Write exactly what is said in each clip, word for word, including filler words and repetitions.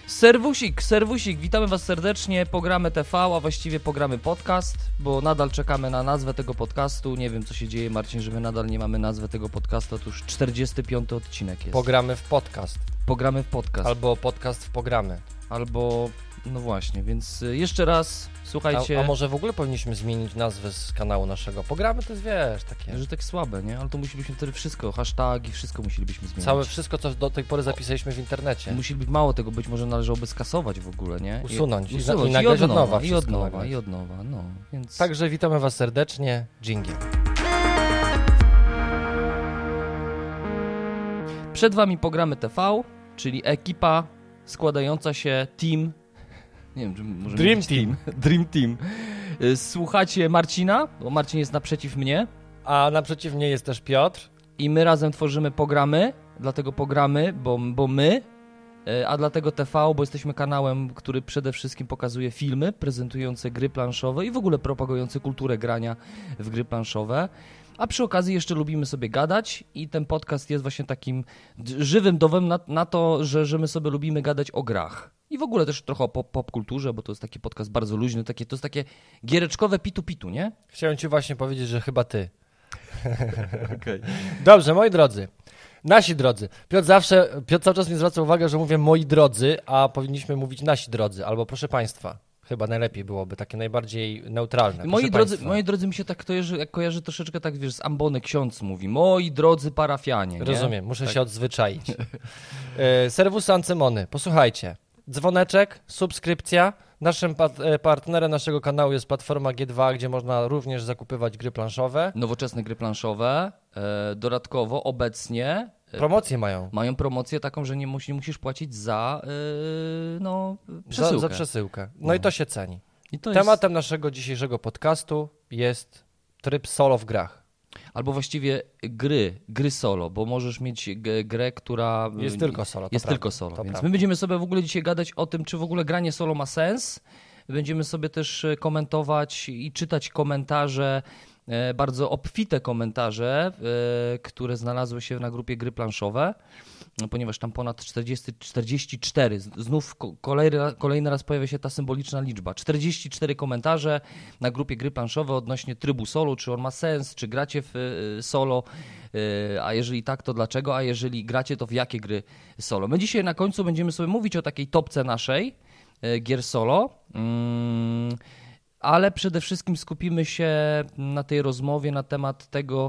Serwusik, serwusik, witamy was serdecznie, Pogramy T V, a właściwie Pogramy Podcast, bo nadal czekamy na nazwę tego podcastu. Nie wiem, co się dzieje, Marcin, że my nadal nie mamy nazwy tego podcastu, to już czterdziesty piąty odcinek jest. Pogramy w podcast. Pogramy w podcast. Albo podcast w pogramy. Albo, no właśnie, więc jeszcze raz, słuchajcie. A, a może w ogóle powinniśmy zmienić nazwę z kanału naszego? Pogramy to jest, wiesz, takie... Że tak słabe, nie? Ale to musielibyśmy wtedy wszystko, hashtagi, wszystko musielibyśmy zmienić. Całe wszystko, co do tej pory zapisaliśmy w internecie. Musi być mało tego, być może należałoby skasować w ogóle, nie? I, usunąć. I, usunąć. I, i nagrać od nowa. I od nowa, i od nowa, no. Więc... Także witamy was serdecznie. Dżingiel. Przed wami Pogramy T V, czyli ekipa składająca się team... Nie wiem, czy może Dream team. team. Dream Team. Słuchacie Marcina, bo Marcin jest naprzeciw mnie. A naprzeciw mnie jest też Piotr. I my razem tworzymy programy, dlatego Pogramy, bo, bo my, a dlatego T V, bo jesteśmy kanałem, który przede wszystkim pokazuje filmy prezentujące gry planszowe i w ogóle propagujące kulturę grania w gry planszowe. A przy okazji jeszcze lubimy sobie gadać i ten podcast jest właśnie takim żywym dowodem na, na to, że, że my sobie lubimy gadać o grach. I w ogóle też trochę o pop, pop kulturze, bo to jest taki podcast bardzo luźny, takie, to jest takie giereczkowe pitu-pitu, nie? Chciałem ci właśnie powiedzieć, że chyba ty. Okay. Dobrze, moi drodzy. Nasi drodzy. Piotr zawsze, Piotr cały czas mi zwraca uwagę, że mówię moi drodzy, a powinniśmy mówić nasi drodzy, albo proszę państwa. Chyba najlepiej byłoby, takie najbardziej neutralne. Moi drodzy, moi drodzy, mi się tak kojarzy, kojarzy troszeczkę tak, wiesz, z ambony ksiądz mówi. Moi drodzy parafianie, nie? Rozumiem, muszę tak. się odzwyczaić. e, Serwus Ancymony, posłuchajcie. Dzwoneczek, subskrypcja. Naszym pat- partnerem naszego kanału jest platforma G dwa, gdzie można również zakupywać gry planszowe. Nowoczesne gry planszowe. E, dodatkowo obecnie... Promocje mają. Mają promocję taką, że nie, musi, nie musisz płacić za yy, no, przesyłkę. Za, za przesyłkę. No, no i to się ceni. I to Tematem jest... naszego dzisiejszego podcastu jest tryb solo w grach. Albo właściwie gry, gry solo, bo możesz mieć g- grę, która... Jest tylko solo. Jest prawda, tylko solo, więc prawda. my będziemy sobie w ogóle dzisiaj gadać o tym, czy w ogóle granie solo ma sens. Będziemy sobie też komentować i czytać komentarze, bardzo obfite komentarze, które znalazły się na grupie Gry Planszowe, ponieważ tam ponad czterdzieści, czterdzieści cztery, znów kolejny, kolejny raz pojawia się ta symboliczna liczba, czterdzieści cztery komentarze na grupie Gry Planszowe odnośnie trybu solo, czy on ma sens, czy gracie w solo, a jeżeli tak, to dlaczego, a jeżeli gracie, to w jakie gry solo. My dzisiaj na końcu będziemy sobie mówić o takiej topce naszej gier solo, mm, ale przede wszystkim skupimy się na tej rozmowie na temat tego,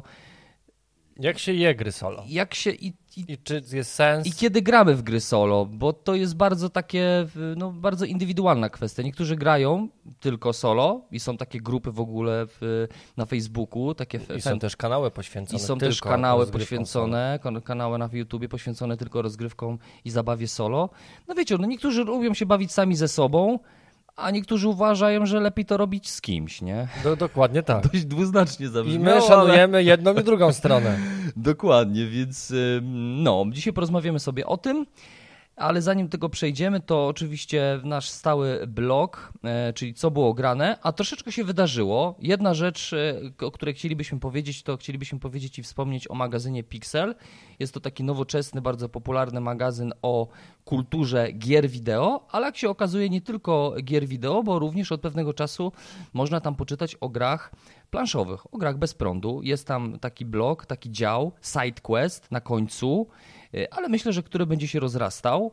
jak się je gry solo. Jak się i, i, I czy jest sens. I kiedy gramy w gry solo, bo to jest bardzo takie, no bardzo indywidualna kwestia. Niektórzy grają tylko solo i są takie grupy w ogóle w, na Facebooku. Takie I fan... są też kanały poświęcone I są tylko też kanały poświęcone, solo. kanały na YouTubie poświęcone tylko rozgrywkom i zabawie solo. No wiecie, no niektórzy lubią się bawić sami ze sobą, a niektórzy uważają, że lepiej to robić z kimś, nie? Do, dokładnie tak. Dość dwuznacznie zabrzmiało. I my szanujemy ale... jedną i drugą stronę. Dokładnie, więc no, dzisiaj porozmawiamy sobie o tym, ale zanim tego przejdziemy, to oczywiście nasz stały blog, e, czyli co było grane, a troszeczkę się wydarzyło. Jedna rzecz, e, o której chcielibyśmy powiedzieć, to chcielibyśmy powiedzieć i wspomnieć o magazynie Pixel. Jest to taki nowoczesny, bardzo popularny magazyn o kulturze gier wideo, ale jak się okazuje nie tylko gier wideo, bo również od pewnego czasu można tam poczytać o grach planszowych, o grach bez prądu. Jest tam taki blog, taki dział, SideQuest na końcu, ale myślę, że który będzie się rozrastał,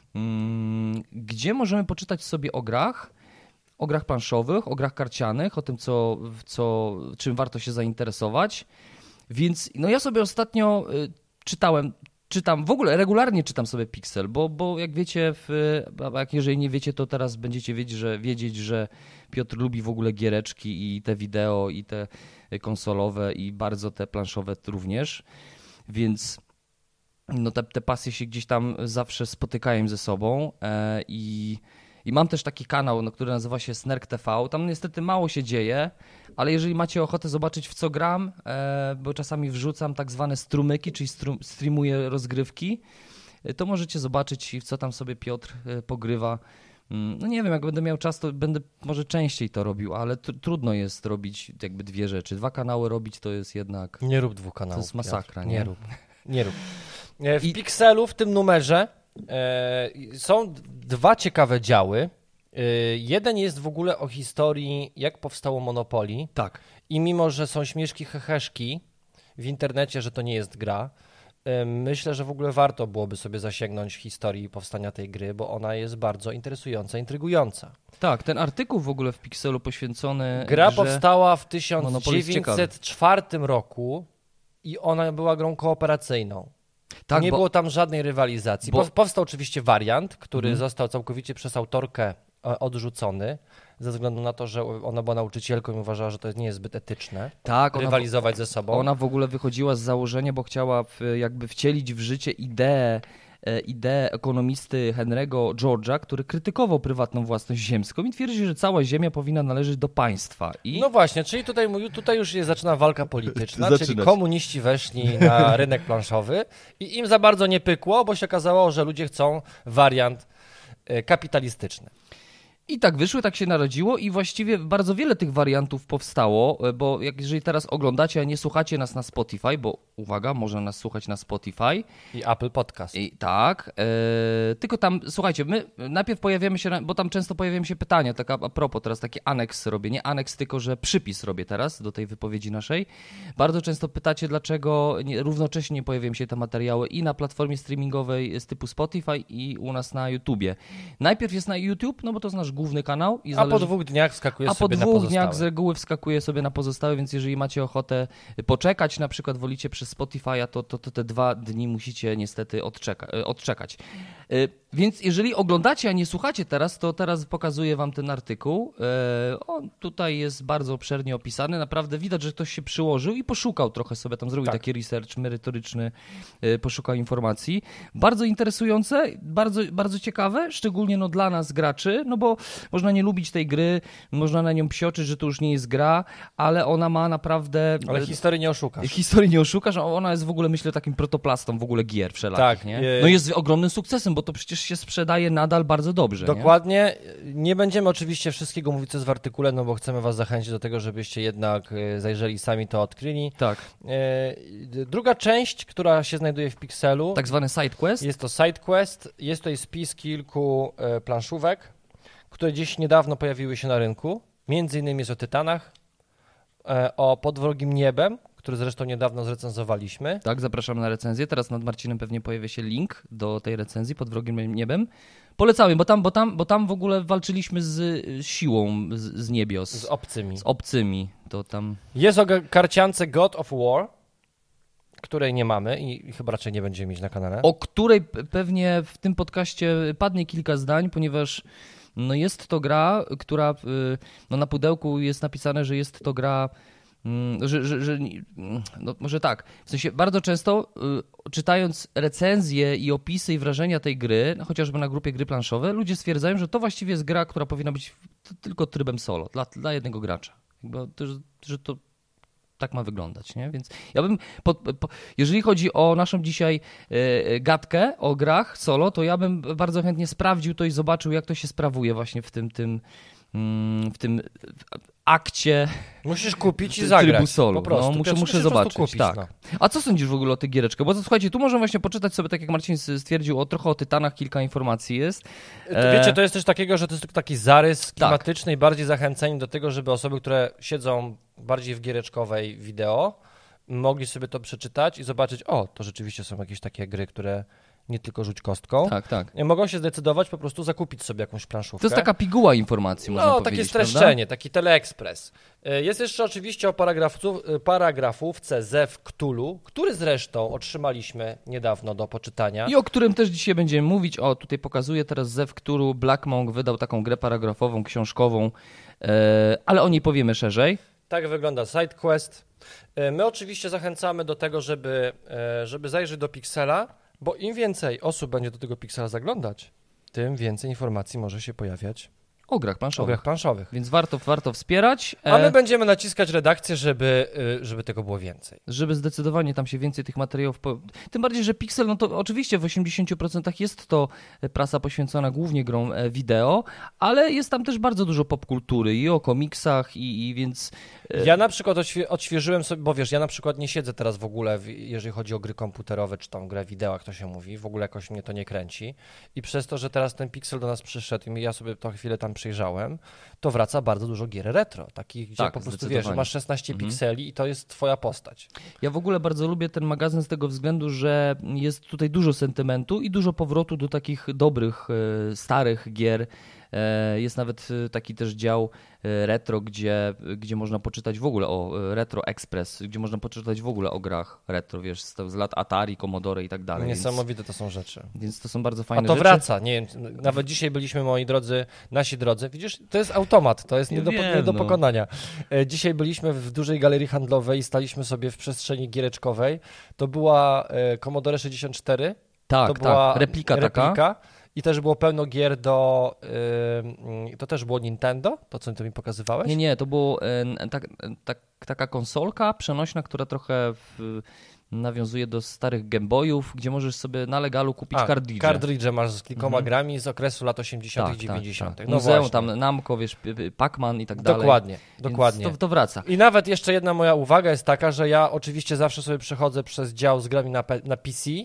gdzie możemy poczytać sobie o grach, o grach planszowych, o grach karcianych, o tym, co, co, czym warto się zainteresować. Więc no ja sobie ostatnio czytałem, czytam, w ogóle regularnie czytam sobie Pixel, bo, bo jak wiecie, w, jak jeżeli nie wiecie, to teraz będziecie wiedzieć, że, wiedzieć, że Piotr lubi w ogóle giereczki i te wideo, i te konsolowe, i bardzo te planszowe również, więc no te, te pasje się gdzieś tam zawsze spotykają ze sobą e, i, i mam też taki kanał, no, który nazywa się Snerk T V. Tam niestety mało się dzieje, ale jeżeli macie ochotę zobaczyć, w co gram, e, bo czasami wrzucam tak zwane strumyki, czyli stru, streamuję rozgrywki, e, to możecie zobaczyć, w co tam sobie Piotr e, pogrywa. No nie wiem, jak będę miał czas, to będę może częściej to robił, ale tr- trudno jest robić jakby dwie rzeczy. Dwa kanały robić to jest jednak... Nie rób dwóch kanałów. To jest masakra, Piotr. nie? Nie rób. Nie rób. W I... Pixelu, w tym numerze, E, są d- dwa ciekawe działy. E, jeden jest w ogóle o historii, jak powstało Monopoly. Tak. I mimo, że są śmieszki, heheszki w internecie, że to nie jest gra, e, myślę, że w ogóle warto byłoby sobie zasięgnąć historii powstania tej gry, bo ona jest bardzo interesująca, intrygująca. Tak, ten artykuł w ogóle w Pixelu poświęcony Gra grze powstała w Monopoly jest tysiąc dziewięćset czwartym roku i ona była grą kooperacyjną. Tak, nie bo... było tam żadnej rywalizacji. bo- Pow- Powstał oczywiście wariant, który Mhm. został całkowicie przez autorkę e, odrzucony, ze względu na to, że ona była nauczycielką i uważała, że to nie jest zbyt etyczne Tak, ona, rywalizować ze sobą. ona w ogóle wychodziła z założenia, bo chciała w, jakby wcielić w życie ideę, e, ideę ekonomisty Henry'ego George'a, który krytykował prywatną własność ziemską i twierdzi, że cała ziemia powinna należeć do państwa. I No właśnie, czyli tutaj, mówił- tutaj już jest, zaczyna walka polityczna, Zaczyna czyli się. komuniści weszli na rynek planszowy i im za bardzo nie pykło, bo się okazało, że ludzie chcą wariant e, kapitalistyczny. I tak wyszły, tak się narodziło i właściwie bardzo wiele tych wariantów powstało, bo jak jeżeli teraz oglądacie, a nie słuchacie nas na Spotify, bo uwaga, można nas słuchać na Spotify. I Apple Podcast. I tak, e, tylko tam, słuchajcie, my najpierw pojawiamy się, na, bo tam często pojawiają się pytania, tak a, a propos, teraz taki aneks robię, nie aneks, tylko że przypis robię teraz do tej wypowiedzi naszej. Bardzo często pytacie, dlaczego nie, równocześnie pojawiają się te materiały i na platformie streamingowej z typu Spotify i u nas na YouTubie. Najpierw jest na YouTube, no bo to jest nasz główny kanał. I A zależy... po dwóch dniach wskakuje A po sobie na dwóch pozostałe. dniach z reguły wskakuje sobie na pozostałe, więc jeżeli macie ochotę poczekać, na przykład wolicie przez Spotify'a, to, to, to te dwa dni musicie niestety odczeka- odczekać. Y, Więc jeżeli oglądacie, a nie słuchacie teraz, to teraz pokazuję wam ten artykuł. Y, On tutaj jest bardzo obszernie opisany. Naprawdę widać, że ktoś się przyłożył i poszukał trochę sobie, tam zrobił Tak. taki research merytoryczny, y, poszukał informacji. Bardzo interesujące, bardzo, bardzo ciekawe, szczególnie no dla nas graczy, no bo można nie lubić tej gry, można na nią psioczyć, że to już nie jest gra, ale ona ma naprawdę... Ale historii nie oszukasz. Historii nie oszukasz, a ona jest w ogóle, myślę, takim protoplastą w ogóle gier wszelakich, Tak, nie? e- No jest ogromnym sukcesem, bo to przecież się sprzedaje nadal bardzo dobrze, Dokładnie. Nie będziemy oczywiście wszystkiego mówić, co jest w artykule, no bo chcemy was zachęcić do tego, żebyście jednak e, zajrzeli sami to odkryli. nie? Tak, E, Druga część, która się znajduje w Pixelu, tak zwany side quest. jest to SideQuest. Jest tutaj spis kilku e, planszówek, które gdzieś niedawno pojawiły się na rynku. Między innymi jest o Tytanach, e, o Pod wrogim niebem, który zresztą niedawno zrecenzowaliśmy. Tak, zapraszamy na recenzję. Teraz nad Marcinem pewnie pojawia się link do tej recenzji pod wrogim niebem. Polecamy, bo tam, bo tam, bo tam w ogóle walczyliśmy z siłą z, z niebios, Z obcymi. z obcymi. To tam... Jest o ga- karciance God of War, której nie mamy i chyba raczej nie będziemy mieć na kanale. O której p- pewnie w tym podcaście padnie kilka zdań, ponieważ no jest to gra, która y, no na pudełku jest napisane, że jest to gra, mm, że, że, że no może tak, w sensie bardzo często y, czytając recenzje i opisy i wrażenia tej gry, no chociażby na grupie gry planszowe, ludzie stwierdzają, że to właściwie jest gra, która powinna być t- tylko trybem solo, dla, dla jednego gracza. Jakby to, że, że to tak ma wyglądać, nie? Więc ja bym, po, po, jeżeli chodzi o naszą dzisiaj e, gadkę o grach solo, to ja bym bardzo chętnie sprawdził to i zobaczył, jak to się sprawuje właśnie w tym, tym, mm, w tym akcie Musisz kupić i trybu zagrać. solo. Po prostu. No, muszę, Piotr, muszę musisz po prostu zobaczyć. kupić, tak. no. A co sądzisz w ogóle o tych giereczkach? Bo to, słuchajcie, tu możemy właśnie poczytać sobie, tak jak Marcin stwierdził, o trochę o Tytanach, kilka informacji jest. To wiecie, to jest też takiego, że to jest tylko taki zarys Tak. klimatyczny i bardziej zachęcenie do tego, żeby osoby, które siedzą bardziej w giereczkowej wideo, mogli sobie to przeczytać i zobaczyć, o, to rzeczywiście są jakieś takie gry, które nie tylko rzuć kostką. Tak, tak. Mogą się zdecydować po prostu zakupić sobie jakąś planszówkę. To jest taka piguła informacji, można No, powiedzieć, takie streszczenie, taki teleekspres. Jest jeszcze oczywiście o paragrafu, paragrafówce Zew Cthulhu, który zresztą otrzymaliśmy niedawno do poczytania. I o którym też dzisiaj będziemy mówić. O, tutaj pokazuję teraz Zew Cthulhu. Black Monk wydał taką grę paragrafową, książkową, e, ale o niej powiemy szerzej. Tak wygląda SideQuest. My oczywiście zachęcamy do tego, żeby, żeby zajrzeć do Pixela, bo im więcej osób będzie do tego Pixela zaglądać, tym więcej informacji może się pojawiać O grach planszowych. O grach planszowych. Więc warto, warto wspierać. A my będziemy naciskać redakcję, żeby, żeby tego było więcej. Żeby zdecydowanie tam się więcej tych materiałów... Po... Tym bardziej, że Pixel, no to oczywiście w osiemdziesięciu procentach jest to prasa poświęcona głównie grom wideo, ale jest tam też bardzo dużo popkultury i o komiksach i, i więc... Ja na przykład odświe- odświeżyłem sobie, bo wiesz, ja na przykład nie siedzę teraz w ogóle, w, jeżeli chodzi o gry komputerowe, czy tam grę wideo, jak to się mówi, w ogóle jakoś mnie to nie kręci i przez to, że teraz ten Pixel do nas przyszedł i ja sobie to chwilę tam przyjrzałem, to wraca bardzo dużo gier retro, takich, gdzie Tak, po prostu wiesz, masz szesnaście mhm. pikseli i to jest twoja postać. Ja w ogóle bardzo lubię ten magazyn z tego względu, że jest tutaj dużo sentymentu i dużo powrotu do takich dobrych, starych gier. Jest nawet taki też dział retro, gdzie, gdzie można poczytać w ogóle o Retro Express, gdzie można poczytać w ogóle o grach retro, wiesz, z, z lat Atari, Commodore i tak dalej. Niesamowite więc, to są rzeczy. Więc to są bardzo fajne rzeczy. A to rzeczy. wraca, nie wiem, nawet dzisiaj byliśmy, moi drodzy, nasi drodzy, widzisz, to jest automat, to jest nie, nie, do, wiem, nie do pokonania. No. Dzisiaj byliśmy w dużej galerii handlowej i staliśmy sobie w przestrzeni giereczkowej. To była Commodore sześćdziesiąt cztery. Tak, to była tak, replika, replika taka. I też było pełno gier do... Yy, to też było Nintendo? To, co ty mi pokazywałeś? Nie, nie, to było yy, tak, tak, taka konsolka przenośna, która trochę w, nawiązuje do starych Game Boyów, gdzie możesz sobie na legalu kupić kartridże. Kartridże masz z kilkoma mhm. grami z okresu lat osiemdziesiątych, tak, dziewięćdziesiątych. Tak, tak. No Muzeum, właśnie. Tam Namco, wiesz, Pac-Man i tak dalej. Dokładnie, dokładnie. To, to wraca. I nawet jeszcze jedna moja uwaga jest taka, że ja oczywiście zawsze sobie przechodzę przez dział z grami na, na P C,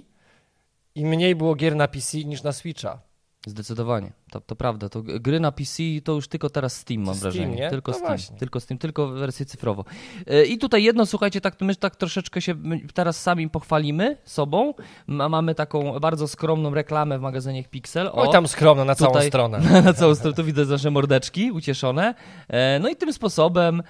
i mniej było gier na P C niż na Switcha. Zdecydowanie, to, to prawda. To gry na P C to już tylko teraz Steam, mam Steam, wrażenie. Nie? Tylko no Steam, właśnie. tylko Steam, tylko wersję cyfrową. I tutaj jedno, słuchajcie, tak my tak troszeczkę się teraz sami pochwalimy sobą. Mamy taką bardzo skromną reklamę w magazynie Pixel. O, Oj, tam skromno, na całą tutaj, stronę. Na całą stronę, tu widać nasze mordeczki ucieszone. No i tym sposobem...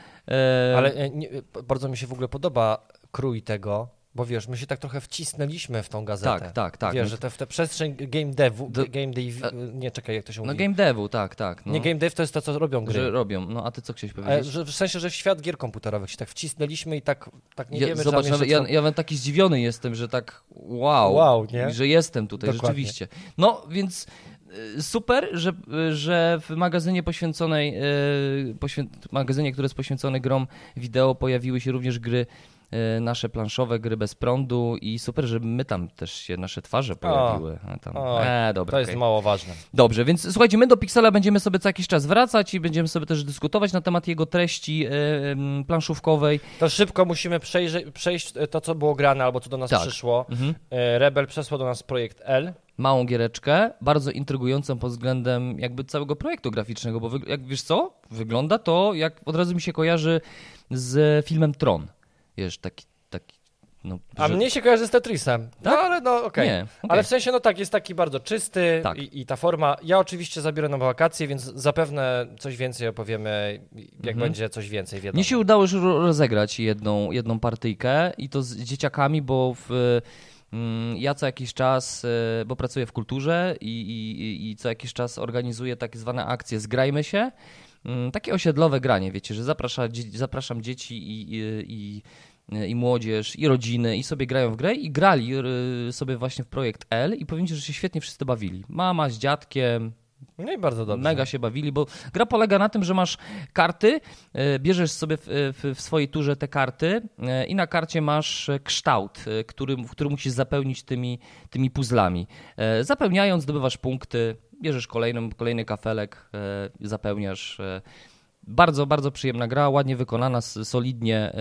Ale nie, bardzo mi się w ogóle podoba krój tego, bo wiesz, my się tak trochę wcisnęliśmy w tą gazetę. Tak, tak, tak. Wiesz, no że te, w tę przestrzeń game devu, do, game dev, nie, czekaj, jak to się mówi? No game devu, tak, tak. No. Nie game dev to jest to, co robią gry. Że robią, no a ty co chciałeś powiedzieć? A, że, w sensie, że w świat gier komputerowych się tak wcisnęliśmy i tak, tak nie ja, wiemy, zobacz, czy nawet, ja, ja nawet taki zdziwiony jestem, że tak wow, wow nie? że jestem tutaj, Dokładnie. rzeczywiście. No, więc super, że, że w magazynie poświęconej, poświę, magazynie, który jest poświęcony grom wideo, pojawiły się również gry nasze planszowe, gry bez prądu i super, że my tam też się nasze twarze pojawiły. O, tam. o, e, dobra, to jest okay. mało ważne. Dobrze, więc słuchajcie, my do Pixela będziemy sobie co jakiś czas wracać i będziemy sobie też dyskutować na temat jego treści yy, planszówkowej. To szybko musimy przejrzy, przejść to, co było grane albo co do nas tak. przyszło. Mhm. Rebel przesłał do nas projekt L. Małą giereczkę, bardzo intrygującą pod względem jakby całego projektu graficznego, bo jak wiesz co, wygląda to jak od razu mi się kojarzy z filmem Tron. Wiesz, taki, taki no, A że... mnie się kojarzy z Tetrisem. Tak? No ale no okej. Okay. Okay. Ale w sensie no tak, jest taki bardzo czysty tak. i, i ta forma. Ja oczywiście zabiorę na wakacje, więc zapewne coś więcej opowiemy, jak mhm. będzie coś więcej wiadomo. Mnie się udało już rozegrać jedną, jedną partyjkę i to z dzieciakami, bo w... Ja co jakiś czas, bo pracuję w kulturze i, i, i co jakiś czas organizuję tak zwane akcje Zgrajmy się. Takie osiedlowe granie, wiecie, że zaprasza, zapraszam dzieci i, i, i młodzież i rodziny i sobie grają w grę i grali sobie właśnie w projekt L i powiem ci, że się świetnie wszyscy bawili. Mama z dziadkiem. No i bardzo dobrze. Mega się bawili, bo gra polega na tym, że masz karty, bierzesz sobie w, w, w swojej turze te karty i na karcie masz kształt, który, który musisz zapełnić tymi, tymi puzzlami. Zapełniając zdobywasz punkty, bierzesz kolejny, kolejny kafelek, zapełniasz. Bardzo, bardzo przyjemna gra, ładnie wykonana, solidnie.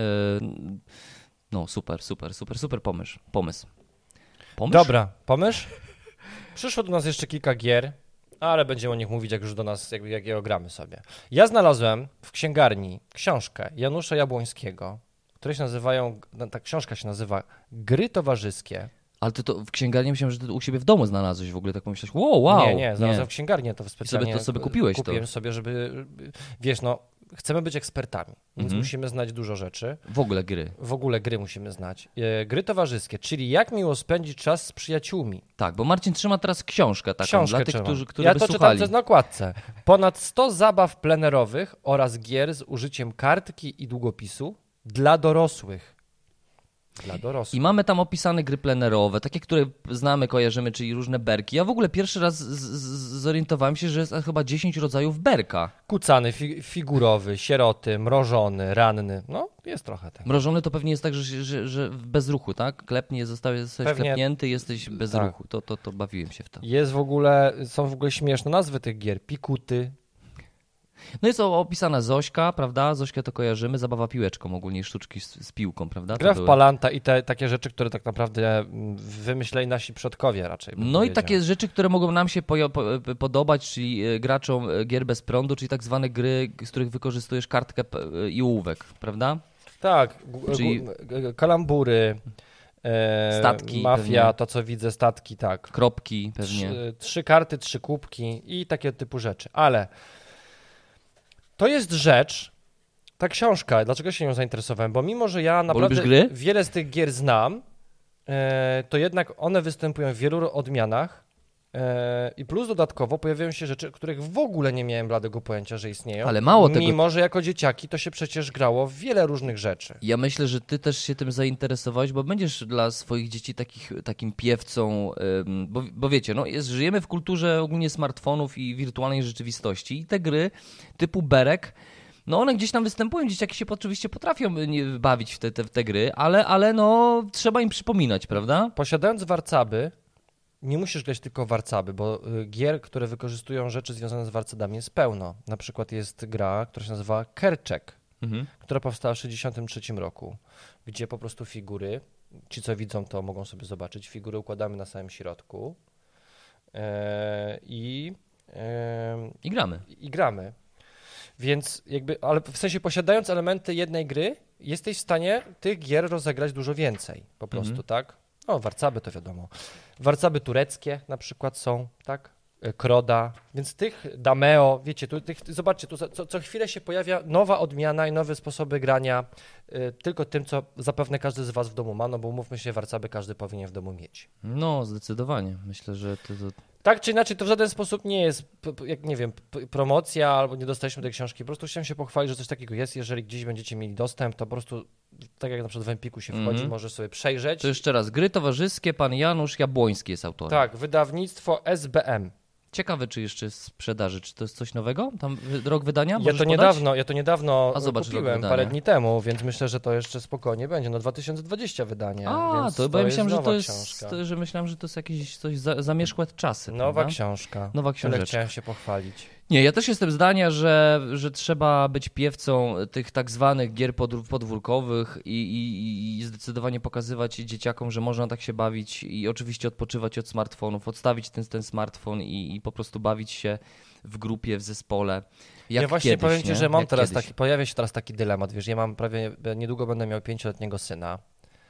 No super, super, super, super pomysł. Pomysł. Pomysł? Dobra, pomysł? Przyszło do nas jeszcze kilka gier. Ale będziemy o nich mówić, jak już do nas, jak, jak je ogramy sobie. Ja znalazłem w księgarni książkę Janusza Jabłońskiego, które się nazywają, ta książka się nazywa Gry towarzyskie. Ale ty to w księgarni myślałem, że ty u siebie w domu znalazłeś w ogóle, tak pomyślałeś, wow, wow. Nie, nie, znalazłem w księgarni, to specjalnie I sobie, to sobie kupiłeś kupiłem to. sobie, żeby, wiesz, no, chcemy być ekspertami, więc mhm. musimy znać dużo rzeczy. W ogóle gry. W ogóle gry musimy znać. E, gry towarzyskie, czyli jak miło spędzić czas z przyjaciółmi. Tak, bo Marcin trzyma teraz książkę taką książkę dla tych, trzymam. którzy, którzy Ja by to słuchali. czytam, to jest na okładce. Ponad sto zabaw plenerowych oraz gier z użyciem kartki i długopisu dla dorosłych. dla dorosłych. I mamy tam opisane gry plenerowe, takie, które znamy, kojarzymy, czyli różne berki. Ja w ogóle pierwszy raz z- z- zorientowałem się, że jest chyba dziesięć rodzajów berka. Kucany, fi- figurowy, sieroty, mrożony, ranny. No, jest trochę tego. Mrożony to pewnie jest tak, że, że, że bez ruchu, tak? Klepnie, zostałeś Pewnie- klepnięty, jesteś bez tak. ruchu. To, to, to bawiłem się w to. Jest w ogóle, są w ogóle śmieszne nazwy tych gier. Pikuty. No jest o- opisana Zośka, prawda? Zośkę to kojarzymy, zabawa piłeczką, ogólnie sztuczki z, z piłką, prawda? To Gra w były. Palanta i te takie rzeczy, które tak naprawdę mm, wymyśleli nasi przodkowie raczej. bym No i powiedział. takie rzeczy, które mogą nam się pojo- po- podobać, czyli e, graczom e, gier bez prądu, czyli tak zwane gry, z których wykorzystujesz kartkę p- e, i ołówek, prawda? Tak, gu- Czyli- gu- g- kalambury, e, Statki mafia, pewnie. to co widzę, statki, tak. Kropki pewnie. Trzy, trzy karty, trzy kubki i takie typu rzeczy. Ale to jest rzecz, ta książka, dlaczego się nią zainteresowałem? Bo mimo, że ja naprawdę lubisz gry? wiele z tych gier znam, e, to jednak one występują w wielu odmianach e, i plus dodatkowo pojawiają się rzeczy, których w ogóle nie miałem bladego pojęcia, że istnieją. Ale mało tego- Mimo, że jako dzieciaki to się przecież grało w wiele różnych rzeczy. Ja myślę, że ty też się tym zainteresowałeś, bo będziesz dla swoich dzieci takich, takim piewcą, ym, bo, bo wiecie, no jest, żyjemy w kulturze ogólnie smartfonów i wirtualnej rzeczywistości i te gry typu Berek, no one gdzieś tam występują, dzieciaki się oczywiście potrafią nie, bawić w te, te, w te gry, ale, ale no trzeba im przypominać, prawda? Posiadając warcaby, nie musisz grać tylko w warcaby, bo y, gier, które wykorzystują rzeczy związane z warcabami jest pełno. Na przykład jest gra, która się nazywa Kerczek, Mhm. która powstała w tysiąc dziewięćset sześćdziesiątym trzecim roku, gdzie po prostu figury, ci co widzą to mogą sobie zobaczyć, figury układamy na samym środku e, i, e, I gramy. i gramy. Więc jakby, ale w sensie posiadając elementy jednej gry, jesteś w stanie tych gier rozegrać dużo więcej, po prostu, Mhm. tak? O, warcaby to wiadomo. Warcaby tureckie na przykład są, tak? E, Kroda, więc tych Dameo, wiecie, tu, tych, zobaczcie, tu za- co, co chwilę się pojawia nowa odmiana i nowe sposoby grania, y, tylko tym, co zapewne każdy z was w domu ma, no bo umówmy się, warcaby każdy powinien w domu mieć. No, zdecydowanie. Myślę, że to, to... Tak czy inaczej, to w żaden sposób nie jest, p- p- jak nie wiem, p- promocja albo nie dostaliśmy tej książki. Po prostu chciałem się pochwalić, że coś takiego jest. Jeżeli gdzieś będziecie mieli dostęp, to po prostu, tak jak na przykład w Empiku się wchodzi, Mhm. możesz sobie przejrzeć. To jeszcze raz, gry towarzyskie, pan Janusz Jabłoński jest autorem. Tak, wydawnictwo S B M. Ciekawe, czy jeszcze sprzedaży, czy to jest coś nowego? Tam wy- rok wydania? Ja Możesz to podać? niedawno, ja to niedawno A zobacz, rok kupiłem wydania. parę dni temu, więc myślę, że to jeszcze spokojnie będzie. No dwa tysiące dwudziesty wydanie, A, więc to, bo ja jest myślałem, że to nowa jest, książka. to, że myślałem, że to jest jakieś coś za, zamierzchłe czasy. Nowa prawda? książka. Nowa Tyle książeczka. chciałem się pochwalić. Nie, ja też jestem zdania, że, że trzeba być piewcą tych tak zwanych gier podr- podwórkowych i, i, i zdecydowanie pokazywać dzieciakom, że można tak się bawić i oczywiście odpoczywać od smartfonów, odstawić ten, ten smartfon i, i po prostu bawić się w grupie, w zespole. Jak ja właśnie kiedyś, powiem ci, nie? że mam Jak teraz kiedyś. taki, pojawia się teraz taki dylemat, wiesz, ja mam prawie, niedługo będę miał pięcioletniego syna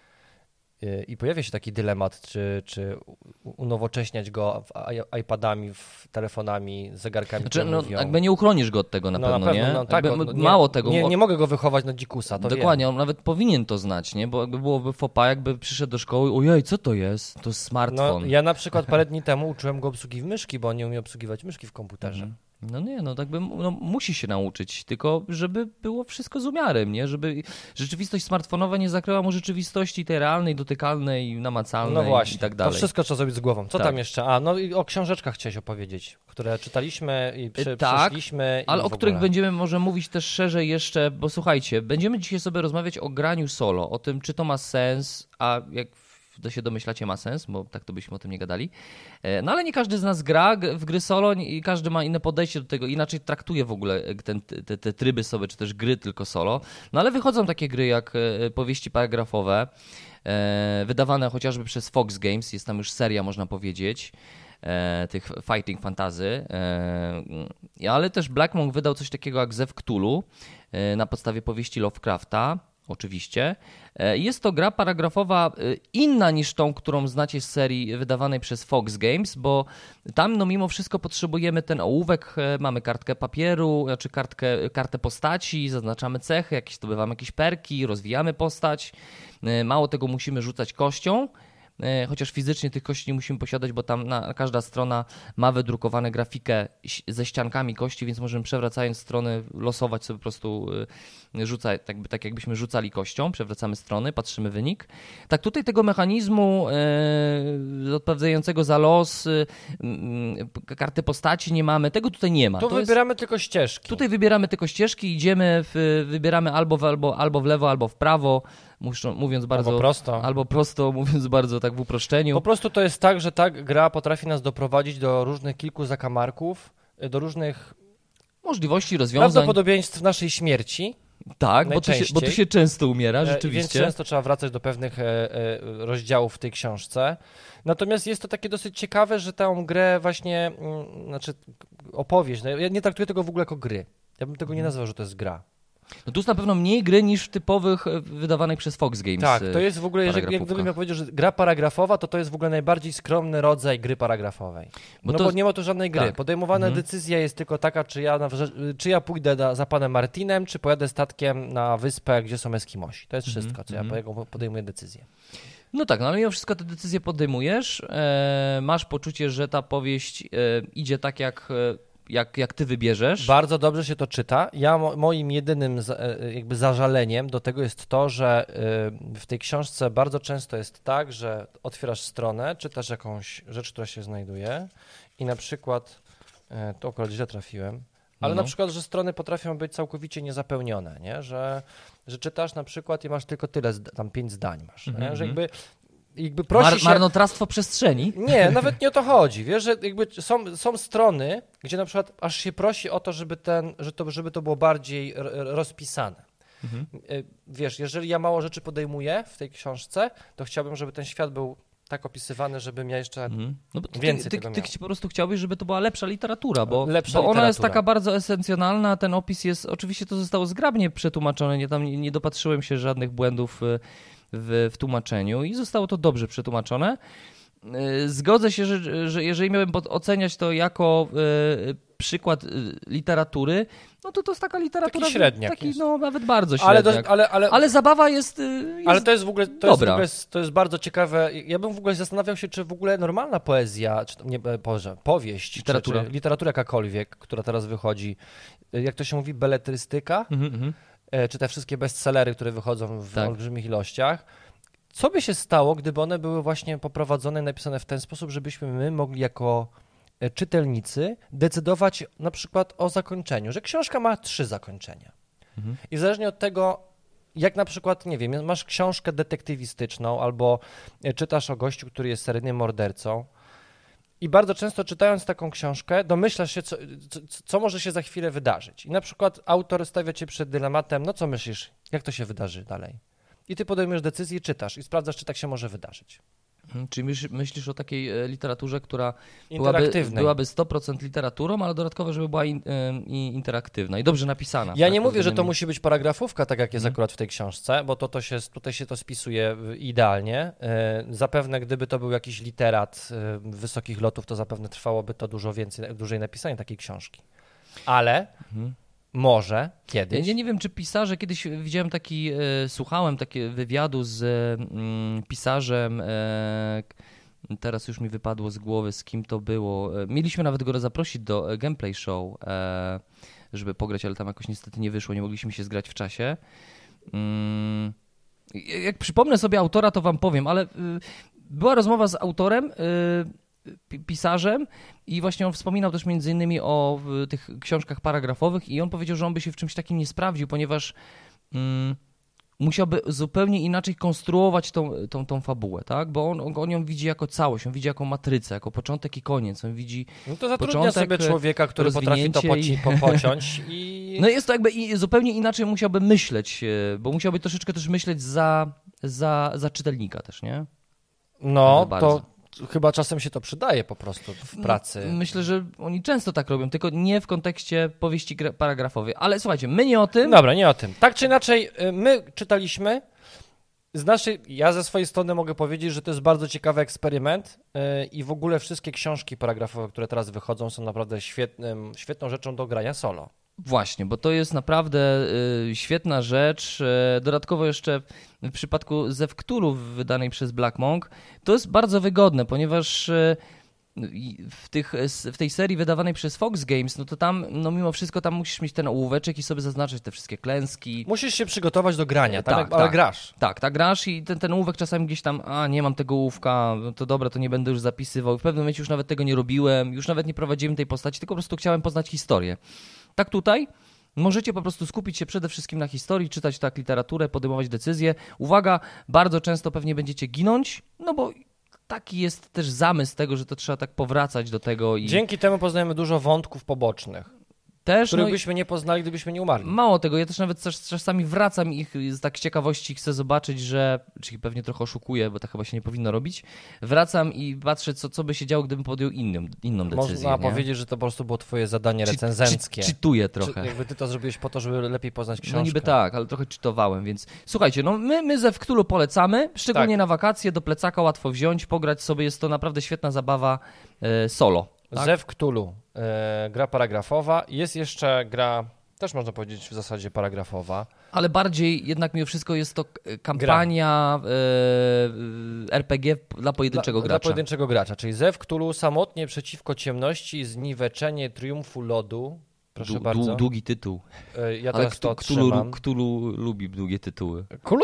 yy, i pojawia się taki dylemat, czy, czy u- unowocześniać go w i- iPadami, w telefonami, zegarkami, Znaczy, które no, mówią. jakby nie uchronisz go od tego na no, pewno, na pewno, nie? no, tak, Jakby no, mało nie, tego. Nie, on- nie mogę go wychować na dzikusa, to Dokładnie, wiem. on nawet powinien to znać, nie? Bo jakby byłoby fopa, jakby przyszedł do szkoły, ojej, co to jest? To jest smartfon. No, ja na przykład parę dni temu uczyłem go obsługi myszki, bo on nie umie obsługiwać myszki w komputerze. Mhm. No nie, no tak by, no, musi się nauczyć, tylko żeby było wszystko z umiarem, nie? Żeby rzeczywistość smartfonowa nie zakryła mu rzeczywistości tej realnej, dotykalnej, namacalnej No właśnie, i tak to dalej. wszystko trzeba zrobić z głową. Co Tak. tam jeszcze? A, no i o książeczkach chciałeś opowiedzieć, które czytaliśmy i prze, tak, przeszliśmy. Ale i o w których ogóle. będziemy może mówić też szerzej jeszcze, bo słuchajcie, będziemy dzisiaj sobie rozmawiać o graniu solo, o tym, czy to ma sens, a jak to się domyślacie, ma sens, bo tak to byśmy o tym nie gadali. E, No ale nie każdy z nas gra g- w gry solo i każdy ma inne podejście do tego, inaczej traktuje w ogóle ten, te, te tryby sobie, czy też gry tylko solo. No ale wychodzą takie gry jak e, powieści paragrafowe, e, wydawane chociażby przez Fox Games, jest tam już seria, można powiedzieć, e, tych fighting fantasy, e, ale też Black Monk wydał coś takiego jak Zew Cthulhu e, na podstawie powieści Lovecrafta, oczywiście. E, Jest to gra paragrafowa e, inna niż tą, którą znacie z serii wydawanej przez Fox Games, bo tam no mimo wszystko potrzebujemy ten ołówek, e, mamy kartkę papieru, znaczy kartkę, kartę postaci, zaznaczamy cechy, jakieś zdobywamy jakieś perki, rozwijamy postać. E, Mało tego, musimy rzucać kością. chociaż fizycznie tych kości nie musimy posiadać, bo tam na, każda strona ma wydrukowane grafikę ze ściankami kości, więc możemy przewracając strony losować sobie po prostu rzucać, tak, tak jakbyśmy rzucali kością, przewracamy strony, patrzymy wynik. Tak tutaj tego mechanizmu e, odpowiadającego za los, e, karty postaci nie mamy, tego tutaj nie ma. Tu to wybieramy jest, tylko ścieżki. Tutaj wybieramy tylko ścieżki, idziemy, w, wybieramy albo w, albo, albo w lewo, albo w prawo, mówiąc bardzo... Albo prosto. Albo prosto, mówiąc bardzo tak w uproszczeniu. Po prostu to jest tak, że ta gra potrafi nas doprowadzić do różnych kilku zakamarków, do różnych możliwości, rozwiązań. Prawdopodobieństw naszej śmierci. Tak, bo tu, się, bo tu się często umiera, rzeczywiście. Więc często trzeba wracać do pewnych e, e, rozdziałów w tej książce. Natomiast jest to takie dosyć ciekawe, że tę grę właśnie, m, znaczy opowieść, no ja nie traktuję tego w ogóle jako gry. Ja bym tego nie nazwał, że to jest gra. No tu jest na pewno mniej gry niż w typowych wydawanych przez Fox Games. Tak, to jest w ogóle, jeżeli, jak gdybym miał powiedzieć, że gra paragrafowa, to to jest w ogóle najbardziej skromny rodzaj gry paragrafowej. Bo no to, bo nie ma tu żadnej gry. Tak. Podejmowana mhm. decyzja jest tylko taka, czy ja, na, czy ja pójdę da, za panem Martinem, czy pojadę statkiem na wyspę, gdzie są Eskimosi. To jest mhm. wszystko, co ja podejmuję decyzję. No tak, no ale mimo wszystko te decyzje podejmujesz, e, masz poczucie, że ta powieść e, idzie tak jak... E, Jak, jak ty wybierzesz. Bardzo dobrze się to czyta. Ja mo, moim jedynym za, jakby zażaleniem do tego jest to, że y, w tej książce bardzo często jest tak, że otwierasz stronę, czytasz jakąś rzecz, która się znajduje i na przykład, y, to akurat źle trafiłem, ale no. na przykład, że strony potrafią być całkowicie niezapełnione, nie? Że, że czytasz na przykład i masz tylko tyle, tam pięć zdań masz, mm-hmm. nie? Że jakby Jakby prosi Mar- się... Marnotrawstwo przestrzeni? Nie, nawet nie o to chodzi. Wiesz, że jakby są, są strony, gdzie na przykład aż się prosi o to, żeby, ten, że to, żeby to było bardziej r- rozpisane. Mhm. Wiesz, jeżeli ja mało rzeczy podejmuję w tej książce, to chciałbym, żeby ten świat był tak opisywany, żebym ja jeszcze mhm. no bo ty, więcej ty, tego ty, miał. Ty po prostu chciałbyś, żeby to była lepsza literatura, bo, lepsza bo ona literatura. jest taka bardzo esencjonalna, ten opis jest, oczywiście to zostało zgrabnie przetłumaczone, nie, tam nie, nie dopatrzyłem się żadnych błędów w, w tłumaczeniu i zostało to dobrze przetłumaczone. Zgodzę się, że, że jeżeli miałbym oceniać to jako y, przykład y, literatury, no to to jest taka literatura... Taki średniak taki, jest. No nawet bardzo średniak. Ale, do, ale, ale, ale zabawa jest, jest Ale to jest w ogóle to dobra. Jest w ogóle, to jest bardzo ciekawe. Ja bym w ogóle zastanawiał się, czy w ogóle normalna poezja, czy nie, Boże, powieść, literatura. Czy, czy literatura jakakolwiek, która teraz wychodzi, jak to się mówi, beletrystyka, mm-hmm. czy te wszystkie bestsellery, które wychodzą w tak. olbrzymich ilościach, co by się stało, gdyby one były właśnie poprowadzone i napisane w ten sposób, żebyśmy my mogli jako czytelnicy decydować na przykład o zakończeniu, że książka ma trzy zakończenia. Mhm. I zależnie od tego, jak na przykład, nie wiem, masz książkę detektywistyczną albo czytasz o gościu, który jest seryjnym mordercą i bardzo często czytając taką książkę domyślasz się, co, co, co może się za chwilę wydarzyć. I na przykład autor stawia cię przed dylematem, no co myślisz, jak to się wydarzy dalej? I ty podejmujesz decyzję i czytasz i sprawdzasz, czy tak się może wydarzyć. Czyli myślisz o takiej literaturze, która byłaby, byłaby sto procent literaturą, ale dodatkowo, żeby była in, in, interaktywna i dobrze napisana. Ja tak, nie mówię, że to musi być paragrafówka, tak jak jest hmm. akurat w tej książce, bo to, to się, tutaj się to spisuje idealnie. Zapewne gdyby to był jakiś literat wysokich lotów, to zapewne trwałoby to dużo więcej, dłużej napisanie takiej książki. Ale... Hmm. Może kiedyś. Ja nie wiem, czy pisarze, kiedyś widziałem taki, e, słuchałem takiego wywiadu z mm, pisarzem, e, teraz już mi wypadło z głowy, z kim to było. E, mieliśmy nawet go zaprosić do gameplay show, e, żeby pograć, ale tam jakoś niestety nie wyszło, nie mogliśmy się zgrać w czasie. Mm, jak przypomnę sobie autora, to wam powiem, ale y, była rozmowa z autorem, y, pisarzem i właśnie on wspominał też między innymi o tych książkach paragrafowych i on powiedział, że on by się w czymś takim nie sprawdził, ponieważ mm, musiałby zupełnie inaczej konstruować tą, tą, tą fabułę, tak? Bo on, on ją widzi jako całość, on widzi jako matrycę, jako początek i koniec, on widzi no to zatrudnia sobie człowieka, który potrafi to poci- po, pociąć i... No jest to jakby i zupełnie inaczej musiałby myśleć, bo musiałby troszeczkę też myśleć za, za, za czytelnika też, nie? No, to... Chyba czasem się to przydaje po prostu w pracy. Myślę, że oni często tak robią, tylko nie w kontekście powieści paragrafowej. Ale słuchajcie, my nie o tym. Dobra, nie o tym. Tak czy inaczej, my czytaliśmy. Z naszej, ja ze swojej strony mogę powiedzieć, że to jest bardzo ciekawy eksperyment yy, i w ogóle wszystkie książki paragrafowe, które teraz wychodzą, są naprawdę świetnym, świetną rzeczą do grania solo. Właśnie, bo to jest naprawdę y, świetna rzecz. Y, dodatkowo jeszcze w przypadku Zew Cthulhu wydanej przez Black Monk to jest bardzo wygodne, ponieważ y, w, tych, w tej serii wydawanej przez Fox Games, no to tam, no mimo wszystko tam musisz mieć ten ołóweczek i sobie zaznaczyć te wszystkie klęski. Musisz się przygotować do grania, tak? tak ale tak, grasz. Tak, tak, grasz i ten, ten ołówek czasami gdzieś tam, a nie mam tego ołówka, no to dobra, to nie będę już zapisywał. W pewnym momencie już nawet tego nie robiłem, już nawet nie prowadziłem tej postaci, tylko po prostu chciałem poznać historię. Tak tutaj możecie po prostu skupić się przede wszystkim na historii, czytać tak literaturę, podejmować decyzje. Uwaga, bardzo często pewnie będziecie ginąć, no bo taki jest też zamysł tego, że to trzeba tak powracać do tego. I dzięki temu poznajemy dużo wątków pobocznych, też, których no byśmy nie poznali, gdybyśmy nie umarli. Mało tego, ja też nawet czas, czasami wracam ich z tak ciekawości, chcę zobaczyć, że, czyli pewnie trochę oszukuję, bo tak chyba się nie powinno robić, wracam i patrzę, co, co by się działo, gdybym podjął inną, inną decyzję. Można nie? powiedzieć, że to po prostu było twoje zadanie Czy- recenzenckie. czy- Czytuję trochę. Czy, jakby ty to zrobiłeś po to, żeby lepiej poznać książkę. No niby tak, ale trochę czytowałem, więc słuchajcie, no my, my ze Cthulhu polecamy, szczególnie Tak. na wakacje, do plecaka łatwo wziąć, pograć sobie, jest to naprawdę świetna zabawa e, solo. Tak? Zew Cthulhu, e, gra paragrafowa. Jest jeszcze gra, też można powiedzieć w zasadzie paragrafowa. Ale bardziej jednak mimo wszystko jest to e, kampania e, R P G dla pojedynczego dla, gracza. Dla pojedynczego gracza, czyli Zew Cthulhu samotnie przeciwko ciemności, zniweczenie triumfu lodu. Proszę Du- bardzo. du- Długi tytuł. E, ja Ale teraz to Cthulhu, Cthulhu, trzymam. Cthulhu lubi długie tytuły.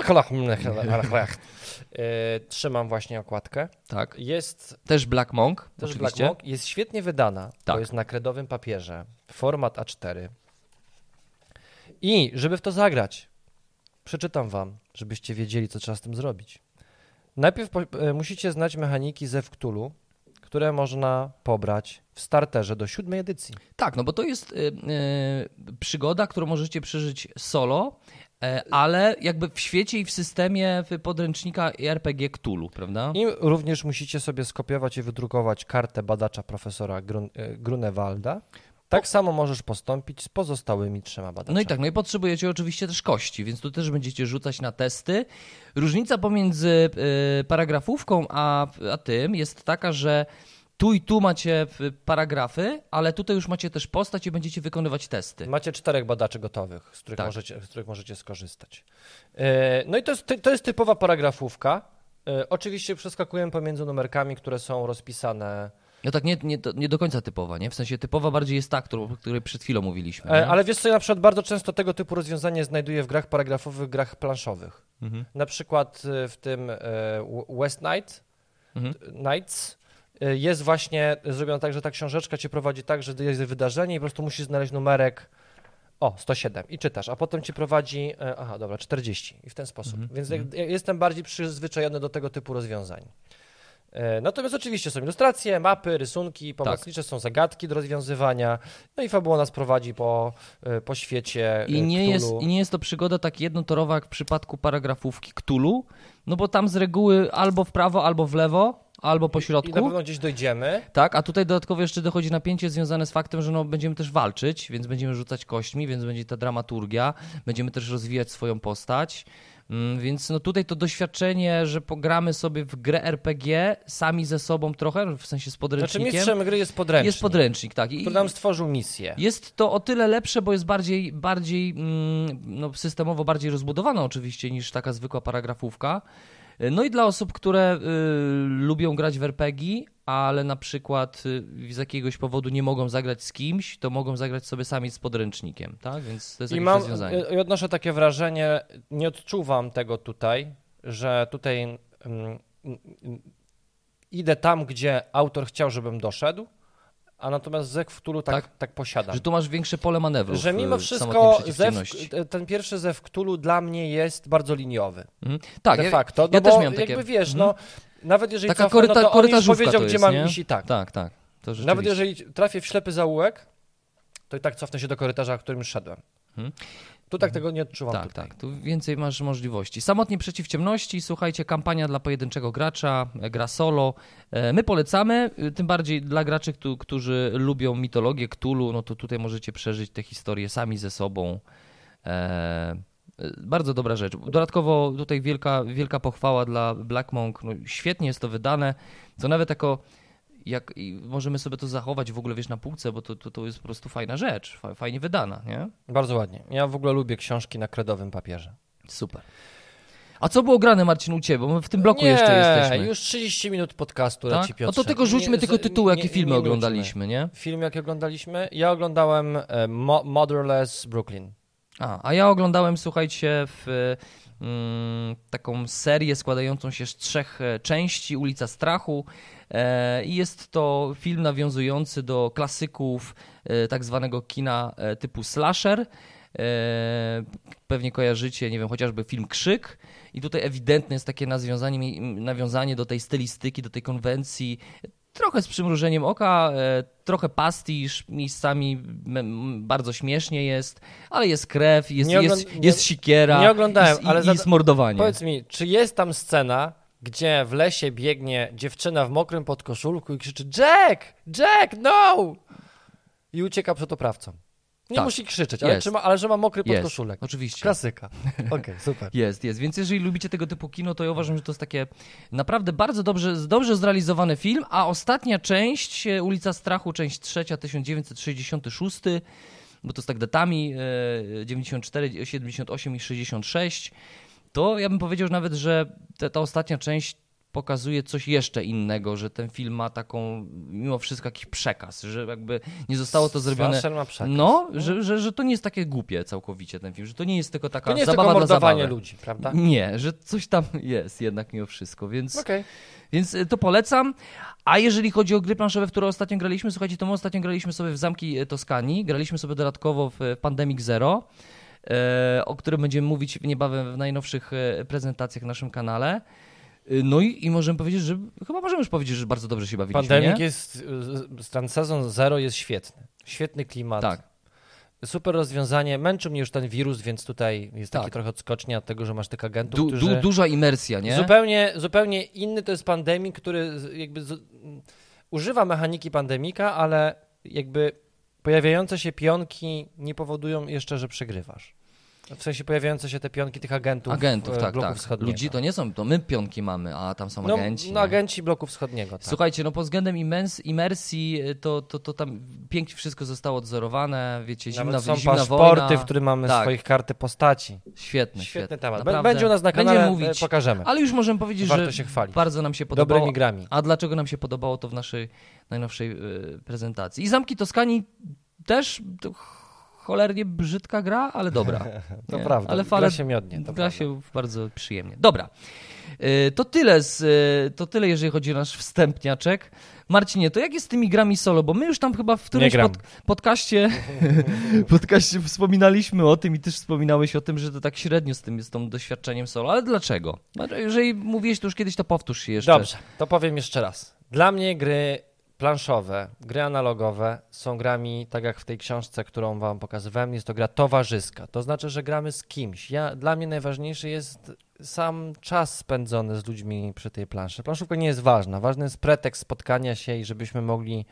E, Trzymam właśnie okładkę. Tak. Jest Też Black Monk, też oczywiście. Black Monk, jest świetnie wydana. Tak. To jest na kredowym papierze. Format A cztery. I żeby w to zagrać, przeczytam wam, żebyście wiedzieli, co trzeba z tym zrobić. Najpierw po, e, musicie znać mechaniki Zew Cthulhu, które można pobrać w starterze do siódmej edycji. Tak, no bo to jest y, y, przygoda, którą możecie przeżyć solo, y, ale jakby w świecie i w systemie podręcznika R P G Cthulhu, prawda? I również musicie sobie skopiować i wydrukować kartę badacza profesora Grun, e, Grunewalda. Tak samo możesz postąpić z pozostałymi trzema badaczami. No i tak, no i potrzebujecie oczywiście też kości, więc tu też będziecie rzucać na testy. Różnica pomiędzy y, paragrafówką a, a tym jest taka, że tu i tu macie y, paragrafy, ale tutaj już macie też postać i będziecie wykonywać testy. Macie czterech badaczy gotowych, z których, Tak. możecie, z których możecie skorzystać. E, No i to jest, ty- to jest typowa paragrafówka. E, Oczywiście przeskakujemy pomiędzy numerkami, które są rozpisane, No tak nie, nie, to nie do końca typowa, nie? W sensie typowa bardziej jest ta, którą, o której przed chwilą mówiliśmy. E, Nie? ale wiesz co, ja na przykład bardzo często tego typu rozwiązanie znajduję w grach paragrafowych, grach planszowych. Mhm. Na przykład e, w tym e, West Night, Mhm. Nights e, jest właśnie zrobione tak, że ta książeczka cię prowadzi tak, że jest wydarzenie i po prostu musisz znaleźć numerek o, sto siedem i czytasz, a potem cię prowadzi, e, aha, dobra, czterdzieści i w ten sposób. Mhm. Więc jak- ja jestem bardziej przyzwyczajony do tego typu rozwiązań. E, Natomiast oczywiście są ilustracje, mapy, rysunki pomocnicze, są zagadki do rozwiązywania, no i fabuła nas prowadzi po, e, po świecie e, I nie, jest, Cthulhu. I nie jest to przygoda tak jednotorowa jak w przypadku paragrafówki Cthulhu, no bo tam z reguły albo w prawo, albo w lewo, albo po I na środku. pewno gdzieś dojdziemy. Tak, a tutaj dodatkowo jeszcze dochodzi napięcie związane z faktem, że no będziemy też walczyć, więc będziemy rzucać kośćmi, więc będzie ta dramaturgia, będziemy też rozwijać swoją postać. Mm, Więc no tutaj to doświadczenie, że pogramy sobie w grę R P G sami ze sobą trochę, w sensie z Znaczy podręcznikiem. mistrzem gry jest podręcznik, Jest podręcznik, tak. I, który nam stworzył misję. Jest to o tyle lepsze, bo jest bardziej, bardziej mm, no, systemowo bardziej rozbudowana oczywiście niż taka zwykła paragrafówka. No i dla osób, które y, lubią grać w R P G, ale na przykład y, z jakiegoś powodu nie mogą zagrać z kimś, to mogą zagrać sobie sami z podręcznikiem, tak? Więc to jest I jakieś mam, rozwiązanie. i odnoszę takie wrażenie, nie odczuwam tego tutaj, że tutaj mm, mm, idę tam, gdzie autor chciał, żebym doszedł, a natomiast Zew Cthulhu tak, Tak? tak posiadam. Że tu masz większe pole manewru. Że w, mimo w wszystko samotnej Zew, przeciwciemności. ten pierwszy Zew Cthulhu dla mnie jest bardzo liniowy. Mhm. Tak, de ja, facto, no ja bo też miałem takie... jakby wiesz, Mhm. no nawet jeżeli Taka cofnę, no koryta, to on już korytarzówka powiedział, to gdzie jest, mam nie? iść i tak. Tak, tak. To Nawet rzeczywiście. jeżeli trafię w ślepy zaułek, to i tak cofnę się do korytarza, którym szedłem. Mhm. Tu tak tego nie odczuwam. Tak, tutaj. tak, tu więcej masz możliwości. Samotnie przeciw ciemności, słuchajcie, kampania dla pojedynczego gracza, e, gra solo. E, My polecamy, y, tym bardziej dla graczy, któ- którzy lubią mitologię Cthulhu, no to tutaj możecie przeżyć te historie sami ze sobą. E, e, Bardzo dobra rzecz. Dodatkowo tutaj wielka, wielka pochwała dla Black Monk. No, świetnie jest to wydane, to nawet jako jak, i możemy sobie to zachować w ogóle, wiesz, na półce, bo to, to, to jest po prostu fajna rzecz, fajnie wydana, nie? Bardzo ładnie. Ja w ogóle lubię książki na kredowym papierze. Super. A co było grane, Marcin, u ciebie? Bo my w tym bloku nie, jeszcze jesteśmy. już trzydzieści minut podcastu Tak? leci, Piotrze. No to tylko rzućmy nie, tylko tytuły, nie, jakie filmy nie oglądaliśmy, nie? Filmy, jakie oglądaliśmy? Ja oglądałem e, Mo- Motherless Brooklyn. A, a ja oglądałem, słuchajcie, w mm, taką serię składającą się z trzech e, części, Ulica Strachu. E, I jest to film nawiązujący do klasyków e, tak zwanego kina e, typu slasher. E, pewnie kojarzycie, nie wiem, chociażby film Krzyk i tutaj ewidentne jest takie nawiązanie, nawiązanie do tej stylistyki, do tej konwencji, trochę z przymrużeniem oka, e, trochę pastisz, miejscami m, bardzo śmiesznie jest, ale jest krew, jest, Nie jest, ogląd- jest nie- sikiera nie oglądałem, i, ale i, za- i smordowanie. Powiedz mi, czy jest tam scena, gdzie w lesie biegnie dziewczyna w mokrym podkoszulku i krzyczy Jack! Jack, no! I ucieka przed oprawcą. Nie Tak. musi krzyczeć, ale, Jest. czy ma, ale że ma mokry Jest, podkoszulek. oczywiście. Klasyka. Okej, okay, super. Jest, jest. Więc jeżeli lubicie tego typu kino, to ja uważam, że to jest takie naprawdę bardzo dobrze, dobrze zrealizowany film, a ostatnia część, e, Ulica Strachu, część trzecia, tysiąc dziewięćset sześćdziesiąty szósty, bo to jest tak datami, e, dziewięćdziesiąt cztery, siedemdziesiąt osiem i sześćdziesiąt sześć, to ja bym powiedział że nawet, że te, ta ostatnia część pokazuje coś jeszcze innego, że ten film ma taką, mimo wszystko jakiś przekaz, że jakby nie zostało to zrobione... Slasher ma przekaz. No, że, że, że to nie jest takie głupie całkowicie ten film, że to nie jest tylko taka To nie jest zabawa tylko dla mordowanie zabawy. ludzi, prawda? Nie, że coś tam jest jednak mimo wszystko, więc, Okej. więc y, to polecam. A jeżeli chodzi o gry planszowe, w które ostatnio graliśmy, słuchajcie, to my ostatnio graliśmy sobie w Zamki Toskanii, graliśmy sobie dodatkowo w Pandemic Zero, e, o którym będziemy mówić niebawem w najnowszych e, prezentacjach na naszym kanale. E, No i, i możemy powiedzieć, że chyba możemy już powiedzieć, że bardzo dobrze się bawiliśmy, Pandemic nie? jest, y, ten sezon zero jest świetny. Świetny klimat. Tak. Super rozwiązanie. Męczył mnie już ten wirus, więc tutaj jest taki Tak. trochę odskocznia od tego, że masz tych agentów, Du, którzy... du, duża imersja, nie? Zupełnie, zupełnie inny to jest Pandemic, który z- jakby z, m, używa mechaniki Pandemika, ale jakby pojawiające się pionki nie powodują jeszcze, że przegrywasz. W sensie pojawiające się te pionki tych agentów, Agentów, e, tak, bloku tak. wschodniego. Ludzi to nie są, to my pionki mamy, a tam są no, agenci. no nie? agenci bloku wschodniego, tak. Słuchajcie, no pod względem imens, imersji to, to, to tam pięknie wszystko zostało odzorowane, wiecie, zimna, Nawet są zimna paszporty, wojna. w których mamy Tak. swoich karty postaci. Świetne, Świetny temat. Bę- Naprawdę. Będzie u nas na Będziemy kanale, mówić, e, pokażemy. ale już możemy powiedzieć, Warto że się chwalić. bardzo nam się podobało. Dobrymi grami. A dlaczego nam się podobało to w naszej najnowszej y, prezentacji. I Zamki Toskanii też to cholernie brzydka gra, ale dobra. To Nie? prawda, ale gra się miodnie. To gra prawda. się bardzo przyjemnie. Dobra. Y, To tyle, z, y, to tyle, jeżeli chodzi o nasz wstępniaczek. Marcinie, to jak jest z tymi grami solo? Bo my już tam chyba w którymś gram. pod, podcaście, podcaście wspominaliśmy o tym i też wspominałeś o tym, że to tak średnio z tym z tym doświadczeniem solo. Ale dlaczego? Jeżeli mówiłeś to już kiedyś, to powtórz się jeszcze. Dobrze, to powiem jeszcze raz. Dla mnie gry planszowe, gry analogowe są grami, tak jak w tej książce, którą wam pokazywałem, jest to gra towarzyska. To znaczy, że gramy z kimś. Ja, dla mnie najważniejszy jest sam czas spędzony z ludźmi przy tej planszy. Planszówka nie jest ważna. Ważny jest pretekst spotkania się i żebyśmy mogli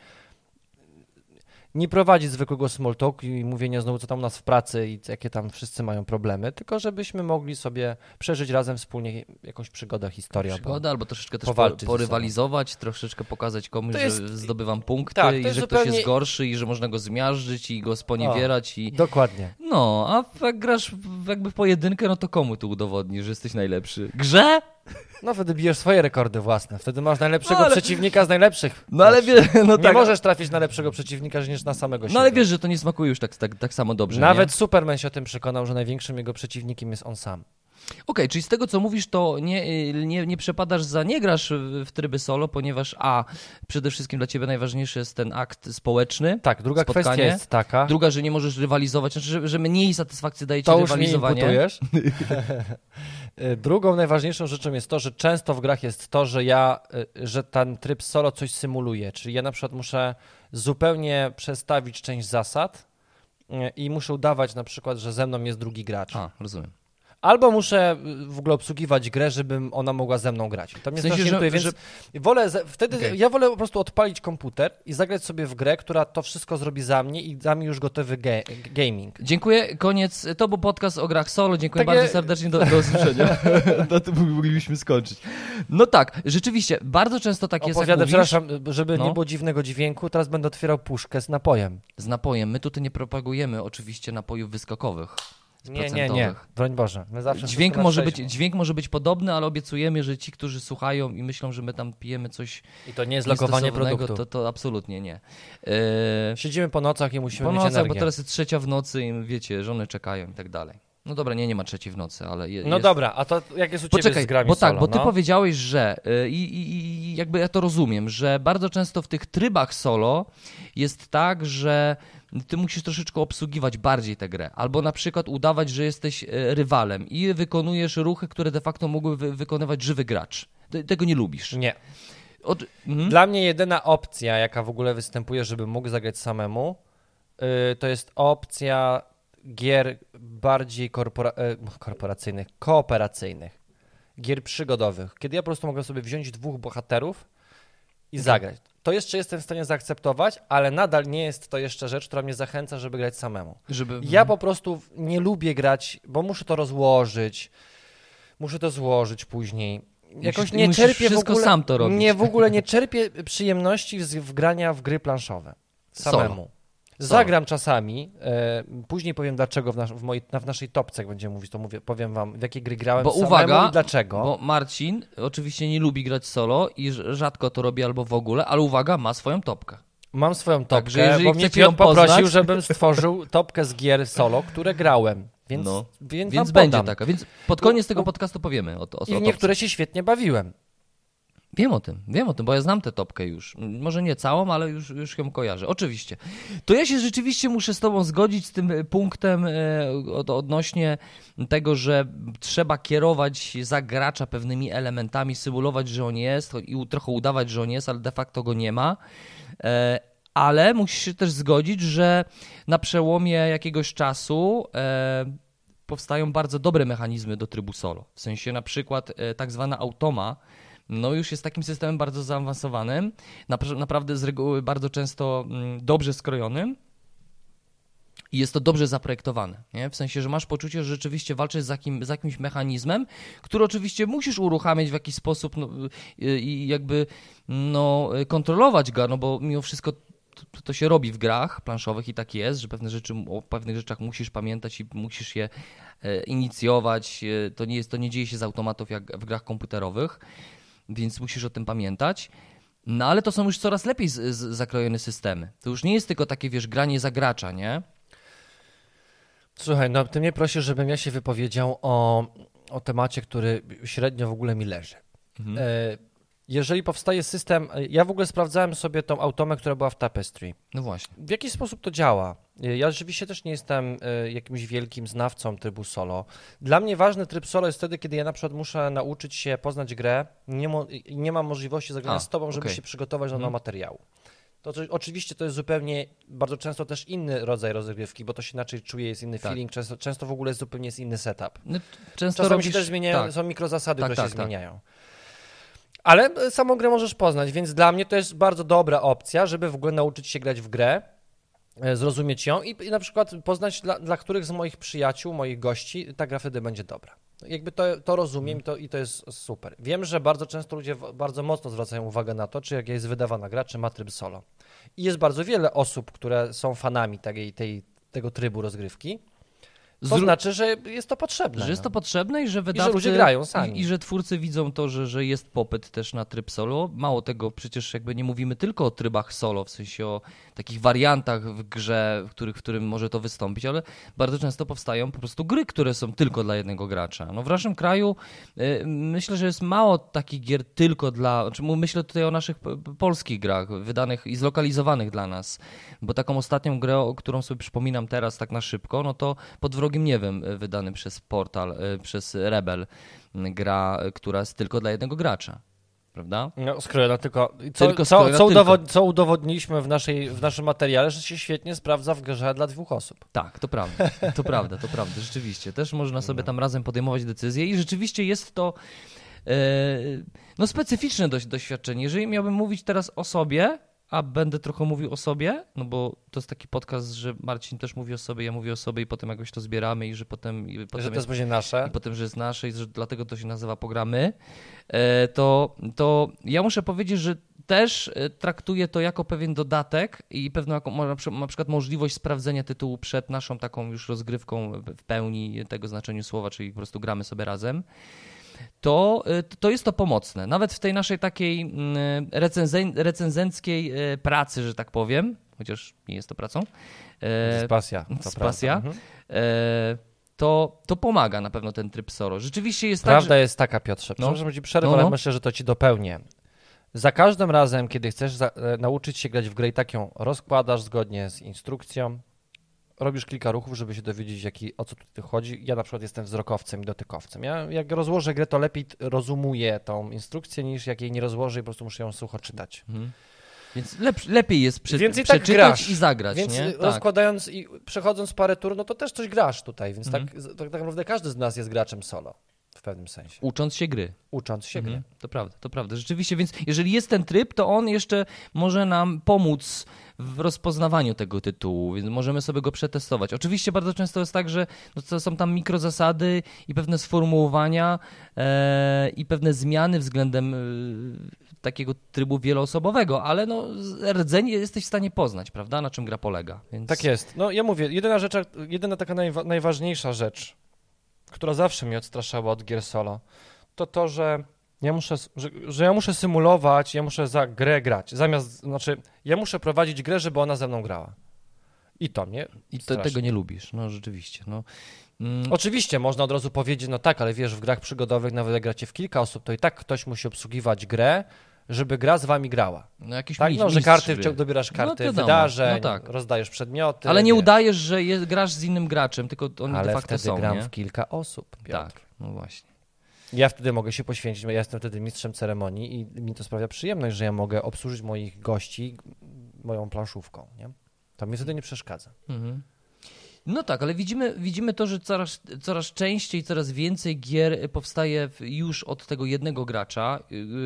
nie prowadzić zwykłego small talku i mówienia znowu, co tam u nas w pracy i jakie tam wszyscy mają problemy, tylko żebyśmy mogli sobie przeżyć razem wspólnie jakąś przygodę, historię. bo- Przygoda, albo troszeczkę też powalczyć po, ze porywalizować, troszeczkę pokazać komuś, To że jest- zdobywam punkty tak, to i jest że ktoś zupełnie- jest gorszy i że można go zmiażdżyć i go sponiewierać. I... Dokładnie. No, a jak grasz w- jakby w pojedynkę, no to komu tu udowodnisz, że jesteś najlepszy? Grze? No wtedy bijesz swoje rekordy własne. Wtedy masz najlepszego No, ale- przeciwnika z najlepszych. No ale wie, no nie tak. możesz trafić na lepszego przeciwnika niż na samego siebie. No ale wiesz, że to nie smakuje już tak, tak, tak samo dobrze, Nawet nie? Superman się o tym przekonał, że największym jego przeciwnikiem jest on sam. Okej, czyli z tego co mówisz, to nie, nie, nie przepadasz za, nie grasz w w tryby solo, ponieważ a, przede wszystkim dla ciebie najważniejszy jest ten akt społeczny. Tak, druga Spotkanie. kwestia jest taka, Druga, że nie możesz rywalizować, znaczy, że, że mniej satysfakcji daje ci to już mi rywalizowanie. imputujesz. Y, Drugą najważniejszą rzeczą jest to, że często w grach jest to, że ja, y, że ten tryb solo coś symuluje, czyli ja na przykład muszę zupełnie przestawić część zasad y, i muszę udawać na przykład, że ze mną jest drugi gracz. A, rozumiem. Albo muszę w ogóle obsługiwać grę, żeby ona mogła ze mną grać. To mnie W sensie, strasznie że- irytuje, więc że- wolę, ze- wtedy Okej. ja wolę po prostu odpalić komputer i zagrać sobie w grę, która to wszystko zrobi za mnie i da mi już gotowy ge- gaming. Dziękuję, koniec. To był podcast o grach solo. Dziękuję Takie- bardzo serdecznie, do, do usłyszenia. Na tym moglibyśmy skończyć. No tak, rzeczywiście, bardzo często tak jest, jak Opowiadam, mówisz, przepraszam, żeby No. nie było dziwnego dźwięku, teraz będę otwierał puszkę z napojem. z napojem. My tutaj nie propagujemy oczywiście napojów wyskokowych. Z Nie, nie, nie, procentowych. broń Boże. My zawsze Dźwięk wszystko na może, być, trzeźwo. dźwięk może być podobny, ale obiecujemy, że ci, którzy słuchają i myślą, że my tam pijemy coś I to nie jest lokowanie niestosownego, produktu. to, to absolutnie nie. E, Siedzimy po nocach i musimy po mieć nocach, energię. bo teraz jest trzecia w nocy i wiecie, żony czekają i tak dalej. No dobra, nie, nie ma trzeciej w nocy, ale je, No jest... dobra, a to jak jest u ciebie Poczekaj, z grami bo tak, solo, bo ty no? powiedziałeś, że y, i, i, i jakby ja to rozumiem, że bardzo często w tych trybach solo jest tak, że ty musisz troszeczkę obsługiwać bardziej tę grę, albo na przykład udawać, że jesteś y, rywalem i wykonujesz ruchy, które de facto mógłby wy, wykonywać żywy gracz. Ty, tego nie lubisz. Nie. Od, mhm. Dla mnie jedyna opcja, jaka w ogóle występuje, żeby mógł zagrać samemu, yy, to jest opcja gier bardziej korpora yy, korporacyjnych, kooperacyjnych, gier przygodowych, kiedy ja po prostu mogę sobie wziąć dwóch bohaterów i zagrać. To jeszcze jestem w stanie zaakceptować, ale nadal nie jest to jeszcze rzecz, która mnie zachęca, żeby grać samemu. Żeby, Ja po prostu nie lubię grać, bo muszę to rozłożyć, muszę to złożyć później. Jakoś Musisz- nie musisz czerpię w wszystko ogóle, sam to robić. Nie, w ogóle nie czerpię przyjemności z w grania w gry planszowe samemu. Solo. Zagram czasami, e, później powiem dlaczego w, nas, w, mojej, na, w naszej topce, jak będziemy mówić, to mówię, powiem wam w jakie gry grałem Bo samemu uwaga, i dlaczego. bo Marcin oczywiście nie lubi grać solo i rz- rzadko to robi albo w ogóle, ale uwaga, ma swoją topkę. Mam swoją topkę, Także jeżeli bo mnie chcecie ją Piotr poprosił, poznać- żebym stworzył topkę z gier solo, które grałem, więc, No. więc, Więc wam będzie podam. taka. Więc pod koniec U- tego u- podcastu powiemy o, o, o I w topce. niektóre się świetnie bawiłem. Wiem o tym, wiem o tym, bo ja znam tę topkę już. Może nie całą, ale już, już ją kojarzę. Oczywiście. To ja się rzeczywiście muszę z tobą zgodzić z tym punktem e, od, odnośnie tego, że trzeba kierować za gracza pewnymi elementami, symulować, że on jest i u- trochę udawać, że on jest, ale de facto go nie ma. E, ale musisz się też zgodzić, że na przełomie jakiegoś czasu e, powstają bardzo dobre mechanizmy do trybu solo. W sensie na przykład e, tak zwana automa, no już jest takim systemem bardzo zaawansowanym, napra- naprawdę z reguły bardzo często mm, dobrze skrojonym i jest to dobrze zaprojektowane, nie? W sensie, że masz poczucie, że rzeczywiście walczysz z, jakim, z jakimś mechanizmem, który oczywiście musisz uruchamiać w jakiś sposób no, i, i jakby no, kontrolować go, no bo mimo wszystko to, to się robi w grach planszowych i tak jest, że pewne rzeczy, o pewnych rzeczach musisz pamiętać i musisz je e, inicjować. E, to, nie jest, to nie dzieje się z automatów jak w grach komputerowych, więc musisz o tym pamiętać. No ale to są już coraz lepiej z, z, zakrojone systemy. To już nie jest tylko takie, wiesz, granie za gracza, nie? Słuchaj, no ty mnie prosisz, żebym ja się wypowiedział o, o temacie, który średnio w ogóle mi leży. Mhm. E, jeżeli powstaje system, ja w ogóle sprawdzałem sobie tą automę, która była w Tapestry. No właśnie. W jaki sposób to działa? Ja rzeczywiście też nie jestem e, jakimś wielkim znawcą trybu solo. Dla mnie ważny tryb solo jest wtedy, kiedy ja na przykład muszę nauczyć się poznać grę i nie, mo- i nie mam możliwości zagrania A, z tobą, żeby okej. się przygotować do Mhm. materiału. To to oczywiście to jest zupełnie, bardzo często też inny rodzaj rozgrywki, bo to się inaczej czuje, jest inny Tak. feeling, często, często w ogóle jest zupełnie jest inny setup. No, często Czasami robisz... się też zmieniają, tak. są mikrozasady, Tak, które tak, się tak. zmieniają. Ale e, samą grę możesz poznać, więc dla mnie to jest bardzo dobra opcja, żeby w ogóle nauczyć się grać w grę, e, zrozumieć ją i, i na przykład poznać, dla, dla których z moich przyjaciół, moich gości ta gra wtedy będzie dobra. Jakby to, to rozumiem i to, i to jest super. Wiem, że bardzo często ludzie w- bardzo mocno zwracają uwagę na to, czy jak jest wydawana gra, czy ma tryb solo. I jest bardzo wiele osób, które są fanami tej, tej, tego trybu rozgrywki. To Zró- znaczy, że jest to potrzebne. Że jest to no. potrzebne i że wydawcy... ludzie grają sami. I, I że twórcy widzą to, że, że jest popyt też na tryb solo. Mało tego, przecież jakby nie mówimy tylko o trybach solo, w sensie o takich wariantach w grze, w, których, w którym może to wystąpić, ale bardzo często powstają po prostu gry, które są tylko dla jednego gracza. No w naszym kraju y, myślę, że jest mało takich gier tylko dla... Znaczy, myślę tutaj o naszych p- p- polskich grach, wydanych i zlokalizowanych dla nas, bo taką ostatnią grę, o którą sobie przypominam teraz tak na szybko, no to Pod wrogiem niebem wydany przez Portal, y, przez Rebel, y, gra, y, która jest tylko dla jednego gracza. prawda? No, skrojona tylko. Co, Tylko co, skrojona co, tylko. udowod, co udowodniliśmy w, naszej, w naszym materiale, że się świetnie sprawdza w grze dla dwóch osób. Tak, to prawda, to prawda, to prawda, rzeczywiście. Też można sobie tam razem podejmować decyzje i rzeczywiście jest to e, no specyficzne dość doświadczenie. Jeżeli miałbym mówić teraz o sobie, a będę trochę mówił o sobie, no bo to jest taki podcast, że Marcin też mówi o sobie, ja mówię o sobie i potem jakoś to zbieramy i że potem... I potem Że to jest, będzie nasze. I potem, że jest nasze i że dlatego to się nazywa Pogramy, e, to, to ja muszę powiedzieć, że też traktuję to jako pewien dodatek i pewną jaką, na przykład możliwość sprawdzenia tytułu przed naszą taką już rozgrywką w pełni tego znaczeniu słowa, czyli po prostu gramy sobie razem. To, to jest to pomocne. Nawet w tej naszej takiej recenzen- recenzenckiej pracy, że tak powiem, chociaż nie jest to pracą. To jest pasja. To jest pasja. Mhm. To, to pomaga na pewno ten tryb solo. Rzeczywiście jest Prawda tak, że... jest taka, Piotrze, przepraszam, że ci przerwę, no, no. ale myślę, że to ci dopełnię. Za każdym razem, kiedy chcesz za, e, nauczyć się grać w grę i tak ją rozkładasz zgodnie z instrukcją, robisz kilka ruchów, żeby się dowiedzieć, jaki, o co tutaj chodzi. Ja na przykład jestem wzrokowcem i dotykowcem. Ja jak rozłożę grę, to lepiej rozumuję tą instrukcję, niż jak jej nie rozłożę i po prostu muszę ją sucho czytać. Mhm. Więc lep, lepiej jest przy, Więc i tak przeczytać grasz. i zagrać. Więc nie? rozkładając tak. i przechodząc parę tur, no to też coś grasz tutaj, więc Mhm. tak, tak, tak naprawdę każdy z nas jest graczem solo w pewnym sensie. Ucząc się gry. Ucząc się Mhm. gry. To prawda, to prawda. Rzeczywiście, więc jeżeli jest ten tryb, to on jeszcze może nam pomóc w rozpoznawaniu tego tytułu, więc możemy sobie go przetestować. Oczywiście bardzo często jest tak, że no, to są tam mikrozasady i pewne sformułowania e, i pewne zmiany względem e, takiego trybu wieloosobowego, ale no rdzeń jesteś w stanie poznać, prawda, na czym gra polega. Więc... Tak jest. No ja mówię, jedyna rzecz, jedyna taka najwa- najważniejsza rzecz, która zawsze mnie odstraszała od gier solo, to to, że ja muszę, że, że ja muszę symulować, ja muszę za grę grać. Zamiast, znaczy, ja muszę prowadzić grę, żeby ona ze mną grała. I to mnie I to, tego nie lubisz, no rzeczywiście. No. Mm. Oczywiście można od razu powiedzieć, no tak, ale wiesz, w grach przygodowych, nawet jak gracie w kilka osób, to i tak ktoś musi obsługiwać grę, żeby gra z wami grała. No jakiś tak, mistrz, no, że mistrz karty, gry. dobierasz karty no wydarzeń, no tak. rozdajesz przedmioty. Ale nie wiesz. udajesz, że je, grasz z innym graczem, tylko oni ale de facto wtedy są, gram nie? w kilka osób. Piotr. Tak, no właśnie. Ja wtedy mogę się poświęcić, ja jestem wtedy mistrzem ceremonii i mi to sprawia przyjemność, że ja mogę obsłużyć moich gości moją planszówką, nie? To mi wtedy nie przeszkadza. Mhm. No tak, ale widzimy, widzimy to, że coraz, coraz częściej, coraz więcej gier powstaje już od tego jednego gracza,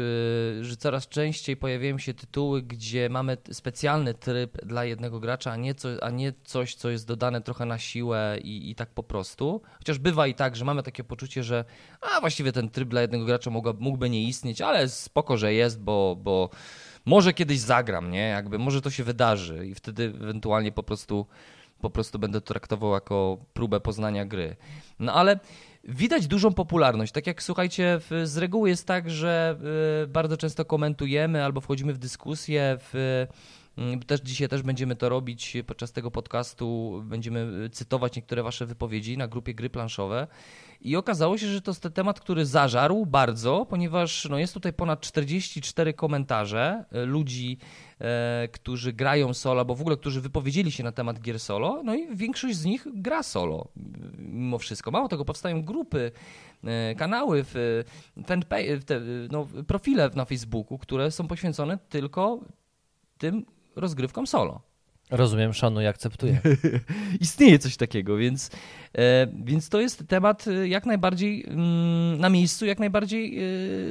yy, że coraz częściej pojawiają się tytuły, gdzie mamy specjalny tryb dla jednego gracza, a nie, co, a nie coś, co jest dodane trochę na siłę i, i tak po prostu. Chociaż bywa i tak, że mamy takie poczucie, że a właściwie ten tryb dla jednego gracza mógł, mógłby nie istnieć, ale spoko, że jest, bo, bo może kiedyś zagram, nie? Jakby może to się wydarzy i wtedy ewentualnie po prostu po prostu będę to traktował jako próbę poznania gry. No ale widać dużą popularność. Tak jak słuchajcie, z reguły jest tak, że bardzo często komentujemy albo wchodzimy w dyskusję, w, też dzisiaj też będziemy to robić podczas tego podcastu, będziemy cytować niektóre wasze wypowiedzi na grupie Gry Planszowe i okazało się, że to jest ten temat, który zażarł bardzo, ponieważ no, jest tutaj ponad czterdzieści cztery komentarze ludzi, e, którzy grają solo, albo w ogóle którzy wypowiedzieli się na temat gier solo, no i większość z nich gra solo mimo wszystko. Mało tego, powstają grupy, e, kanały, w, fanpage, w te, no, profile na Facebooku, które są poświęcone tylko tym rozgrywkom solo. Rozumiem, szanuję, akceptuję. Istnieje coś takiego, więc, e, więc to jest temat jak najbardziej mm, na miejscu, jak najbardziej e,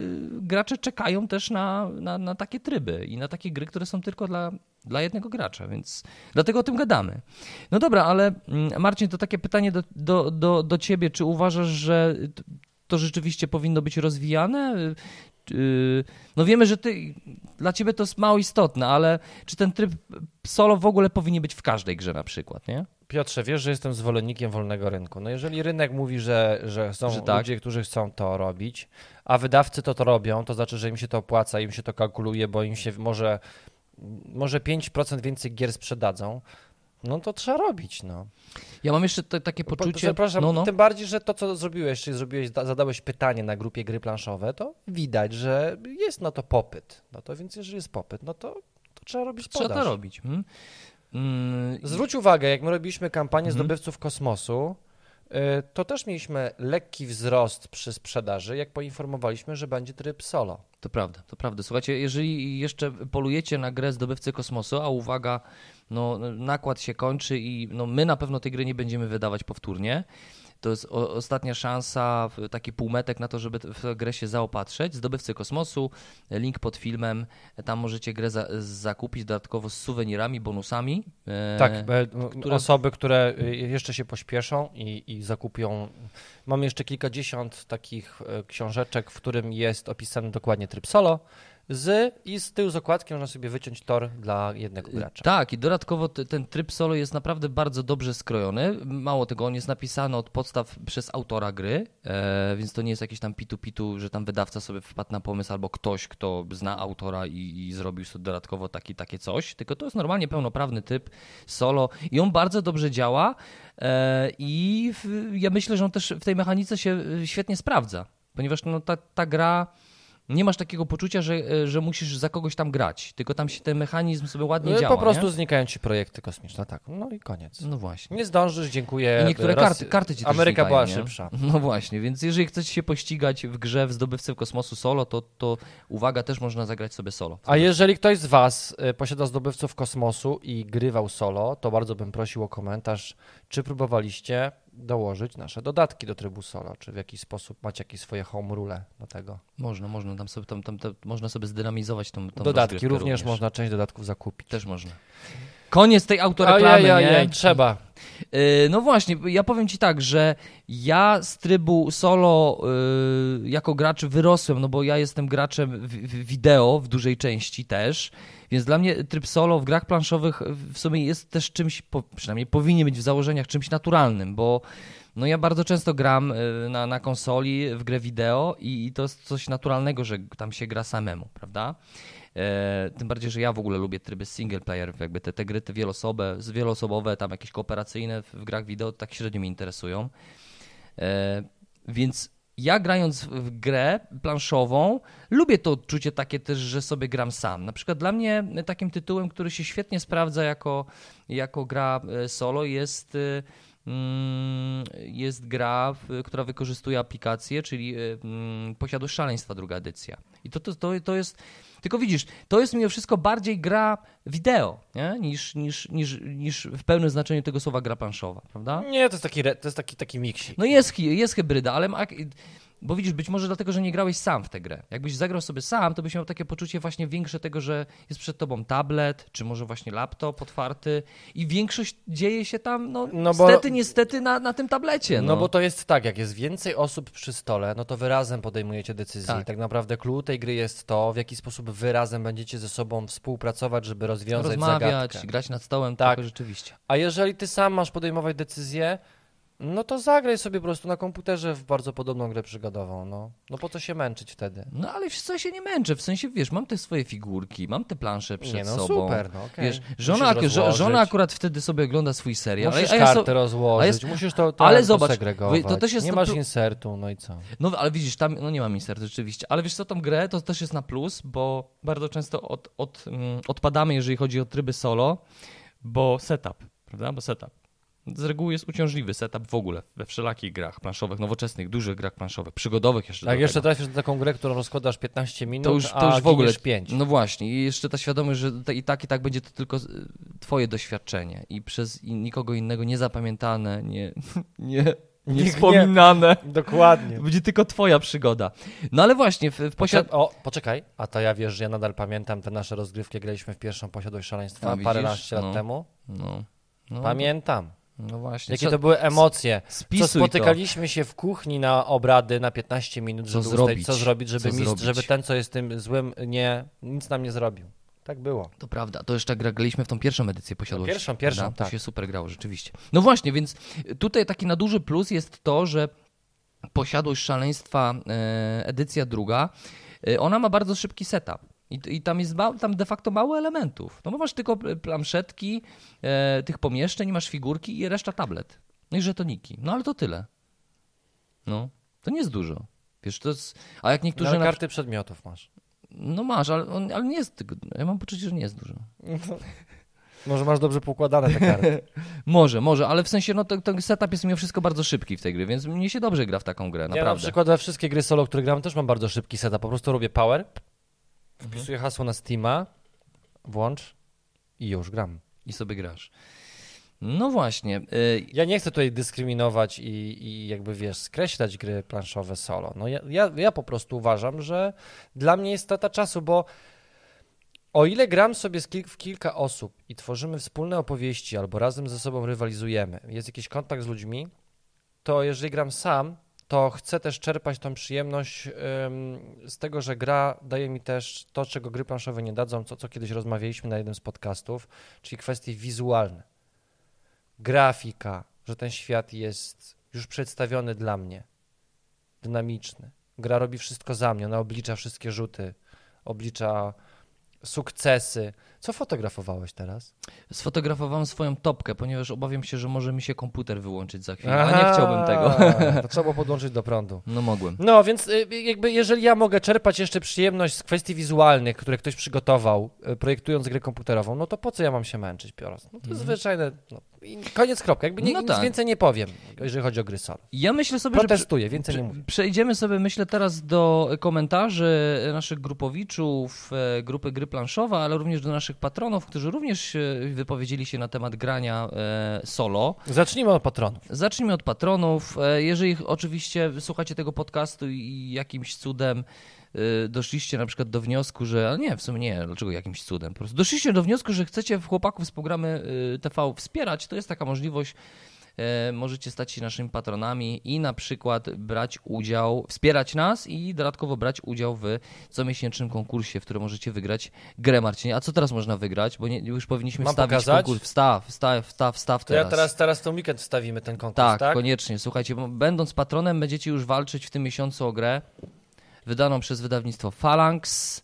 gracze czekają też na, na, na takie tryby i na takie gry, które są tylko dla, dla jednego gracza, więc dlatego o tym gadamy. No dobra, ale Marcin, to takie pytanie do, do, do, do ciebie, czy uważasz, że to rzeczywiście powinno być rozwijane? No wiemy, że ty, dla ciebie to jest mało istotne, ale czy ten tryb solo w ogóle powinien być w każdej grze na przykład, nie? Piotrze, wiesz, że jestem zwolennikiem wolnego rynku. No jeżeli rynek mówi, że, że są że tak. ludzie, którzy chcą to robić, a wydawcy to to robią, to znaczy, że im się to opłaca, im się to kalkuluje, bo im się może, może pięć procent więcej gier sprzedadzą, no to trzeba robić, no. Ja mam jeszcze te, takie poczucie... Przepraszam, no, no. tym bardziej, że to, co zrobiłeś, czyli zrobiłeś, zadałeś pytanie na grupie Gry Planszowe, to widać, że jest na to popyt. No to więc jeżeli jest popyt, no to, to trzeba robić Trzeba podaż. to robić. Hmm. Hmm. Zwróć uwagę, jak my robiliśmy kampanię Mhm. Zdobywców Kosmosu, To też mieliśmy lekki wzrost przy sprzedaży, jak poinformowaliśmy, że będzie tryb solo. To prawda, to prawda. Słuchajcie, jeżeli jeszcze polujecie na grę Zdobywcy Kosmosu, a uwaga, no nakład się kończy i no, my na pewno tej gry nie będziemy wydawać powtórnie. To jest o, ostatnia szansa, taki półmetek na to, żeby w grę się zaopatrzyć. Zdobywcy Kosmosu, link pod filmem, tam możecie grę za, zakupić dodatkowo z suwenirami, bonusami. Tak, e, które... osoby, które jeszcze się pośpieszą i, i zakupią. Mamy jeszcze kilkadziesiąt takich książeczek, w którym jest opisany dokładnie tryb solo. Z, I z tyłu z okładki można sobie wyciąć tor dla jednego gracza. Tak, i dodatkowo t- ten tryb solo jest naprawdę bardzo dobrze skrojony. Mało tego, on jest napisany od podstaw przez autora gry, e, więc to nie jest jakiś tam pitu-pitu, że tam wydawca sobie wpadł na pomysł albo ktoś, kto zna autora i, i zrobił sobie dodatkowo taki, takie coś, tylko to jest normalnie pełnoprawny typ solo i on bardzo dobrze działa e, i w, ja myślę, że on też w tej mechanice się świetnie sprawdza, ponieważ no, ta, ta gra... Nie masz takiego poczucia, że, że musisz za kogoś tam grać, tylko tam się ten mechanizm sobie ładnie po działa. Po prostu nie? znikają ci projekty kosmiczne, tak. No i koniec. No właśnie. Nie zdążysz, dziękuję. I niektóre Ros... karty, karty ci też Ameryka znikają, była nie? szybsza. No właśnie, więc jeżeli chcecie się pościgać w grze w Zdobywcy Kosmosu solo, to, to uwaga, też można zagrać sobie solo. A jeżeli ktoś z was posiada Zdobywców Kosmosu i grywał solo, to bardzo bym prosił o komentarz, czy próbowaliście dołożyć nasze dodatki do trybu solo, czy w jakiś sposób macie jakieś swoje home rule do tego. Można, można tam sobie, tam, tam, tam, można sobie zdynamizować tą, tą Dodatki również, również można część dodatków zakupić. Też można. Koniec tej autoreklamy, Ajaj, nie? Aj, trzeba. Yy, no właśnie, ja powiem ci tak, że ja z trybu solo yy, jako gracz wyrosłem, no bo ja jestem graczem w, w wideo w dużej części też, więc dla mnie tryb solo w grach planszowych w sumie jest też czymś, po, przynajmniej powinien być w założeniach czymś naturalnym, bo no ja bardzo często gram na, na konsoli w grę wideo i, i to jest coś naturalnego, że tam się gra samemu, prawda? E, tym bardziej, że ja w ogóle lubię tryby single player, jakby te, te gry te wieloosobowe, wieloosobowe, tam jakieś kooperacyjne w, w grach wideo tak średnio mnie interesują. E, więc ja grając w grę planszową lubię to odczucie takie też, że sobie gram sam. Na przykład dla mnie takim tytułem, który się świetnie sprawdza jako, jako gra solo jest... jest gra, która wykorzystuje aplikację, czyli Posiadłość Szaleństwa, druga edycja. I to, to, to, to jest, tylko widzisz, to jest mimo wszystko bardziej gra wideo, nie? Niż, niż, niż, niż w pełnym znaczeniu tego słowa gra planszowa, prawda? Nie, to jest taki, to jest taki, taki miksik. No jest, jest hybryda, ale... Ma, bo widzisz, być może dlatego, że nie grałeś sam w tę grę. Jakbyś zagrał sobie sam, to byś miał takie poczucie właśnie większe tego, że jest przed tobą tablet, czy może właśnie laptop otwarty i większość dzieje się tam, no, no bo, niestety, niestety na, na tym tablecie. No. no bo to jest tak, jak jest więcej osób przy stole, no to wy razem podejmujecie decyzje. Tak. tak naprawdę clue tej gry jest to, w jaki sposób wy razem będziecie ze sobą współpracować, żeby rozwiązać Rozmawiać, zagadkę. grać nad stołem, tak, tylko rzeczywiście. A jeżeli ty sam masz podejmować decyzje, no to zagraj sobie po prostu na komputerze w bardzo podobną grę przygodową, no. No po co się męczyć wtedy? No ale wiesz co, się nie męczę, w sensie, wiesz, mam te swoje figurki, mam te plansze przed nie, no, sobą. super, no okej. Wiesz, żona, żo, żona akurat wtedy sobie ogląda swój serial. Musisz a ja kartę so... rozłożyć, jest... musisz to, to ale zobacz, posegregować. To też jest nie to... masz insertu, no i co? No ale widzisz, tam, no nie mam insertu rzeczywiście, ale wiesz co, tą grę to też jest na plus, bo bardzo często od, od, um, odpadamy, jeżeli chodzi o tryby solo, bo setup, prawda, bo setup. Z reguły jest uciążliwy setup w ogóle we wszelakich grach planszowych, nowoczesnych, dużych grach planszowych, przygodowych jeszcze. Tak, jeszcze trafisz na taką grę, którą rozkładasz piętnaście minut, to już, to a już w ogóle pięć. No właśnie, i jeszcze ta świadomość, że i tak i tak będzie to tylko twoje doświadczenie i przez nikogo innego niezapamiętane, nie, nie, nie wspominane. Nie, dokładnie. Będzie tylko twoja przygoda. No ale właśnie, w, w posiad... O, poczekaj, a to ja wiesz, że ja nadal pamiętam te nasze rozgrywki, graliśmy w pierwszą Posiadłość Szaleństwa a, paręnaście lat no, temu. No, no. Pamiętam. No właśnie. Jakie Co, to były emocje. Co spotykaliśmy to. się w kuchni na obrady na piętnaście minut, żeby co ustalić, zrobić, co zrobić, żeby, co mistrz, zrobić. żeby ten, co jest tym złym, nie, nic nam nie zrobił. Tak było. To prawda, to jeszcze graliśmy w tą pierwszą edycję Posiadłości. No pierwszą, pierwszą, prawda? tak. To się super grało, rzeczywiście. No właśnie, więc tutaj taki na duży plus jest to, że Posiadłość Szaleństwa, e, edycja druga, e, ona ma bardzo szybki setup. I, I tam jest ma, tam de facto mało elementów. No bo masz tylko planszetki e, tych pomieszczeń, masz figurki i reszta tablet. No i żetoniki. No ale to tyle. No, to nie jest dużo. Wiesz, to jest... A jak niektórzy... No, ale na... karty przedmiotów masz. No masz, ale, on, ale nie jest... Ja mam poczucie, że nie jest dużo. Może masz dobrze poukładane te karty. Może, może, ale w sensie, no to, to setup jest mimo wszystko bardzo szybki w tej gry, więc mnie się dobrze gra w taką grę, naprawdę. Ja na przykład we wszystkie gry solo, które gram, też mam bardzo szybki setup. Po prostu robię power, wpisuję hasło na Steama, włącz i już gram. I sobie grasz. No właśnie. Y... Ja nie chcę tutaj dyskryminować i, i jakby, wiesz, skreślać gry planszowe solo. No ja, ja, ja po prostu uważam, że dla mnie jest strata czasu, bo o ile gram sobie z kil- w kilka osób i tworzymy wspólne opowieści albo razem ze sobą rywalizujemy, jest jakiś kontakt z ludźmi, to jeżeli gram sam, to chcę też czerpać tą przyjemność ym, z tego, że gra daje mi też to, czego gry planszowe nie dadzą, co, co kiedyś rozmawialiśmy na jednym z podcastów, czyli kwestie wizualne. Grafika, że ten świat jest już przedstawiony dla mnie, dynamiczny. Gra robi wszystko za mnie, ona oblicza wszystkie rzuty, oblicza sukcesy. Co fotografowałeś teraz? Sfotografowałem swoją topkę, ponieważ obawiam się, że może mi się komputer wyłączyć za chwilę, a nie chciałbym tego. To trzeba było podłączyć do prądu. No mogłem. No więc jakby jeżeli ja mogę czerpać jeszcze przyjemność z kwestii wizualnych, które ktoś przygotował, projektując grę komputerową, no to po co ja mam się męczyć, Pioros? No to jest mm. zwyczajne... No. I koniec, kropka. Jakby nie, no nic tak. więcej nie powiem, jeżeli chodzi o gry solo. Ja myślę sobie, Protestuję, że więcej prze, nie mówię. Przejdziemy sobie, myślę, teraz do komentarzy naszych grupowiczów, grupy Gry Planszowa, ale również do naszych patronów, którzy również wypowiedzieli się na temat grania solo. Zacznijmy od patronów. Zacznijmy od patronów. Jeżeli oczywiście słuchacie tego podcastu i jakimś cudem doszliście na przykład do wniosku, że, ale nie, w sumie nie, dlaczego jakimś cudem, po prostu doszliście do wniosku, że chcecie chłopaków z programy T V wspierać, to jest taka możliwość, możecie stać się naszymi patronami i na przykład brać udział, wspierać nas i dodatkowo brać udział w comiesięcznym konkursie, w którym możecie wygrać grę, Marcinie. A co teraz można wygrać? Bo nie, już powinniśmy Mam wstawić pokazać? konkurs. Wstaw, wstaw, wstaw, wstaw teraz. To ja teraz, teraz ten weekend wstawimy ten konkurs, tak? tak? Koniecznie. Słuchajcie, bo będąc patronem będziecie już walczyć w tym miesiącu o grę wydaną przez wydawnictwo Phalanx.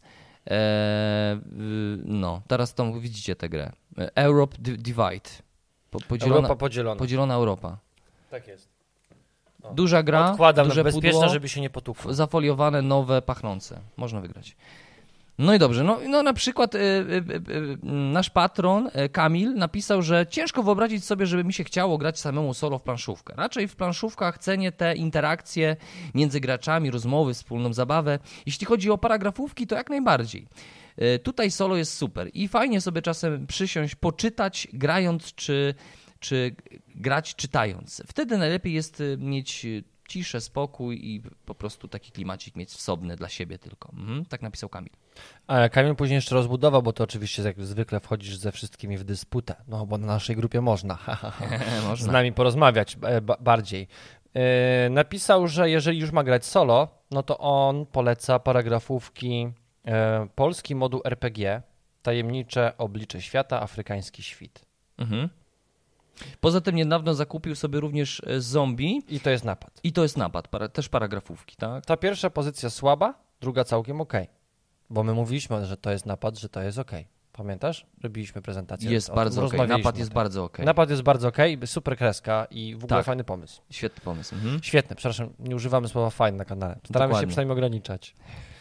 Eee, no, teraz tą widzicie tę grę. Europe Divide. Podzielona, Europa podzielona. Podzielona Europa. Tak jest. O. Duża gra, Odkładam, duże bezpieczne, pudło, żeby się nie potukło. Zafoliowane, nowe, pachnące. Można wygrać. No i dobrze, no, no na przykład y, y, y, nasz patron y, Kamil napisał, że ciężko wyobrazić sobie, żeby mi się chciało grać samemu solo w planszówkę. Raczej w planszówkach cenię te interakcje między graczami, rozmowy, wspólną zabawę. Jeśli chodzi o paragrafówki, to jak najbardziej. Y, tutaj solo jest super i fajnie sobie czasem przysiąść, poczytać grając czy, czy grać czytając. Wtedy najlepiej jest mieć ciszę, spokój i po prostu taki klimacik mieć osobny dla siebie tylko. Mhm, tak napisał Kamil. A Kamil później jeszcze rozbudował, bo to oczywiście jak zwykle wchodzisz ze wszystkimi w dysputę, no bo na naszej grupie można, można. z nami porozmawiać ba- bardziej. Yy, napisał, że jeżeli już ma grać solo, no to on poleca paragrafówki yy, polski moduł R P G, tajemnicze oblicze świata, afrykański świt. Mhm. Poza tym niedawno zakupił sobie również zombie. I to jest napad. I to jest napad, para, też paragrafówki, tak? Ta pierwsza pozycja słaba, druga całkiem okej. Okay. Bo my mówiliśmy, że to jest napad, że to jest okej. Okay. Pamiętasz? Robiliśmy prezentację. Jest o, bardzo okej. Okay. Napad jest bardzo okej. Okay. Napad jest bardzo okej, okay, super kreska i w ogóle tak. fajny pomysł. Świetny pomysł. Mhm. Świetny, przepraszam, nie używamy słowa fajny na kanale. Staramy Dokładnie. się przynajmniej ograniczać.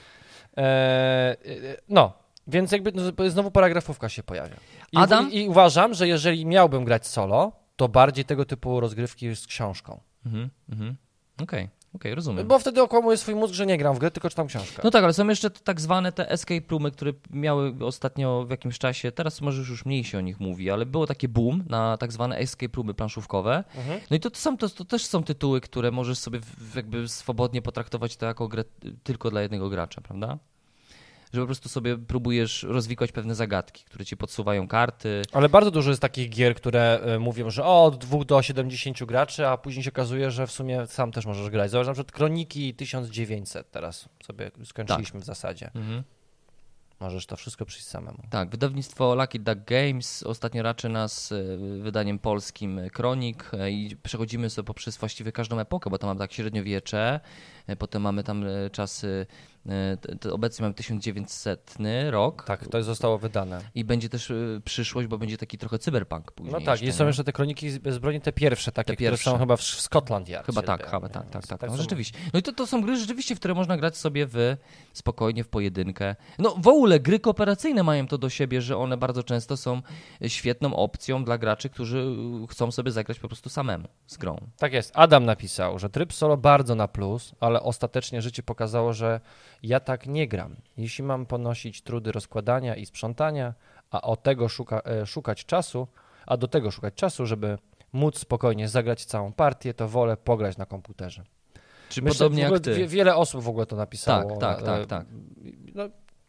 Eee, no, więc jakby znowu paragrafówka się pojawia. I, Adam? I, I uważam, że jeżeli miałbym grać solo, to bardziej tego typu rozgrywki z książką. Mhm, mhm. Okej. Okay. Okej, okay, rozumiem. Bo wtedy okłamuję swój mózg, że nie gram w grę, tylko czytam książkę. No tak, ale są jeszcze tak zwane te escape roomy, które miały ostatnio w jakimś czasie, teraz może już mniej się o nich mówi, ale było takie boom na tak zwane escape roomy planszówkowe. Mhm. No i to, to, są, to, to też są tytuły, które możesz sobie w, jakby swobodnie potraktować to jako grę tylko dla jednego gracza, prawda? Że po prostu sobie próbujesz rozwikłać pewne zagadki, które ci podsuwają karty. Ale bardzo dużo jest takich gier, które y, mówią, że o, od dwóch do siedemdziesięciu graczy, a później się okazuje, że w sumie sam też możesz grać. Zobacz, na przykład Kroniki tysiąc dziewięćset teraz sobie skończyliśmy tak. w zasadzie. Mhm. Możesz to wszystko przyjść samemu. Tak, wydawnictwo Lucky Duck Games ostatnio raczy nas wydaniem polskim Kronik i przechodzimy sobie poprzez właściwie każdą epokę, bo tam mamy tak średniowiecze, potem mamy tam czasy T, t, obecnie mamy tysiąc dziewięćsetny rok. Tak, to zostało wydane. I będzie też y, przyszłość, bo będzie taki trochę cyberpunk później. No tak, jeszcze, i są nie? jeszcze te Kroniki Bezbroni, te pierwsze takie, Te pierwsze. które są chyba w, w Scotland Yard. Chyba tak, chyba tak, tak, tak. No, rzeczywiście. No i to, to są gry rzeczywiście, w które można grać sobie w spokojnie, w pojedynkę. No w ogóle gry kooperacyjne mają to do siebie, że one bardzo często są świetną opcją dla graczy, którzy chcą sobie zagrać po prostu samemu z grą. Tak jest. Adam napisał, że tryb solo bardzo na plus, ale ostatecznie życie pokazało, że ja tak nie gram. Jeśli mam ponosić trudy rozkładania i sprzątania, a od tego szuka, e, szukać czasu, a do tego szukać czasu, żeby móc spokojnie zagrać całą partię, to wolę pograć na komputerze. Czy Myślę, podobnie w ogóle jak ty? Wie, wiele osób w ogóle to napisało. Tak, tak, tak, E, tak. No,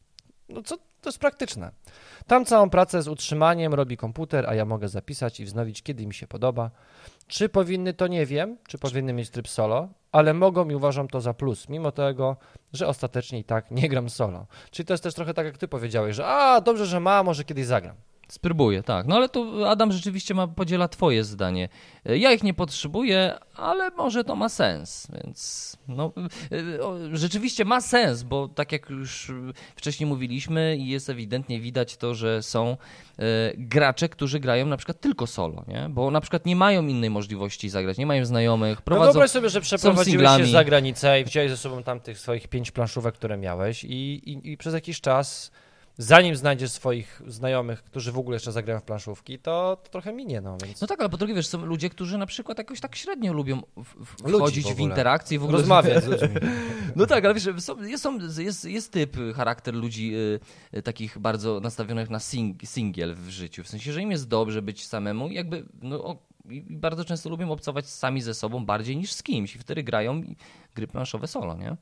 no co, to jest praktyczne. Tam całą pracę z utrzymaniem robi komputer, a ja mogę zapisać i wznowić, kiedy mi się podoba. Czy powinny, to nie wiem, czy powinny mieć tryb solo, ale mogą i uważam to za plus, mimo tego, że ostatecznie i tak nie gram solo. Czyli to jest też trochę tak, jak ty powiedziałeś, że a, dobrze, że ma, może kiedyś zagram. Spróbuję, tak. No ale tu Adam rzeczywiście ma, podziela twoje zdanie. Ja ich nie potrzebuję, ale może to ma sens, więc no, rzeczywiście ma sens, bo tak jak już wcześniej mówiliśmy i jest ewidentnie widać to, że są gracze, którzy grają na przykład tylko solo, nie? Bo na przykład nie mają innej możliwości zagrać, nie mają znajomych, prowadzą, no wyobraź sobie, że przeprowadziłeś się za granicę i wziąłeś ze sobą tam tych swoich pięć planszówek, które miałeś i, i, i przez jakiś czas, zanim znajdziesz swoich znajomych, którzy w ogóle jeszcze zagrają w planszówki, to, to trochę minie, no więc... No tak, ale po drugie, wiesz, są ludzie, którzy na przykład jakoś tak średnio lubią w, w, Ludzi wchodzić w w, interakcję. W ogóle rozmawiać z ludźmi. No tak, ale wiesz, są, jest, są, jest, jest typ, charakter ludzi y, takich bardzo nastawionych na sing, singiel w życiu, w sensie, że im jest dobrze być samemu i jakby, no o, i bardzo często lubią obcować sami ze sobą bardziej niż z kimś i wtedy grają gry planszowe solo, nie?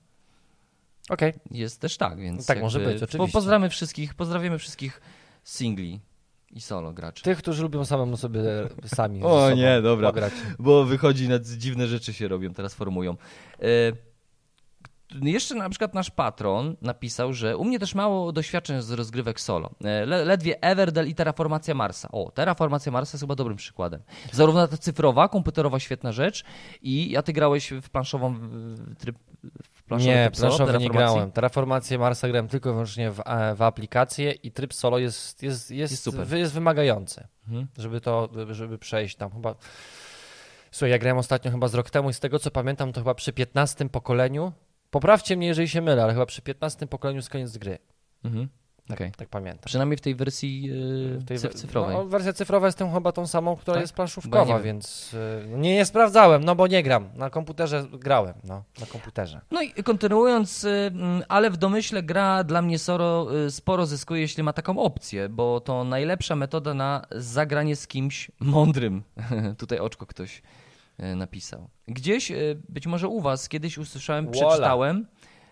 Okej. Okay. Jest też tak, więc tak może być, oczywiście. Pozdrawiamy wszystkich, pozdrawiamy wszystkich singli i solo graczy. Tych, którzy lubią samemu sobie sami o nie, dobra, pograć. Bo wychodzi, na dziwne rzeczy się robią, teraz formują. Y Jeszcze na przykład nasz patron napisał, że u mnie też mało doświadczeń z rozgrywek solo. Le ledwie Everdell i Terraformacja Marsa. O, Terraformacja Marsa jest chyba dobrym przykładem. Zarówno ta cyfrowa, komputerowa, świetna rzecz i a ty grałeś w planszową tryb w planszowy Nie, tryb solo, planszowy nie grałem. Terraformację Marsa grałem tylko i wyłącznie w, w aplikację i tryb solo jest, jest, jest, jest, super. jest wymagający, mhm. żeby to, żeby przejść tam chyba... Słuchaj, ja grałem ostatnio chyba z rok temu i z tego co pamiętam to chyba przy piętnastym pokoleniu. Poprawcie mnie, jeżeli się mylę, ale chyba przy piętnastym pokoleniu jest koniec gry. Mhm. Tak, okay. tak pamiętam. Przynajmniej w tej wersji yy, w tej cyfrowej. No, wersja cyfrowa jest tym chyba tą samą, która tak? jest planszówkowa, nie więc yy, nie, nie sprawdzałem, no bo nie gram. Na komputerze grałem, no, na komputerze. No i kontynuując, yy, ale w domyśle gra dla mnie sporo, yy, sporo zyskuje, jeśli ma taką opcję, bo to najlepsza metoda na zagranie z kimś mądrym. Tutaj oczko ktoś napisał. Gdzieś, być może u was, kiedyś usłyszałem, Wola. przeczytałem.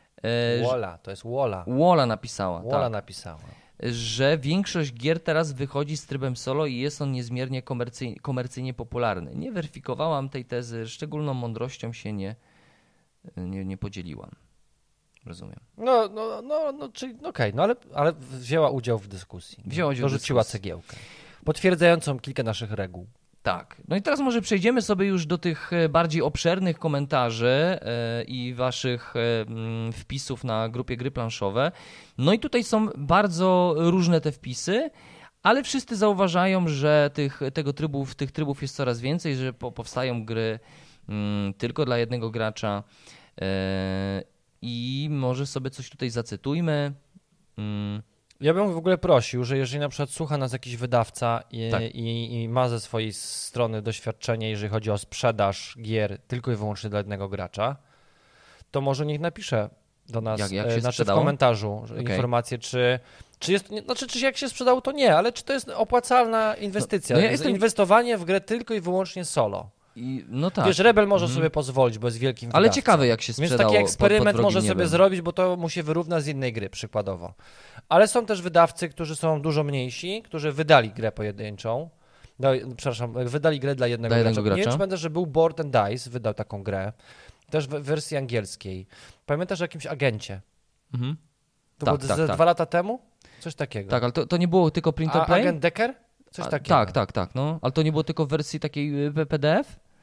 Wola, to jest Wola. Wola napisała. Wola tak, napisała. Że większość gier teraz wychodzi z trybem solo i jest on niezmiernie komercyjnie, komercyjnie popularny. Nie weryfikowałam tej tezy, szczególną mądrością się nie, nie, nie podzieliłam. Rozumiem. No, no, no, no czyli okej, okay, no ale, ale wzięła udział w dyskusji. Wzięła udział Dorzuciła w dyskusji. cegiełkę. Potwierdzającą kilka naszych reguł. Tak. No i teraz może przejdziemy sobie już do tych bardziej obszernych komentarzy yy, i waszych yy, wpisów na grupie Gry Planszowe. No i tutaj są bardzo różne te wpisy, ale wszyscy zauważają, że tych, tego trybów, tych trybów jest coraz więcej, że po, powstają gry yy, tylko dla jednego gracza yy, i może sobie coś tutaj zacytujmy. Yy. Ja bym w ogóle prosił, że jeżeli na przykład słucha nas jakiś wydawca i, tak. i, i ma ze swojej strony doświadczenie, jeżeli chodzi o sprzedaż gier tylko i wyłącznie dla jednego gracza, to może niech napisze do nas jak, jak się znaczy w komentarzu okay. informację, czy, czy jest, znaczy czy jak się sprzedało, to nie, ale czy to jest opłacalna inwestycja, no, no ja jestem... inwestowanie w grę tylko i wyłącznie solo. I, no tak. Wiesz, Rebel może mhm. sobie pozwolić, bo jest wielkim Ale wydawcą. ciekawe jak się sprzedało. Więc taki eksperyment pod, pod może niebem. sobie zrobić, bo to mu się wyrówna z innej gry przykładowo. Ale są też wydawcy, którzy są dużo mniejsi, którzy wydali grę pojedynczą. No, przepraszam, wydali grę dla jednego, dla jednego gracza. gracza. Nie wiem, czy pamiętasz, że był Board and Dice, wydał taką grę. Też w wersji angielskiej. Pamiętasz o jakimś agencie? Mhm. To tak, było tak, ze tak. dwa lata temu? Coś takiego. Tak, ale to, to nie było tylko print and A play? Agent Decker? Coś A, takiego. tak, tak, tak. No. Ale to nie było tylko w wersji takiej P D F?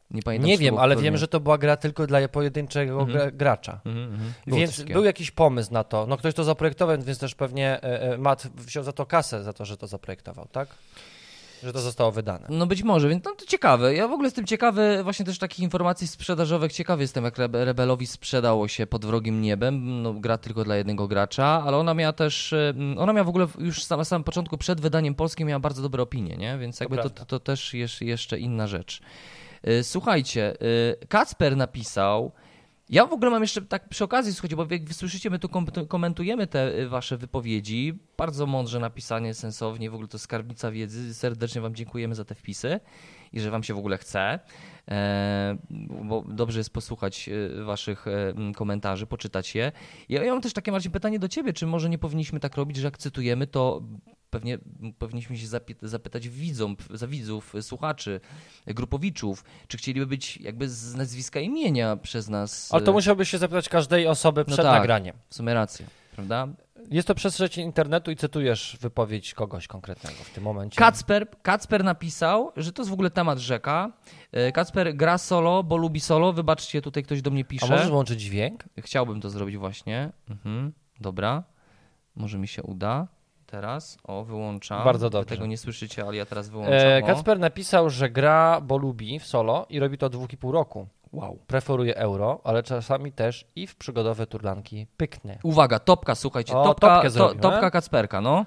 Nie pamiętam. Nie wiem, ale pewnie. wiem, że to była gra tylko dla pojedynczego Mhm. gra, gracza. Mhm, mhm. Więc Wszystkie. był jakiś pomysł na to. No ktoś to zaprojektował, więc też pewnie e, e, Matt wziął za to kasę, za to, że to zaprojektował, tak? Że to zostało wydane. No być może, więc no to ciekawe. Ja w ogóle jestem ciekawy właśnie też takich informacji sprzedażowych. Ciekawy jestem, jak Rebe- Rebelowi sprzedało się Pod wrogim niebem. No, gra tylko dla jednego gracza, ale ona miała też, mm, ona miała w ogóle już na samym początku, przed wydaniem polskim miała bardzo dobre opinie, nie? Więc jakby to, to, prawda. to też jest jeszcze inna rzecz. Y, Słuchajcie, y, Kacper napisał, ja w ogóle mam jeszcze tak przy okazji, słuchajcie, bo jak wy słyszycie, my tu kom- komentujemy te y, wasze wypowiedzi, bardzo mądrze napisanie, sensownie, w ogóle to skarbnica wiedzy, serdecznie wam dziękujemy za te wpisy i że wam się w ogóle chce, e, bo dobrze jest posłuchać y, waszych e, komentarzy, poczytać je. Ja, ja mam też takie, Marcin, pytanie do ciebie, czy może nie powinniśmy tak robić, że jak cytujemy, to pewnie powinniśmy się zapy- zapytać widzom, za widzów, słuchaczy, grupowiczów, czy chcieliby być jakby z nazwiska imienia przez nas. Ale to musiałbyś się zapytać każdej osoby No przed tak. nagraniem. W sumie rację, prawda? Jest to przestrzeń internetu i cytujesz wypowiedź kogoś konkretnego w tym momencie. Kacper, Kacper napisał, że to jest w ogóle temat rzeka. E, Kacper gra solo, bo lubi solo. Wybaczcie, tutaj ktoś do mnie pisze. A możesz włączyć dźwięk? Chciałbym to zrobić właśnie. Mhm. Dobra. Może mi się uda. Teraz. O, wyłączam. Bardzo Wy dobrze. tego nie słyszycie, ale ja teraz wyłączam. E, O. Kacper napisał, że gra, bo lubi w solo i robi to od dwóch i pół roku. Wow. Preferuje euro, ale czasami też i w przygodowe turlanki pyknie. Uwaga, topka, słuchajcie. O, topka, topkę to, zrobił, topka e? Kacperka, no.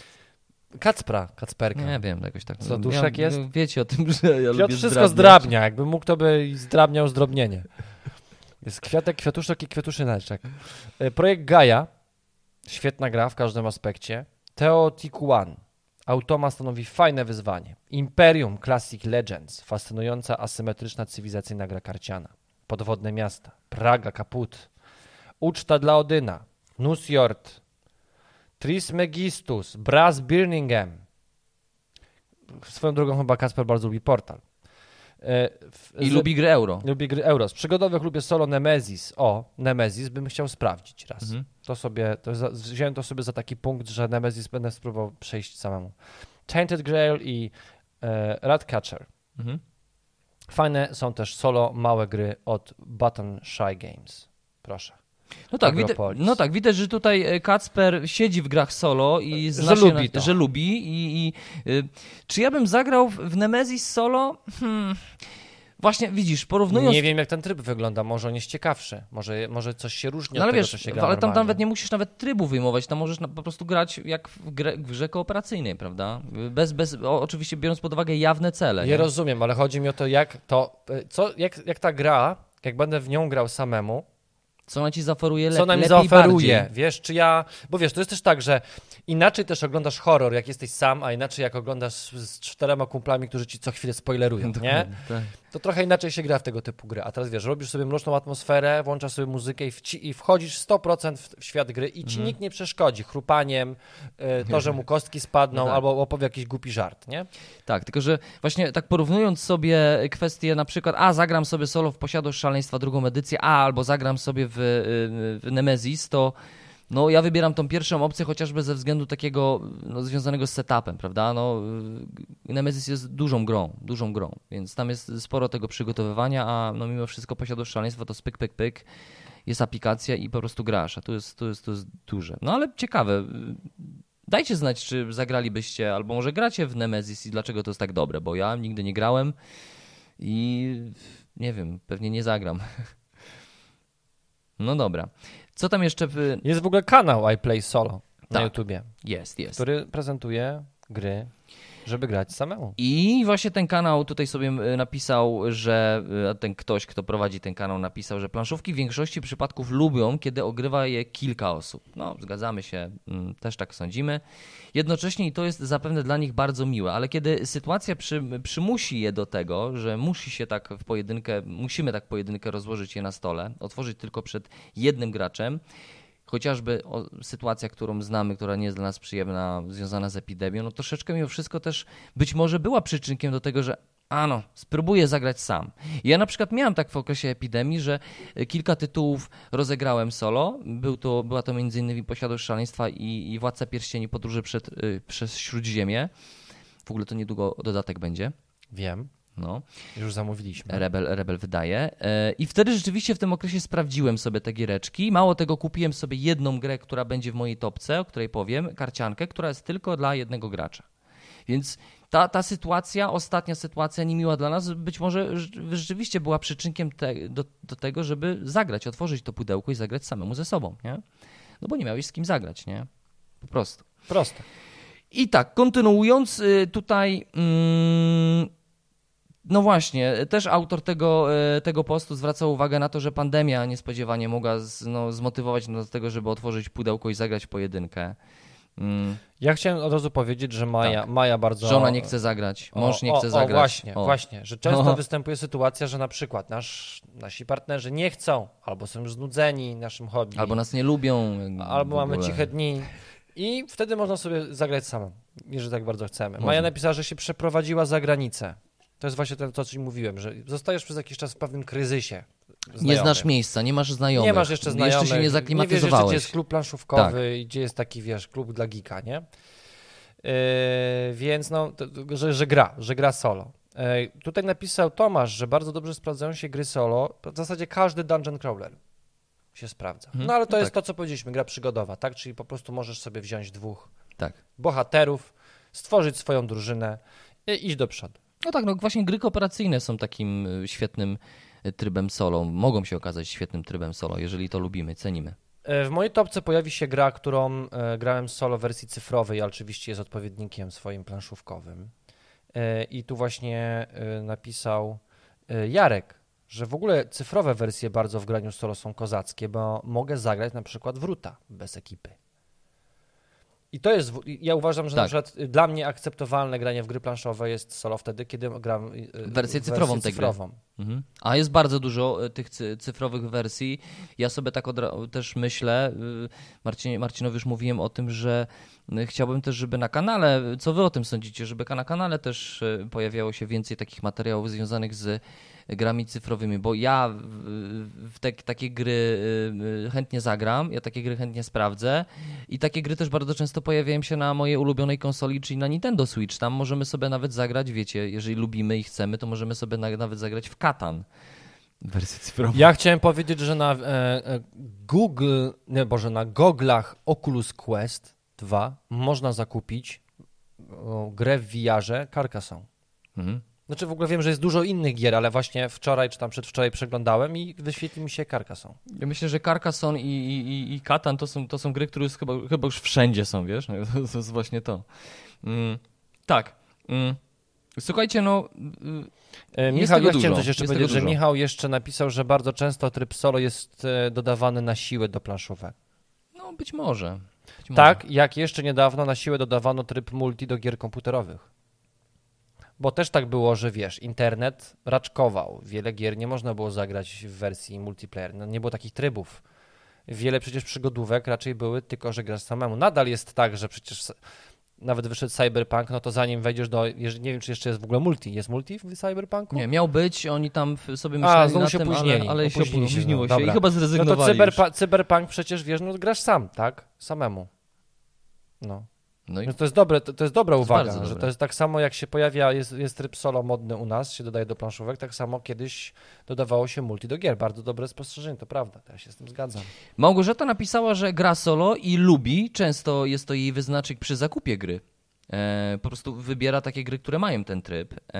Kacpra, Kacperka. Nie wiem, jakoś tak. Co, duszek ja, jest? Wiecie o tym, że ja Piotr lubię wszystko zdrabniać. zdrabnia, jakby mógł, to by i zdrabniał zdrobnienie. Jest kwiatek, kwiatuszek i kwiatuszyneczek. E, Projekt Gaia, świetna gra w każdym aspekcie. Teotihuacan, Automa stanowi fajne wyzwanie. Imperium Classic Legends, fascynująca asymetryczna cywilizacyjna gra karciana. Podwodne miasta, Praga Kaput, Uczta dla Odyna, Nusjord, Trismegistus, Brass Birmingham. Swoją drogą chyba Kacper bardzo lubi Portal. E, w- I z- lubi gry euro. Lubi gry euro. Z przygodowych lubię solo Nemesis. O, Nemesis bym chciał sprawdzić raz. Mhm. To sobie, to za, wziąłem to sobie za taki punkt, że Nemesis będę spróbował przejść samemu. Tainted Grail i e, Ratcatcher. Mhm. Fajne są też solo małe gry od Button Shy Games. Proszę. No tak, widać, Agropolis. no tak, widać, że tutaj e, Kacper siedzi w grach solo i Że zna się lubi na, to. że lubi i, i y, czy ja bym zagrał w, w Nemesis solo? Hmm. Właśnie, widzisz, porównując... Nie wiem, jak ten tryb wygląda. Może on jest ciekawszy. Może, może coś się różni No od ale tego, wiesz, co się gra ale tam normalnie. nawet nie musisz nawet trybu wyjmować, tam możesz na, po prostu grać jak w, grę, w grze kooperacyjnej, prawda? Bez, bez, o, oczywiście biorąc pod uwagę jawne cele. Nie rozumiem, ale chodzi mi o to, jak to, co, jak, jak ta gra, jak będę w nią grał samemu, Co ona ci zaoferuje le- co nam lepiej zaoferuje, bardziej. wiesz, czy ja, bo wiesz, to jest też tak, że inaczej też oglądasz horror, jak jesteś sam, a inaczej jak oglądasz z, z czterema kumplami, którzy ci co chwilę spoilerują, nie? Dokładnie, tak. To trochę inaczej się gra w tego typu gry, a teraz wiesz, robisz sobie mroczną atmosferę, włączasz sobie muzykę i, wci- i wchodzisz sto procent w, w świat gry i ci Mhm. nikt nie przeszkodzi chrupaniem, y, to, że mu kostki spadną, No tak. albo opowie jakiś głupi żart, nie? Tak, tylko że właśnie tak porównując sobie kwestie na przykład, a zagram sobie solo w Posiadłość Szaleństwa drugą edycję, a albo zagram sobie w, w Nemesis, to no ja wybieram tą pierwszą opcję chociażby ze względu takiego no, związanego z setupem, prawda? No, Nemesis jest dużą grą, dużą grą, więc tam jest sporo tego przygotowywania, a no mimo wszystko Posiadłość Szaleństwa to spyk, pyk, pyk, jest aplikacja i po prostu grasz, a tu jest, tu jest, tu jest duże. No ale ciekawe. Dajcie znać, czy zagralibyście, albo może gracie w Nemesis i dlaczego to jest tak dobre, bo ja nigdy nie grałem i nie wiem, pewnie nie zagram. No dobra. Co tam jeszcze w... Jest w ogóle kanał I Play Solo na Tak. YouTubie, Jest, jest. który prezentuje gry, żeby grać samemu. I właśnie ten kanał tutaj sobie y, napisał, że y, ten ktoś, kto prowadzi ten kanał, napisał, że planszówki w większości przypadków lubią, kiedy ogrywa je kilka osób. No, zgadzamy się, mm, też tak sądzimy. Jednocześnie i to jest zapewne dla nich bardzo miłe, ale kiedy sytuacja przy, przymusi je do tego, że musi się tak w pojedynkę, musimy tak pojedynkę rozłożyć je na stole, otworzyć tylko przed jednym graczem, chociażby o, sytuacja, którą znamy, która nie jest dla nas przyjemna, związana z epidemią, no troszeczkę mimo wszystko też być może była przyczynkiem do tego, że ano, spróbuję zagrać sam. Ja na przykład miałem tak w okresie epidemii, że kilka tytułów rozegrałem solo. Był to, była to między innymi Posiadłość Szaleństwa i, i Władca Pierścieni Podróże przed, y, przez Śródziemie. W ogóle to niedługo dodatek będzie. Wiem. No. Już zamówiliśmy. Rebel, Rebel wydaje. I wtedy rzeczywiście w tym okresie sprawdziłem sobie te giereczki. Mało tego, kupiłem sobie jedną grę, która będzie w mojej topce, o której powiem, karciankę, która jest tylko dla jednego gracza. Więc ta, ta sytuacja, ostatnia sytuacja niemiła dla nas, być może rzeczywiście była przyczynkiem te, do, do tego, żeby zagrać, otworzyć to pudełko i zagrać samemu ze sobą, nie? No bo nie miałeś z kim zagrać, nie? Po prostu. Proste. I tak, kontynuując, tutaj... Mm, no właśnie, też autor tego, tego postu zwracał uwagę na to, że pandemia niespodziewanie mogła z, no, zmotywować do tego, żeby otworzyć pudełko i zagrać w pojedynkę. Mm. Ja chciałem od razu powiedzieć, że Maja, tak. Maja bardzo... Żona nie chce zagrać, mąż nie o, chce o, zagrać. O właśnie, o. właśnie, że często o. występuje sytuacja, że na przykład nasz, nasi partnerzy nie chcą, albo są już znudzeni naszym hobby. Albo nas nie lubią. Albo mamy ciche dni. I wtedy można sobie zagrać samym, jeżeli tak bardzo chcemy. Można. Maja napisała, że się przeprowadziła za granicę. To jest właśnie to, co ci mówiłem, że zostajesz przez jakiś czas w pewnym kryzysie. Znajomych. Nie znasz miejsca, nie masz znajomych. Nie masz jeszcze znajomych. Jeszcze się nie zaklimatyzowałeś. Nie wiesz, gdzie jest klub planszówkowy tak. i gdzie jest taki, wiesz, klub dla geeka, nie? Yy, więc no, to, że, że gra, że gra solo. Yy, tutaj napisał Tomasz, że bardzo dobrze sprawdzają się gry solo. W zasadzie każdy dungeon crawler się sprawdza. Hmm. No ale to no jest tak. to, co powiedzieliśmy, gra przygodowa, tak? Czyli po prostu możesz sobie wziąć dwóch tak. bohaterów, stworzyć swoją drużynę i iść do przodu. No tak, no właśnie gry kooperacyjne są takim świetnym trybem solo. Mogą się okazać świetnym trybem solo, jeżeli to lubimy, cenimy. W mojej topce pojawi się gra, którą grałem solo w wersji cyfrowej, ale oczywiście jest odpowiednikiem swoim planszówkowym. I tu właśnie napisał Jarek, że w ogóle cyfrowe wersje bardzo w graniu solo są kozackie, bo mogę zagrać na przykład w Ruta bez ekipy. I to jest, ja uważam, że tak. na przykład dla mnie akceptowalne granie w gry planszowe jest solo wtedy, kiedy gram wersję cyfrową. Wersję cyfrową. Mhm. A jest bardzo dużo tych cyfrowych wersji. Ja sobie tak od, też myślę, Marcin, Marcinowi już mówiłem o tym, że chciałbym też, żeby na kanale, co wy o tym sądzicie, żeby na kanale też pojawiało się więcej takich materiałów związanych z grami cyfrowymi, bo ja w te, takie gry chętnie zagram, ja takie gry chętnie sprawdzę i takie gry też bardzo często pojawiają się na mojej ulubionej konsoli, czyli na Nintendo Switch. Tam możemy sobie nawet zagrać, wiecie, jeżeli lubimy i chcemy, to możemy sobie na, nawet zagrać w Katan. Wersję cyfrową. Ja chciałem powiedzieć, że na e, Google, nie, Boże, na goglach Oculus Quest dwa można zakupić o, grę w V R-ze Carcassonne. Mhm. Znaczy w ogóle wiem, że jest dużo innych gier, ale właśnie wczoraj czy tam przedwczoraj przeglądałem i wyświetlił mi się Carcassonne. Ja myślę, że Carcassonne i, i, i Catan to są, to są gry, które już chyba, chyba już wszędzie są, wiesz? To, to jest właśnie to. Mm, tak. Mm. Słuchajcie, no... E, Michał, ja chciałem coś jeszcze powiedzieć, że Michał jeszcze napisał, że bardzo często tryb solo jest dodawany na siłę do planszówek. No być może. Być tak, może. Jak jeszcze niedawno na siłę dodawano tryb multi do gier komputerowych. Bo też tak było, że wiesz, internet raczkował. Wiele gier nie można było zagrać w wersji multiplayer. No, nie było takich trybów. Wiele przecież przygodówek raczej były tylko, że grasz samemu. Nadal jest tak, że przecież nawet wyszedł Cyberpunk, no to zanim wejdziesz do... Nie wiem, czy jeszcze jest w ogóle multi. Jest multi w Cyberpunku? Nie, miał być. Oni tam sobie myśleli A, na się tym, opóźnieli. ale, ale się opóźniło się, się. i chyba zrezygnowali. No to cyberpa- Cyberpunk przecież, wiesz, no grasz sam, tak? Samemu. No. No i no to jest dobre, to, to jest dobra to uwaga, jest że dobre. To jest tak samo jak się pojawia, jest, jest tryb solo modny u nas, się dodaje do planszówek, tak samo kiedyś dodawało się multi do gier. Bardzo dobre spostrzeżenie, to prawda, ja się z tym zgadzam. Małgorzata napisała, że gra solo i lubi, często jest to jej wyznacznik przy zakupie gry. E, po prostu wybiera takie gry, które mają ten tryb. E,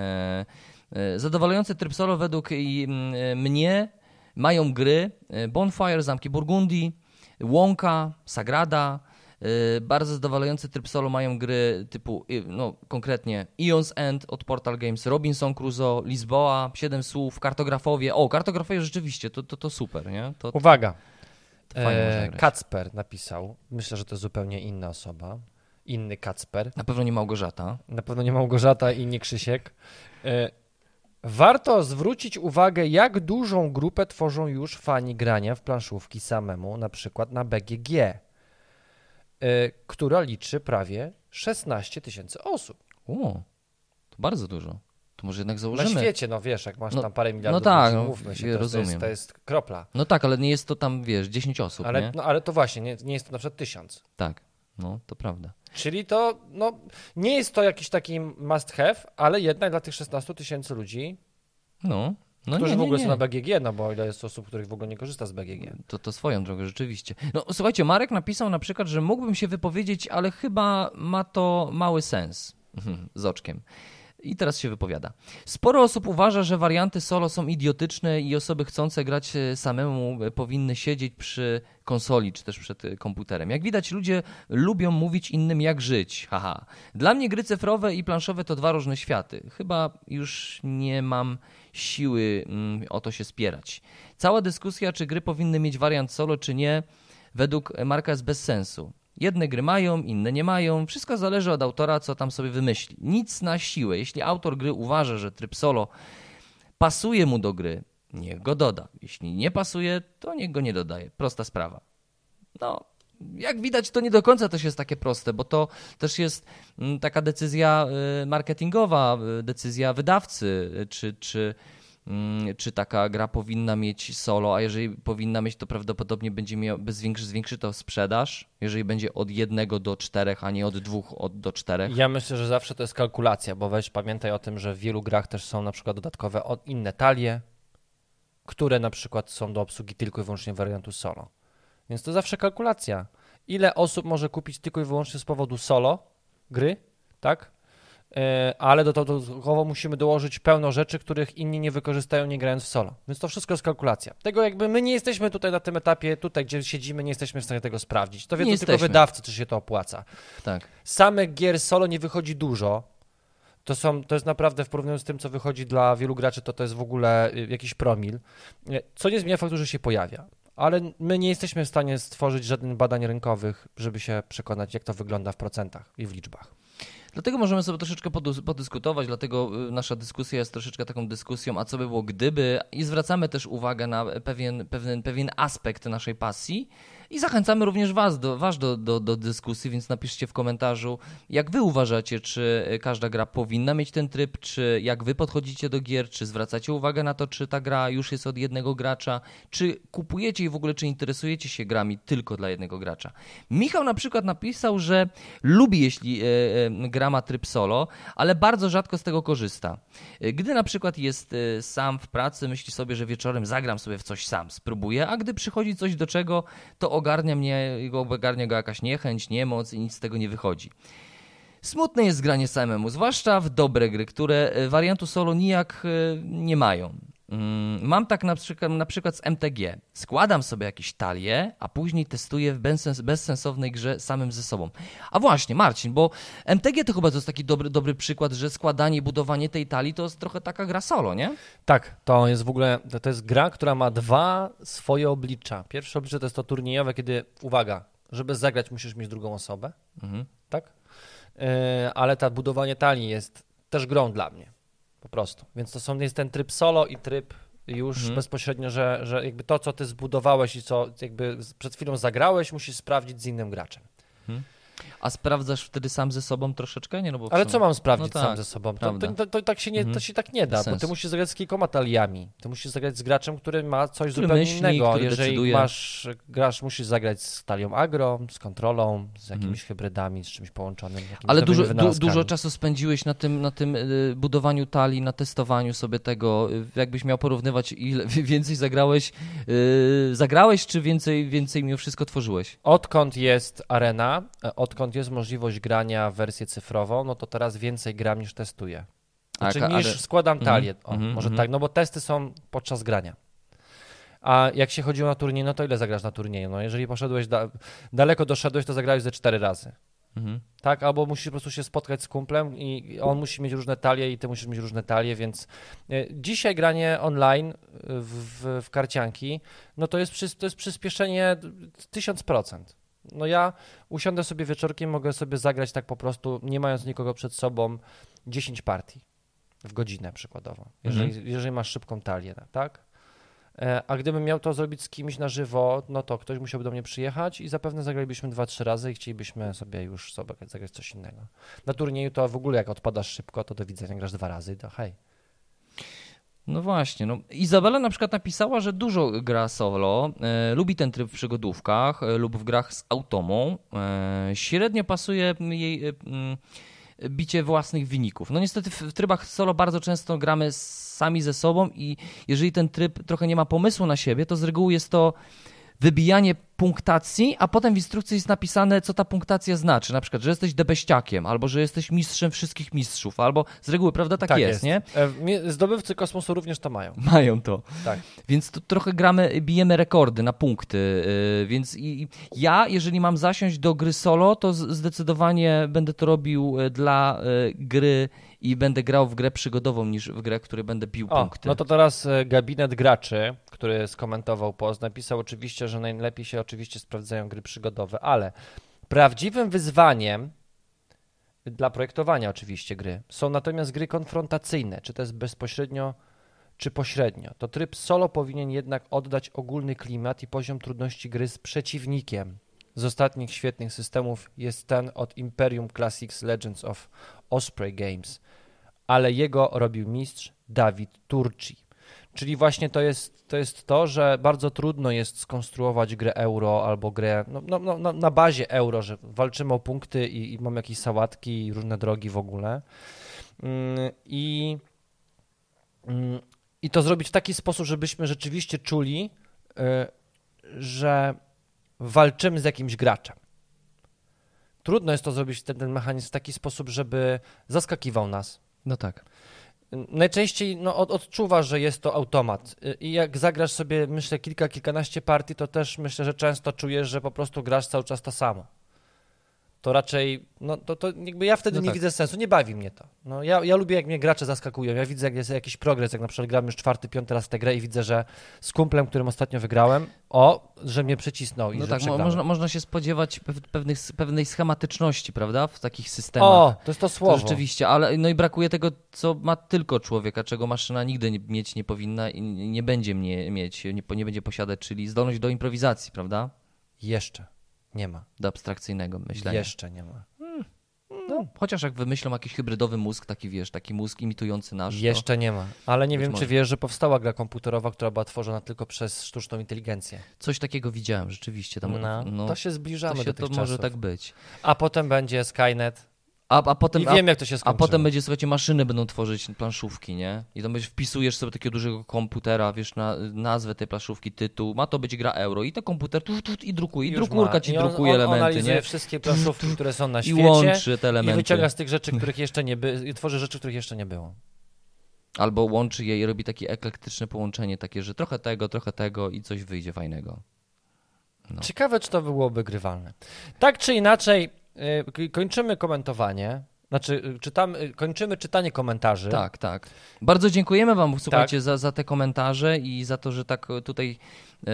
e, zadowalający tryb solo według i, m, mnie mają gry Bonfire, Zamki Burgundii, Wonka, Sagrada. Bardzo zadowalający tryb solo mają gry typu, no konkretnie Eon's End od Portal Games, Robinson Crusoe, Lisboa, Siedem Słów, Kartografowie. O, Kartografowie rzeczywiście, to, to, to super, nie? To, Uwaga, to e, Kacper napisał, myślę, że to zupełnie inna osoba, inny Kacper. Na pewno nie Małgorzata. Na pewno nie Małgorzata i nie Krzysiek. E, warto zwrócić uwagę, jak dużą grupę tworzą już fani grania w planszówki samemu, na przykład na B G G. Która liczy prawie szesnaście tysięcy osób. O, to bardzo dużo. To może jednak założymy. Na świecie, no wiesz, jak masz no, tam parę miliardów, no tak, ludzi, no, mówmy się, ja to, rozumiem. To, jest, to jest kropla. No tak, ale nie jest to tam, wiesz, dziesięć osób, ale, nie? No ale to właśnie, nie, nie jest to na przykład tysiąc. Tak. No, to prawda. Czyli to, no, nie jest to jakiś taki must have, ale jednak dla tych szesnastu tysięcy ludzi, No, no którzy nie, w ogóle nie, są nie. na B G G, no bo ile jest osób, których w ogóle nie korzysta z B G G. To, to swoją drogą, rzeczywiście. No słuchajcie, Marek napisał na przykład, że mógłbym się wypowiedzieć, ale chyba ma to mały sens. Z oczkiem. I teraz się wypowiada. Sporo osób uważa, że warianty solo są idiotyczne i osoby chcące grać samemu powinny siedzieć przy konsoli czy też przed komputerem. Jak widać, ludzie lubią mówić innym, jak żyć. Haha. Dla mnie gry cyfrowe i planszowe to dwa różne światy. Chyba już nie mam siły mm, o to się spierać. Cała dyskusja, czy gry powinny mieć wariant solo, czy nie, według Marka jest bez sensu. Jedne gry mają, inne nie mają. Wszystko zależy od autora, co tam sobie wymyśli. Nic na siłę. Jeśli autor gry uważa, że tryb solo pasuje mu do gry, niech go doda. Jeśli nie pasuje, to niech go nie dodaje. Prosta sprawa. No, jak widać, to nie do końca też jest takie proste, bo to też jest taka decyzja marketingowa, decyzja wydawcy, czy... czy czy taka gra powinna mieć solo, a jeżeli powinna mieć, to prawdopodobnie będzie miał, zwiększy, zwiększy to sprzedaż, jeżeli będzie od jednego do czterech, a nie od dwóch od, do czterech. Ja myślę, że zawsze to jest kalkulacja, bo weź pamiętaj o tym, że w wielu grach też są na przykład dodatkowe inne talie, które na przykład są do obsługi tylko i wyłącznie wariantu solo. Więc to zawsze kalkulacja. Ile osób może kupić tylko i wyłącznie z powodu solo gry, tak? Ale dodatkowo musimy dołożyć pełno rzeczy, których inni nie wykorzystają, nie grając w solo. Więc to wszystko jest kalkulacja. Tego jakby my nie jesteśmy tutaj na tym etapie, tutaj gdzie siedzimy, nie jesteśmy w stanie tego sprawdzić. To wiedzą tylko wydawcy, czy się to opłaca. Tak. Samych gier solo nie wychodzi dużo. To, są, to jest naprawdę w porównaniu z tym, co wychodzi dla wielu graczy, to to jest w ogóle jakiś promil. Co nie zmienia faktu, że się pojawia. Ale my nie jesteśmy w stanie stworzyć żadnych badań rynkowych, żeby się przekonać, jak to wygląda w procentach i w liczbach. Dlatego możemy sobie troszeczkę podyskutować, dlatego nasza dyskusja jest troszeczkę taką dyskusją, a co by było gdyby, i zwracamy też uwagę na pewien, pewien, pewien aspekt naszej pasji i zachęcamy również was, do, was do, do, do dyskusji, więc napiszcie w komentarzu, jak wy uważacie, czy każda gra powinna mieć ten tryb, czy jak wy podchodzicie do gier, czy zwracacie uwagę na to, czy ta gra już jest od jednego gracza, czy kupujecie i w ogóle, czy interesujecie się grami tylko dla jednego gracza. Michał na przykład napisał, że lubi, jeśli e, e, gra ma tryb solo, ale bardzo rzadko z tego korzysta. Gdy na przykład jest sam w pracy, myśli sobie, że wieczorem zagram sobie w coś sam, spróbuję, a gdy przychodzi coś do czego, to ogarnia mnie, ogarnia go jakaś niechęć, niemoc i nic z tego nie wychodzi. Smutne jest granie samemu, zwłaszcza w dobre gry, które wariantu solo nijak nie mają. Mam tak na przykład, na przykład z M T G. Składam sobie jakieś talie, a później testuję w bezsens, bezsensownej grze samym ze sobą. A właśnie, Marcin, bo M T G to chyba to jest taki dobry, dobry przykład, że składanie i budowanie tej talii to jest trochę taka gra solo, nie? Tak, to jest w ogóle, to jest gra, która ma dwa swoje oblicza. Pierwsze oblicze to jest to turniejowe, kiedy, uwaga, żeby zagrać musisz mieć drugą osobę, mhm. tak? Yy, ale to budowanie talii jest też grą dla mnie. Po prostu. Więc to są, jest ten tryb solo i tryb już mhm. bezpośrednio, że, że jakby to, co ty zbudowałeś i co jakby przed chwilą zagrałeś, musisz sprawdzić z innym graczem. Mhm. A sprawdzasz wtedy sam ze sobą troszeczkę? Nie, no bo Ale co mam sprawdzić no sam tak, ze sobą? To, to, to, to, tak się nie, mhm. to się tak nie da, bo ty musisz zagrać z kilkoma taliami. Ty musisz zagrać z graczem, który ma coś który zupełnie myśli, innego. Jeżeli decyduje. masz, grasz, musisz zagrać z talią agro, z kontrolą, z jakimiś mhm. hybrydami, z czymś połączonym. Ale dużo, du, dużo czasu spędziłeś na tym, na tym y, budowaniu talii, na testowaniu sobie tego. Jakbyś miał porównywać, ile więcej zagrałeś, y, zagrałeś, czy więcej, więcej mimo wszystko tworzyłeś? Odkąd jest arena, odkąd jest możliwość grania w wersję cyfrową, no to teraz więcej gram niż testuję. Znaczy, A, niż ale... składam talię. Mm, o, mm, może mm. tak, no bo testy są podczas grania. A jak się chodziło na turniej, no to ile zagrasz na turnieju? No jeżeli poszedłeś, da... daleko doszedłeś, to zagrałeś ze cztery razy. Mm. Tak, albo musisz po prostu się spotkać z kumplem i on musi mieć różne talie i ty musisz mieć różne talie, więc dzisiaj granie online w, w karcianki, no to jest, przy... to jest przyspieszenie tysiąc procent. No ja usiądę sobie wieczorkiem, mogę sobie zagrać tak po prostu, nie mając nikogo przed sobą, dziesięć partii w godzinę przykładowo, jeżeli, mhm. jeżeli masz szybką talię, tak? A gdybym miał to zrobić z kimś na żywo, no to ktoś musiałby do mnie przyjechać i zapewne zagralibyśmy dwa, trzy razy i chcielibyśmy sobie już sobie zagrać coś innego. Na turnieju to w ogóle jak odpadasz szybko, to do widzenia, grasz dwa razy, to hej. No właśnie, no Izabela na przykład napisała, że dużo gra solo, e, lubi ten tryb w przygodówkach e, lub w grach z automą. E, średnio pasuje jej e, m, bicie własnych wyników. No niestety w, w trybach solo bardzo często gramy sami ze sobą i jeżeli ten tryb trochę nie ma pomysłu na siebie, to z reguły jest to wybijanie punktacji, a potem w instrukcji jest napisane, co ta punktacja znaczy. Na przykład, że jesteś debeściakiem, albo że jesteś mistrzem wszystkich mistrzów, albo z reguły, prawda, tak, Tak jest, jest. nie? E, Zdobywcy kosmosu również to mają. Mają to. Tak. Więc to trochę gramy, bijemy rekordy na punkty, yy, więc i, i ja, jeżeli mam zasiąść do gry solo, to z, zdecydowanie będę to robił dla y, gry i będę grał w grę przygodową niż w grę, w której będę bił O, punkty. no to teraz e, gabinet graczy, który skomentował post, napisał oczywiście, że najlepiej się oczywiście sprawdzają gry przygodowe, ale prawdziwym wyzwaniem dla projektowania oczywiście gry są natomiast gry konfrontacyjne, czy to jest bezpośrednio, czy pośrednio. To tryb solo powinien jednak oddać ogólny klimat i poziom trudności gry z przeciwnikiem. Z ostatnich świetnych systemów jest ten od Imperium Classics Legends of Osprey Games, ale jego robił mistrz Dawid Turci. Czyli właśnie to jest, to jest to, że bardzo trudno jest skonstruować grę euro albo grę no, no, no, na bazie euro, że walczymy o punkty i, i mamy jakieś sałatki i różne drogi w ogóle. I, i to zrobić w taki sposób, żebyśmy rzeczywiście czuli, że walczymy z jakimś graczem. Trudno jest to zrobić ten, ten mechanizm w taki sposób, żeby zaskakiwał nas. No tak. Najczęściej no, od, odczuwasz, że jest to automat i jak zagrasz sobie, myślę, kilka, kilkanaście partii, to też myślę, że często czujesz, że po prostu grasz cały czas to samo. To raczej, no to, to jakby ja wtedy no nie tak. widzę sensu, nie bawi mnie to. No, ja, ja lubię, jak mnie gracze zaskakują, ja widzę, jak jest jakiś progres, jak na przykład gram już czwarty, piąty raz w tę grę i widzę, że z kumplem, którym ostatnio wygrałem, o, że mnie przycisnął i No że tak, mo- przegrałem. można, można się spodziewać pew- pewnych, pewnej schematyczności, prawda, w takich systemach. O, to jest to słowo. To rzeczywiście, ale no i brakuje tego, co ma tylko człowieka, czego maszyna nigdy nie, mieć nie powinna i nie będzie mnie mieć, nie, nie będzie posiadać, czyli zdolność do improwizacji, prawda? Jeszcze nie ma. Do abstrakcyjnego myślenia. Jeszcze nie ma. No, chociaż jak wymyślą jakiś hybrydowy mózg, taki wiesz, taki mózg imitujący nasz. Jeszcze nie ma. Ale nie Być wiem, może. czy wiesz, że powstała gra komputerowa, która była tworzona tylko przez sztuczną inteligencję. To coś takiego widziałem, rzeczywiście. Tam, No, no, to się zbliżamy to, się, do tych to może czasów. tak być. A potem będzie Skynet. A, a potem, I a, wiem, jak to się a skończyło. potem będzie, słuchajcie, maszyny będą tworzyć planszówki, nie? I tam będziesz, wpisujesz sobie takiego dużego komputera, wiesz, na nazwę tej planszówki, tytuł, ma to być gra euro i to komputer tu, tu, i drukuje, i Już drukurka ma. ci I on, drukuje on, elementy, analizuje nie? wszystkie planszówki, które są na I świecie łączy te i elementy. wyciąga z tych rzeczy, których jeszcze nie było, i tworzy rzeczy, których jeszcze nie było. Albo łączy je i robi takie eklektyczne połączenie, takie, że trochę tego, trochę tego i coś wyjdzie fajnego. No. Ciekawe, czy to byłoby grywalne. Tak czy inaczej, yy, kończymy komentowanie. Znaczy, yy, czytam, yy, kończymy czytanie komentarzy. Tak, tak. Bardzo dziękujemy wam, słuchajcie, Tak. za, za te komentarze i za to, że tak tutaj e,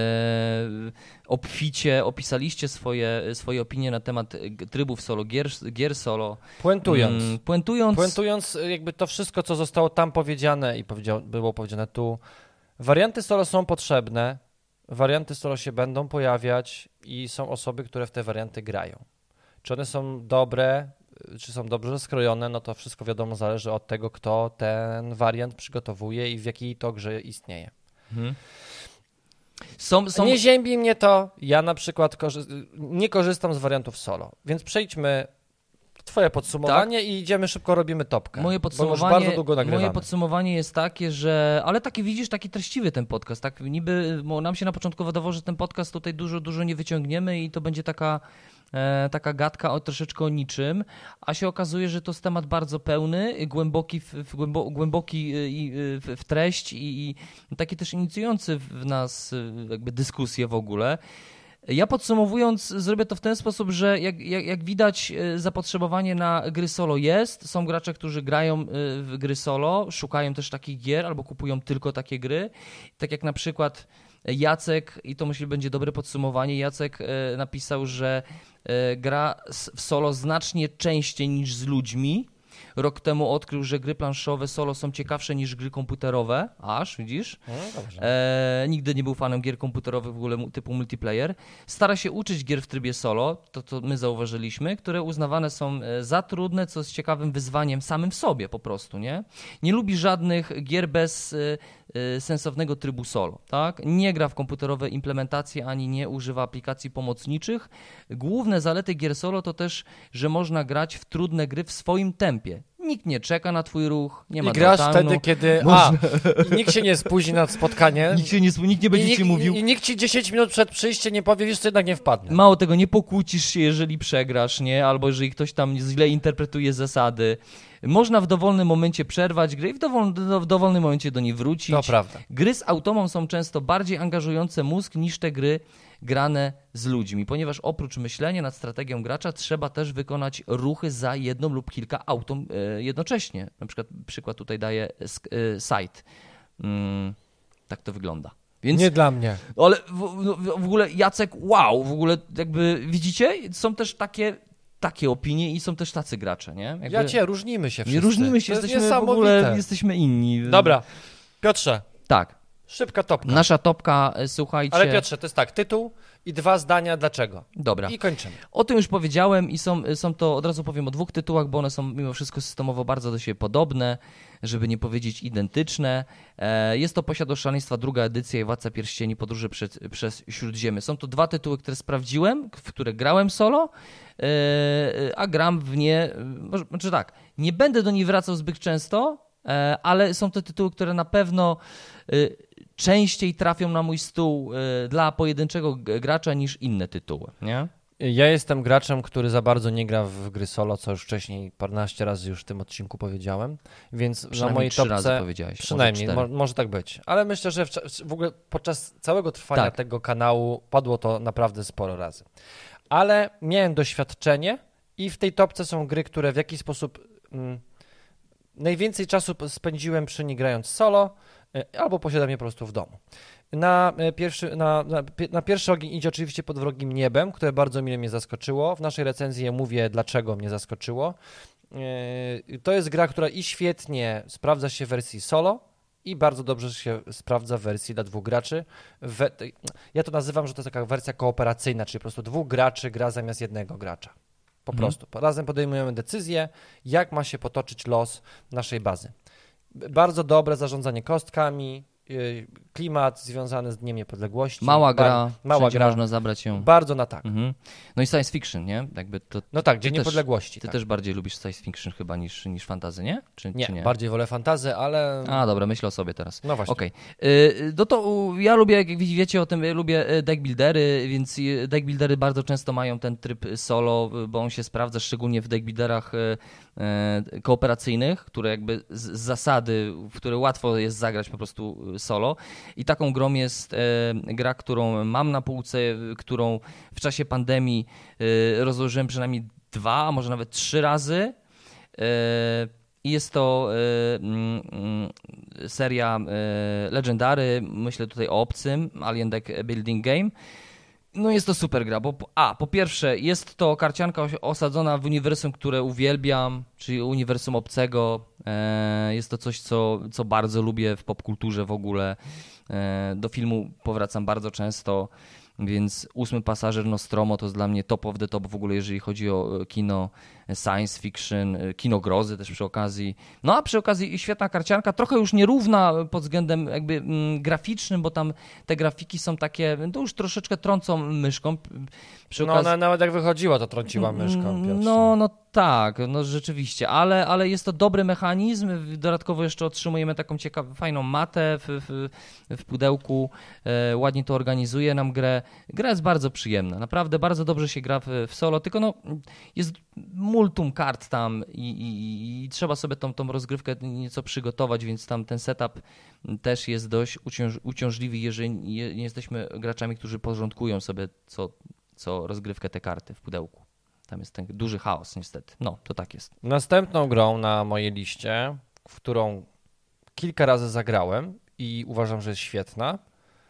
obficie opisaliście swoje, swoje opinie na temat trybów solo, gier, gier solo. Puentując. Mm, puentując, Puentując jakby to wszystko, co zostało tam powiedziane i powiedział, było powiedziane tu, warianty solo są potrzebne, warianty solo się będą pojawiać i są osoby, które w te warianty grają. Czy one są dobre, czy są dobrze skrojone, no to wszystko wiadomo zależy od tego, kto ten wariant przygotowuje i w jakiej to grze istnieje. Mhm. Są, są... Nie ziębi mnie to, ja na przykład korzy- nie korzystam z wariantów solo, więc przejdźmy twoje podsumowanie i idziemy szybko, robimy topkę. Moje bo już podsumowanie, bardzo długo nagrywamy. moje podsumowanie jest takie, że. Ale taki widzisz, taki treściwy ten podcast. Tak, niby bo nam się na początku wydawało, że ten podcast tutaj dużo, dużo nie wyciągniemy i to będzie taka, e, taka gadka o troszeczkę o niczym, a się okazuje, że to jest temat bardzo pełny, głęboki w, w, głębo, głęboki i, w, w treść i, i taki też inicjujący w nas jakby dyskusję w ogóle. Ja podsumowując, zrobię to w ten sposób, że jak, jak, jak widać, zapotrzebowanie na gry solo jest. Są gracze, którzy grają w gry solo, szukają też takich gier albo kupują tylko takie gry. Tak jak na przykład Jacek, i to myślę będzie dobre podsumowanie, Jacek napisał, że gra w solo znacznie częściej niż z ludźmi. Rok temu odkrył, że gry planszowe solo są ciekawsze niż gry komputerowe. Aż, widzisz? No, dobrze. E, nigdy nie był fanem gier komputerowych w ogóle typu multiplayer. Stara się uczyć gier w trybie solo, to, to my zauważyliśmy, które uznawane są za trudne, co jest ciekawym wyzwaniem samym w sobie po prostu, nie? Nie lubi żadnych gier bez y, y, sensownego trybu solo, tak? Nie gra w komputerowe implementacje, ani nie używa aplikacji pomocniczych. Główne zalety gier solo to też, że można grać w trudne gry w swoim tempie. Nikt nie czeka na twój ruch, nie ma I grasz downtownu. wtedy, kiedy a, i nikt się nie spóźni na spotkanie. Nikt, się nie, nikt nie będzie I nikt, ci mówił. I, I nikt ci dziesięć minut przed przyjściem nie powie, wiesz co, jednak nie wpadnie. Mało tego, nie pokłócisz się, jeżeli przegrasz, nie? Albo jeżeli ktoś tam źle interpretuje zasady. Można w dowolnym momencie przerwać gry i w, dowol, do, w dowolnym momencie do niej wrócić. To prawda. Gry z automą są często bardziej angażujące mózg niż te gry grane z ludźmi, ponieważ oprócz myślenia nad strategią gracza trzeba też wykonać ruchy za jedną lub kilka autom e, jednocześnie. Na przykład przykład tutaj daje e, Sight. Mm, tak to wygląda. Więc, nie dla mnie. Ale w, w, w ogóle Jacek, wow, w ogóle jakby widzicie, są też takie takie opinie i są też tacy gracze, nie? Jakby, Ja cię, różnimy się wszyscy. Różnimy się, to jesteśmy w ogóle, jesteśmy inni. Dobra, Piotrze, tak. szybka topka. Nasza topka, słuchajcie... Ale Piotrze, to jest tak, tytuł i dwa zdania dlaczego. Dobra. I kończymy. O tym już powiedziałem i są, są to, od razu powiem o dwóch tytułach, bo one są mimo wszystko systemowo bardzo do siebie podobne, żeby nie powiedzieć identyczne. Jest to Posiadłość Szaleństwa, druga edycja i Władca Pierścieni, Podróże przez, przez Śródziemie. Są to dwa tytuły, które sprawdziłem, w które grałem solo, a gram w nie, znaczy tak, nie będę do nich wracał zbyt często, ale są to tytuły, które na pewno częściej trafią na mój stół dla pojedynczego gracza niż inne tytuły, nie? Ja jestem graczem, który za bardzo nie gra w gry solo, co już wcześniej paręnaście razy już w tym odcinku powiedziałem, więc na mojej trzy topce... razy powiedziałeś, przynajmniej, może, mo może tak być. Ale myślę, że w, w ogóle podczas całego trwania tak. tego kanału padło to naprawdę sporo razy. Ale miałem doświadczenie i w tej topce są gry, które w jakiś sposób... Mm, najwięcej czasu spędziłem przy nich grając solo, albo posiadam je po prostu w domu. Na pierwszy, na, na, na pierwszy ogień idzie oczywiście Pod wrogim niebem, które bardzo mile mnie zaskoczyło. W naszej recenzji mówię, dlaczego mnie zaskoczyło. To jest gra, która i świetnie sprawdza się w wersji solo i bardzo dobrze się sprawdza w wersji dla dwóch graczy. We, ja to nazywam, że to jest taka wersja kooperacyjna, czyli po prostu dwóch graczy gra zamiast jednego gracza. Po mhm. prostu. Razem podejmujemy decyzję, jak ma się potoczyć los naszej bazy. Bardzo dobre zarządzanie kostkami, klimat związany z Dniem Niepodległości. Mała gra, mała gra. Można zabrać ją. Bardzo na tak. Mhm. No i science fiction, nie? Jakby to, no tak, Dzień ty Niepodległości. Też, ty tak. też bardziej lubisz science fiction chyba niż, niż fantasy, nie? Czy nie? Czy nie, bardziej wolę fantazy, ale... A, dobra, myślę o sobie teraz. No właśnie. Okej. Okay. No to ja lubię, jak wiecie o tym, lubię deckbuildery, więc deckbuildery bardzo często mają ten tryb solo, bo on się sprawdza, szczególnie w deckbuilderach kooperacyjnych, które jakby z zasady, w które łatwo jest zagrać po prostu solo. I taką grą jest e, gra, którą mam na półce, którą w czasie pandemii e, rozłożyłem przynajmniej dwa, a może nawet trzy razy. E, jest to e, mm, seria e, Legendary, myślę tutaj o obcym, Alien Deck Building Game. No jest to super gra, bo a, po pierwsze jest to karcianka osadzona w uniwersum, które uwielbiam, czyli uniwersum obcego. E, jest to coś, co, co bardzo lubię w popkulturze w ogóle. E, do filmu powracam bardzo często, więc Ósmy Pasażer Nostromo to jest dla mnie top of the top w ogóle, jeżeli chodzi o kino science fiction, kino grozy też przy okazji. No a przy okazji świetna karcianka, trochę już nierówna pod względem jakby mm, graficznym, bo tam te grafiki są takie, to już troszeczkę trącą myszką. Przy no okazji... ona nawet jak wychodziła, to trąciła myszką. Piotrze. No, no tak, no rzeczywiście, ale, ale jest to dobry mechanizm, dodatkowo jeszcze otrzymujemy taką ciekawą, fajną matę w, w, w pudełku, e, ładnie to organizuje nam grę. Gra jest bardzo przyjemna, naprawdę bardzo dobrze się gra w, w solo, tylko no jest multum kart tam i, i, i trzeba sobie tą, tą rozgrywkę nieco przygotować, więc tam ten setup też jest dość uciąż, uciążliwy, jeżeli nie, nie jesteśmy graczami, którzy porządkują sobie co, co rozgrywkę te karty w pudełku. Tam jest ten duży chaos niestety. No, to tak jest. Następną grą na mojej liście, w którą kilka razy zagrałem i uważam, że jest świetna,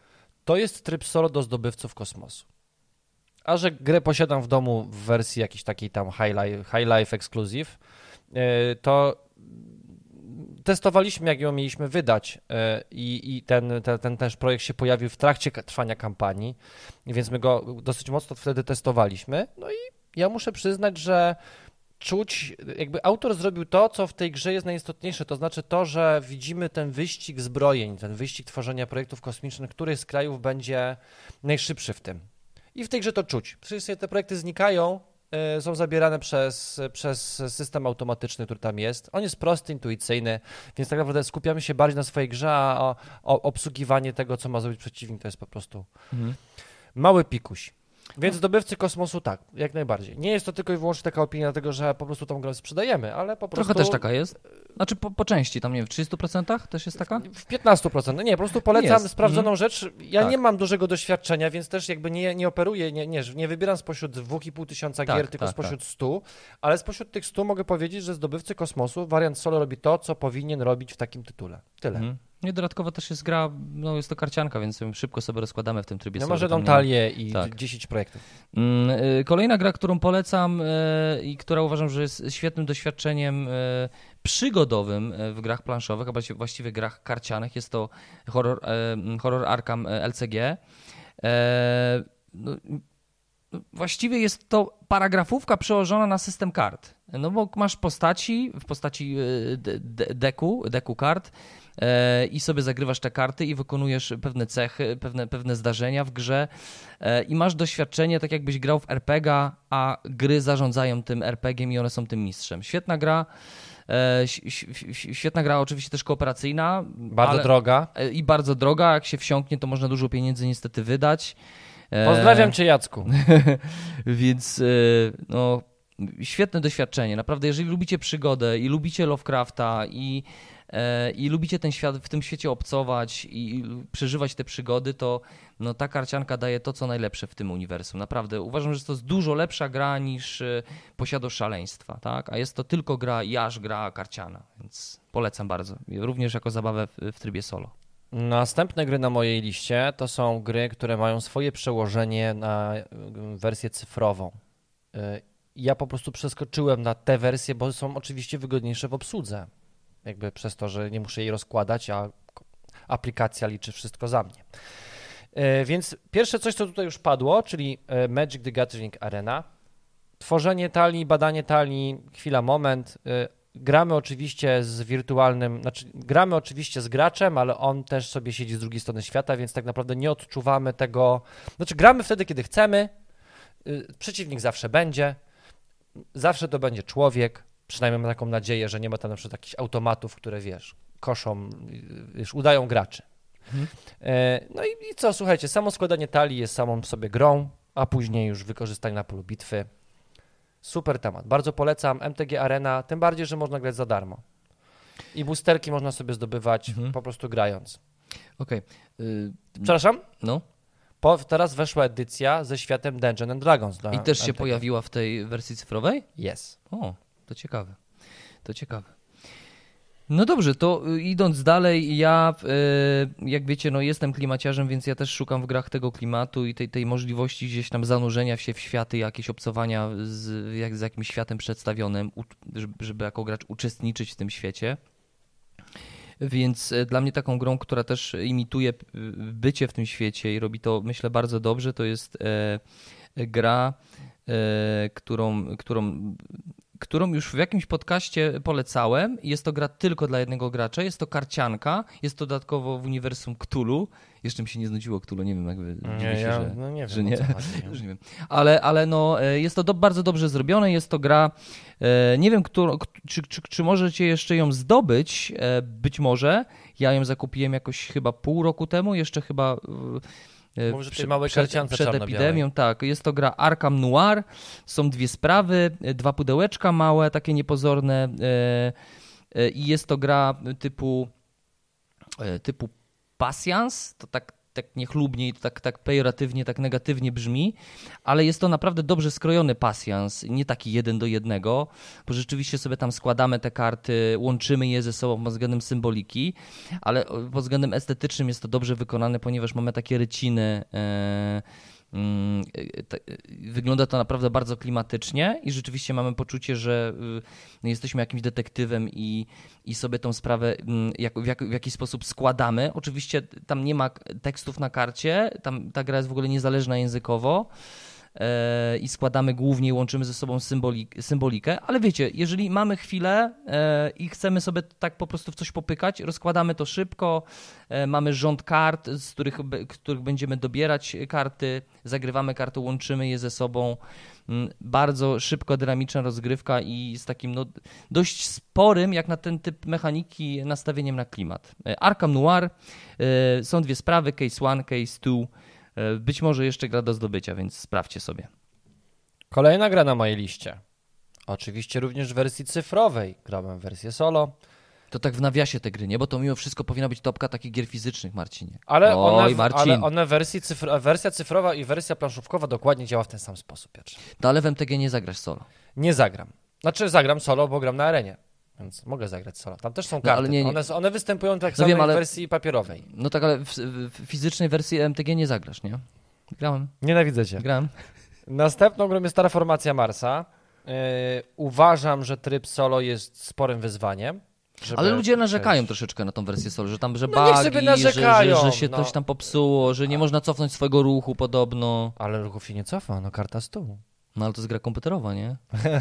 to jest tryb solo do zdobywców kosmosu. A że grę posiadam w domu w wersji jakiejś takiej tam High Life, high life Exclusive, to testowaliśmy, jak ją mieliśmy wydać i, i ten, ten, ten też projekt się pojawił w trakcie trwania kampanii, więc my go dosyć mocno wtedy testowaliśmy. No i ja muszę przyznać, że czuć, jakby autor zrobił to, co w tej grze jest najistotniejsze, to znaczy to, że widzimy ten wyścig zbrojeń, ten wyścig tworzenia projektów kosmicznych, który z krajów będzie najszybszy w tym. I w tej grze to czuć. Przecież sobie te projekty znikają, y, są zabierane przez, przez system automatyczny, który tam jest. On jest prosty, intuicyjny, więc tak naprawdę skupiamy się bardziej na swojej grze, a o, o, obsługiwanie tego, co ma zrobić przeciwnik, to jest po prostu mhm. mały pikuś. Więc zdobywcy kosmosu tak, jak najbardziej. Nie jest to tylko i wyłącznie taka opinia, dlatego że po prostu tą grę sprzedajemy, ale po prostu... Trochę też taka jest. Znaczy po, po części, tam nie wiem, w trzydziestu procentach też jest taka? W piętnastu procentach. Nie, po prostu polecam jest. sprawdzoną mhm. rzecz. Ja tak. nie mam dużego doświadczenia, więc też jakby nie, nie operuję, nie, nie, nie wybieram spośród dwóch i pół tysiąca tak, gier, tylko tak, spośród tak. stu, ale spośród tych stu mogę powiedzieć, że zdobywcy kosmosu, wariant solo robi to, co powinien robić w takim tytule. Tyle. Mhm. Nie, dodatkowo też jest gra, no jest to karcianka, więc szybko sobie rozkładamy w tym trybie. No może talię i tak. dziesięć projektów. Kolejna gra, którą polecam i która uważam, że jest świetnym doświadczeniem przygodowym w grach planszowych, a właściwie grach karcianych, jest to Horror, horror Arkham L C G. Właściwie jest to paragrafówka przełożona na system kart. No bo masz postaci w postaci deku, deku kart i sobie zagrywasz te karty i wykonujesz pewne cechy, pewne, pewne zdarzenia w grze i masz doświadczenie, tak jakbyś grał w er pe gie a, a gry zarządzają tym er pe gie em i one są tym mistrzem. Świetna gra, świetna gra oczywiście też kooperacyjna. Bardzo ale, droga. I bardzo droga, jak się wsiąknie, to można dużo pieniędzy niestety wydać. Pozdrawiam cię, Jacku. Więc no, świetne doświadczenie. Naprawdę, jeżeli lubicie przygodę i lubicie Lovecrafta i, e, i lubicie ten świat, w tym świecie obcować i, i przeżywać te przygody, to no, ta karcianka daje to, co najlepsze w tym uniwersum. Naprawdę uważam, że to jest dużo lepsza gra niż e, Posiadacz Szaleństwa, tak? A jest to tylko gra i aż gra karciana, więc polecam bardzo. Również jako zabawę w, w trybie solo. Następne gry na mojej liście to są gry, które mają swoje przełożenie na wersję cyfrową. Ja po prostu przeskoczyłem na te wersje, bo są oczywiście wygodniejsze w obsłudze. Jakby przez to, że nie muszę jej rozkładać, a aplikacja liczy wszystko za mnie. Więc pierwsze coś, co tutaj już padło, czyli Magic the Gathering Arena. Tworzenie talii, badanie talii, chwila, moment. Gramy oczywiście z wirtualnym, znaczy gramy oczywiście z graczem, ale on też sobie siedzi z drugiej strony świata, więc tak naprawdę nie odczuwamy tego, znaczy gramy wtedy, kiedy chcemy, przeciwnik zawsze będzie, zawsze to będzie człowiek, przynajmniej mam taką nadzieję, że nie ma tam na przykład jakichś automatów, które wiesz, koszą, wiesz, udają graczy. Mhm. No i, i co, słuchajcie, samo składanie talii jest samą sobie grą, a później już wykorzystanie na polu bitwy. Super temat. Bardzo polecam M T G Arena, tym bardziej, że można grać za darmo. I boosterki można sobie zdobywać mhm. po prostu grając. Okej. Okay. Yy, Przepraszam? No. Po, teraz weszła edycja ze światem Dungeons and Dragons. I też się M T G. Pojawiła w tej wersji cyfrowej? Jest. O, to ciekawe. To ciekawe. No dobrze, to idąc dalej, ja jak wiecie, no jestem klimaciarzem, więc ja też szukam w grach tego klimatu i tej, tej możliwości gdzieś tam zanurzenia się w światy, jakieś obcowania z, jak, z jakimś światem przedstawionym, żeby, żeby jako gracz uczestniczyć w tym świecie. Więc dla mnie taką grą, która też imituje bycie w tym świecie i robi to, myślę, bardzo dobrze, to jest e, gra, e, którą, którą którą już w jakimś podcaście polecałem. Jest to gra tylko dla jednego gracza, jest to karcianka, jest to dodatkowo w uniwersum Cthulhu. Jeszcze mi się nie znudziło Cthulhu, nie wiem, jakby nie, dziwię się, ja, że, no nie wiem, że nie. Chodzi, nie? nie wiem. Ale, ale no, jest to do, bardzo dobrze zrobione, jest to gra, nie wiem, którą, czy, czy, czy możecie jeszcze ją zdobyć, być może. Ja ją zakupiłem jakoś chyba pół roku temu, jeszcze chyba... Może przed, małej przed, przed epidemią, tak. Jest to gra Arkham Noir. Są dwie sprawy, dwa pudełeczka małe, takie niepozorne i jest to gra typu typu pasjans, to tak, tak niechlubnie i to tak, tak pejoratywnie, tak negatywnie brzmi, ale jest to naprawdę dobrze skrojony pasjans, nie taki jeden do jednego, bo rzeczywiście sobie tam składamy te karty, łączymy je ze sobą pod względem symboliki, ale pod względem estetycznym jest to dobrze wykonane, ponieważ mamy takie ryciny, e, Wygląda to naprawdę bardzo klimatycznie i rzeczywiście mamy poczucie, że jesteśmy jakimś detektywem i, i sobie tą sprawę jak, w, jak, w jakiś sposób składamy. Oczywiście tam nie ma tekstów na karcie, tam ta gra jest w ogóle niezależna językowo i składamy głównie i łączymy ze sobą symbolik, symbolikę, ale wiecie, jeżeli mamy chwilę i chcemy sobie tak po prostu w coś popykać, rozkładamy to szybko, mamy rząd kart, z których, których będziemy dobierać karty, zagrywamy karty, łączymy je ze sobą. Bardzo szybko dynamiczna rozgrywka i z takim no, dość sporym, jak na ten typ mechaniki, nastawieniem na klimat. Arkham Noir, są dwie sprawy, case one, case two. Być może jeszcze gra do zdobycia, więc sprawdźcie sobie. Kolejna gra na mojej liście. Oczywiście również w wersji cyfrowej. Grałem w wersję solo. To tak w nawiasie te gry, nie? Bo to mimo wszystko powinna być topka takich gier fizycznych, Marcinie. Ale Oj, one, Marcin. ale one wersji cyfro, wersja cyfrowa i wersja planszówkowa dokładnie działa w ten sam sposób. Piotrze. No ale w M T G nie zagrasz solo. Nie zagram. Znaczy zagram solo, bo gram na arenie. Więc mogę zagrać solo. Tam też są karty. No, ale nie, nie. One, one występują tak no samo wiem, ale... w wersji papierowej. No tak, ale w, w fizycznej wersji M T G nie zagrasz, nie? Grałem. Nienawidzę cię. Grałem. Następną grą jest Terraformacja Marsa. Yy, uważam, że tryb solo jest sporym wyzwaniem. Ale ludzie narzekają przejść. troszeczkę na tą wersję solo, że tam, że no bugi, że, że, że się no. coś tam popsuło, że nie można cofnąć swojego ruchu podobno. Ale ruchów się nie cofa, no karta stół. No ale to jest gra komputerowa, nie?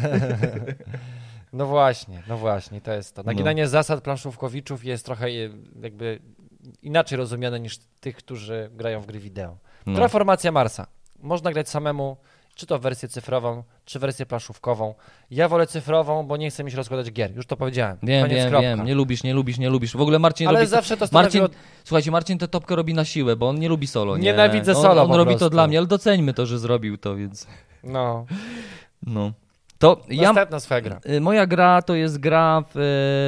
No właśnie, no właśnie, to jest to. Naginanie no. zasad planszówkowiczów jest trochę jakby inaczej rozumiane niż tych, którzy grają w gry wideo. No. Terraformacja Marsa. Można grać samemu, czy to wersję cyfrową, czy wersję planszówkową. Ja wolę cyfrową, bo nie chcę mi się rozkładać gier. Już to powiedziałem. Wiem, Koniec, wiem, kropka. wiem. Nie lubisz, nie lubisz, nie lubisz. W ogóle Marcin Ale robi... zawsze to Marcin, stanowiło... Słuchajcie, Marcin tę topkę robi na siłę, bo on nie lubi solo. Nie? Nienawidzę solo On, on robi prostu. to dla mnie, ale doceńmy to, że zrobił to, więc... No. No. To Następna ja, swoja gra. Moja gra to jest gra, w,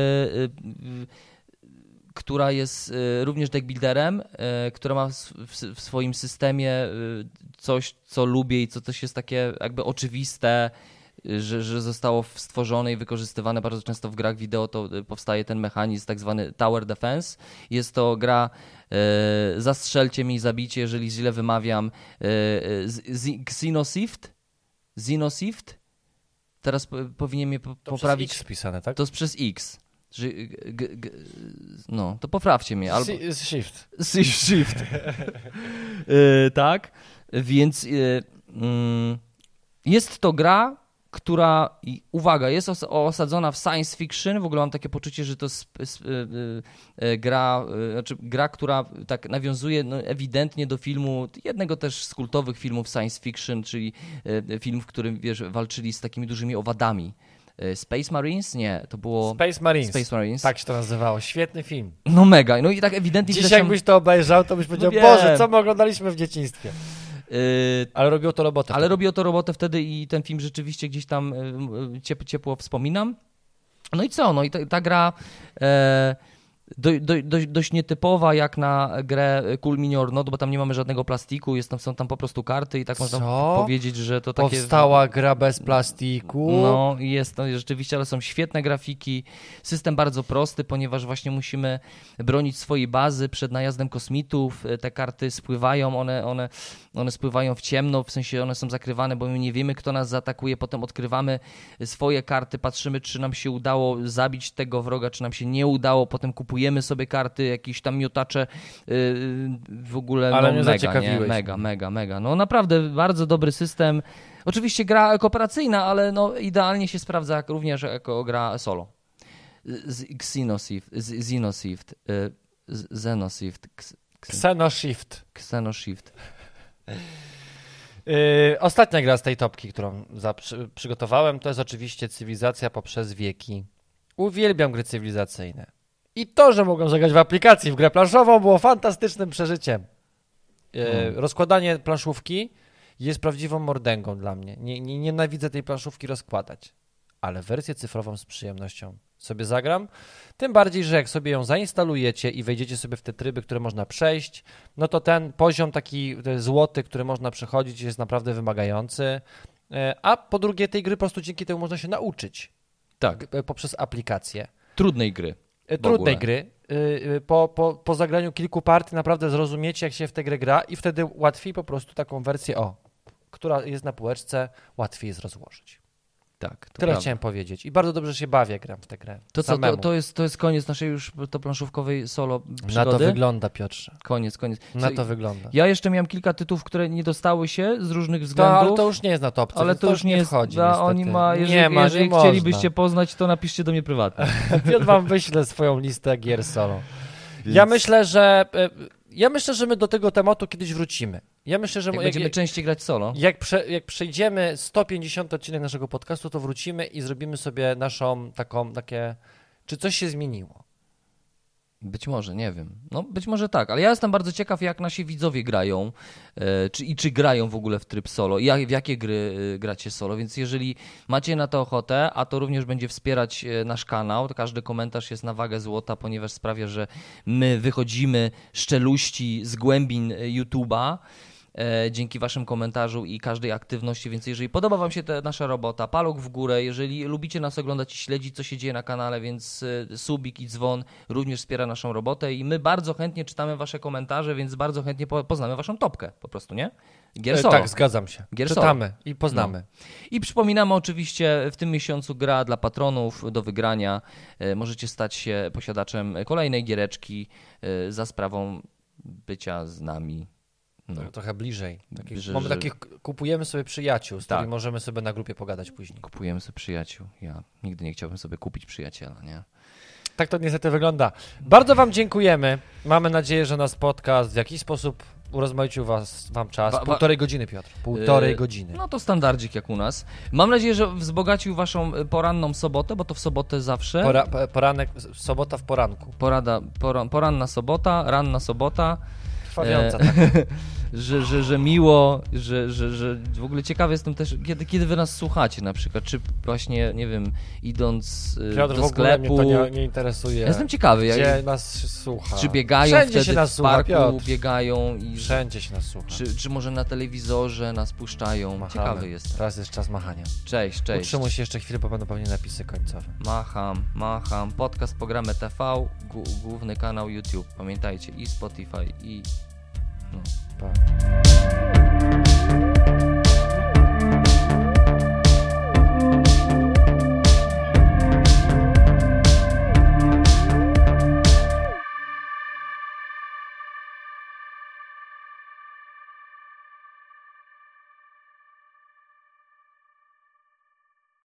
w, która jest również deckbuilderem, która ma w, w swoim systemie coś, co lubię i co też jest takie jakby oczywiste, że, że zostało stworzone i wykorzystywane bardzo często w grach wideo, to powstaje ten mechanizm tak zwany Tower Defense. Jest to gra e, zastrzelcie mi, zabicie, jeżeli źle wymawiam, e, Xenosift. Xenosift. Teraz po, powinien mnie po, to poprawić. To przez X pisane, tak? To jest przez X. Że, g, g, no, to poprawcie mnie. Albo... Shift. Shift. e, tak, więc e, mm, jest to gra, która, uwaga, jest os- osadzona w science fiction. W ogóle mam takie poczucie, że to jest sp- y- y- gra, y- znaczy gra, która tak nawiązuje no, ewidentnie do filmu, jednego też z kultowych filmów science fiction, czyli y- film, w którym, wiesz, walczyli z takimi dużymi owadami. Space Marines? Nie, to było... Space Marines. Space Marines. Tak się to nazywało. Świetny film. No mega. No i tak ewidentnie... Dziś jakbyś to obejrzał, to byś powiedział, no Boże, co my oglądaliśmy w dzieciństwie. Yy, ale robiło to robotę. Ale wtedy. robiło to robotę wtedy i ten film rzeczywiście gdzieś tam ciep- ciepło wspominam. No i co? No i ta, ta gra e, do, do, do, dość nietypowa jak na grę Cool Mini or Not, bo tam nie mamy żadnego plastiku, jest tam, są tam po prostu karty i tak co? można powiedzieć, że to takie... Powstała gra bez plastiku? No jest, no rzeczywiście, ale są świetne grafiki. System bardzo prosty, ponieważ właśnie musimy bronić swojej bazy przed najazdem kosmitów. Te karty spływają, one, one, one spływają w ciemno, w sensie one są zakrywane, bo my nie wiemy, kto nas zaatakuje. Potem odkrywamy swoje karty, patrzymy, czy nam się udało zabić tego wroga, czy nam się nie udało. Potem kupujemy sobie karty, jakieś tam miotacze yy, w ogóle. Ale no, mnie mega, zaciekawiłeś. Nie? Mega, mega, mega. No naprawdę bardzo dobry system. Oczywiście gra kooperacyjna, ale no idealnie się sprawdza jak, również jako gra solo. Xenosift, Xenosift, Xenosift, Xenoshift. Xenoshift. Yy, ostatnia gra z tej topki, którą za, przy, przygotowałem, to jest oczywiście Cywilizacja poprzez wieki. Uwielbiam gry cywilizacyjne. I to, że mogłem zagrać w aplikacji w grę planszową, było fantastycznym przeżyciem. Yy, hmm. Rozkładanie planszówki jest prawdziwą mordęgą dla mnie. Nie, nie, nienawidzę tej planszówki rozkładać. Ale wersję cyfrową z przyjemnością sobie zagram. Tym bardziej, że jak sobie ją zainstalujecie i wejdziecie sobie w te tryby, które można przejść, no to ten poziom taki złoty, który można przechodzić, jest naprawdę wymagający. A po drugie, tej gry po prostu dzięki temu można się nauczyć. Tak. Poprzez aplikację. Trudnej gry. Trudnej gry. yy, po, po, po zagraniu kilku partii naprawdę zrozumiecie, jak się w tę grę gra i wtedy łatwiej po prostu taką wersję, o, która jest na półeczce, łatwiej jest rozłożyć. Tak, to Tyle prawda. chciałem powiedzieć. I bardzo dobrze się bawię, gram w tę grę. To co, to, samemu. to, jest, to jest koniec naszej już to planszówkowej solo przygody? Na to wygląda, Piotrze. Koniec, koniec. Na Co- to wygląda. Ja jeszcze miałem kilka tytułów, które nie dostały się z różnych To, względów. ale to już nie jest na topce, ale więc to już nie jest, wchodzi da, niestety. oni ma, jeżeli, nie ma, jeżeli nie chcielibyście można. poznać, to napiszcie do mnie prywatnie. Piotr wam wyśle swoją listę gier solo. Ja myślę, że e, ja myślę, że my do tego tematu kiedyś wrócimy. Ja myślę, że Jak jak, będziemy jak, częściej grać solo. jak, prze, jak przejdziemy sto pięćdziesiąty odcinek naszego podcastu, to wrócimy i zrobimy sobie naszą taką, takie, czy coś się zmieniło. Być może, nie wiem. No być może tak, ale ja jestem bardzo ciekaw, jak nasi widzowie grają e, czy, i czy grają w ogóle w tryb solo i jak, w jakie gry e, gracie solo, więc jeżeli macie na to ochotę, a to również będzie wspierać e, nasz kanał, to każdy komentarz jest na wagę złota, ponieważ sprawia, że my wychodzimy z czeluści, z głębin e, YouTube'a, e, dzięki waszym komentarzom i każdej aktywności, więc jeżeli podoba wam się ta nasza robota, paluch w górę, jeżeli lubicie nas oglądać i śledzić, co się dzieje na kanale, więc e, subik i dzwon również wspiera naszą robotę i my bardzo chętnie czytamy wasze komentarze, więc bardzo chętnie po, poznamy waszą topkę, po prostu, nie? Gier E, solo. tak, zgadzam się. Gier solo. Czytamy i poznamy. I przypominamy oczywiście, w tym miesiącu gra dla patronów do wygrania. E, Możecie stać się posiadaczem kolejnej giereczki e, za sprawą bycia z nami. No. Tak, trochę bliżej. Takich, Że- mamy że- takich, kupujemy sobie przyjaciół, z Tak. którymi możemy sobie na grupie pogadać później. Kupujemy sobie przyjaciół. Ja nigdy nie chciałbym sobie kupić przyjaciela, nie? Tak to niestety wygląda. Bardzo wam dziękujemy. Mamy nadzieję, że nasz podcast w jakiś sposób urozmaicił was, wam czas. Ba- ba- Półtorej godziny, Piotr. Półtorej Yy, godziny. No to standardzik jak u nas. Mam nadzieję, że wzbogacił waszą e, poranną sobotę, bo to w sobotę zawsze. Pora, po- poranek, sobota w poranku. Porada, pora, poranna sobota, ranna sobota. Trwająca E, tak. że, że, że miło, że, że, że w ogóle ciekawy jestem też, kiedy, kiedy wy nas słuchacie na przykład, czy właśnie, nie wiem, idąc y, Piotr, do w ogóle mnie sklepu. to nie, nie interesuje. Ja jestem ciekawy, Gdzie jak, nas słucha? czy biegają Wszędzie wtedy się nas w słucha, parku, Piotr. biegają i Wszędzie się nas słucha. czy, czy może na telewizorze nas puszczają. Machamy. Ciekawy jestem. Teraz jest czas machania. Cześć, cześć. Utrzymuj się jeszcze chwilę, bo będą pewnie napisy końcowe. Macham, macham. Podcast Pogramy T V, gó- główny kanał YouTube. Pamiętajcie, i Spotify, i... No. Pa.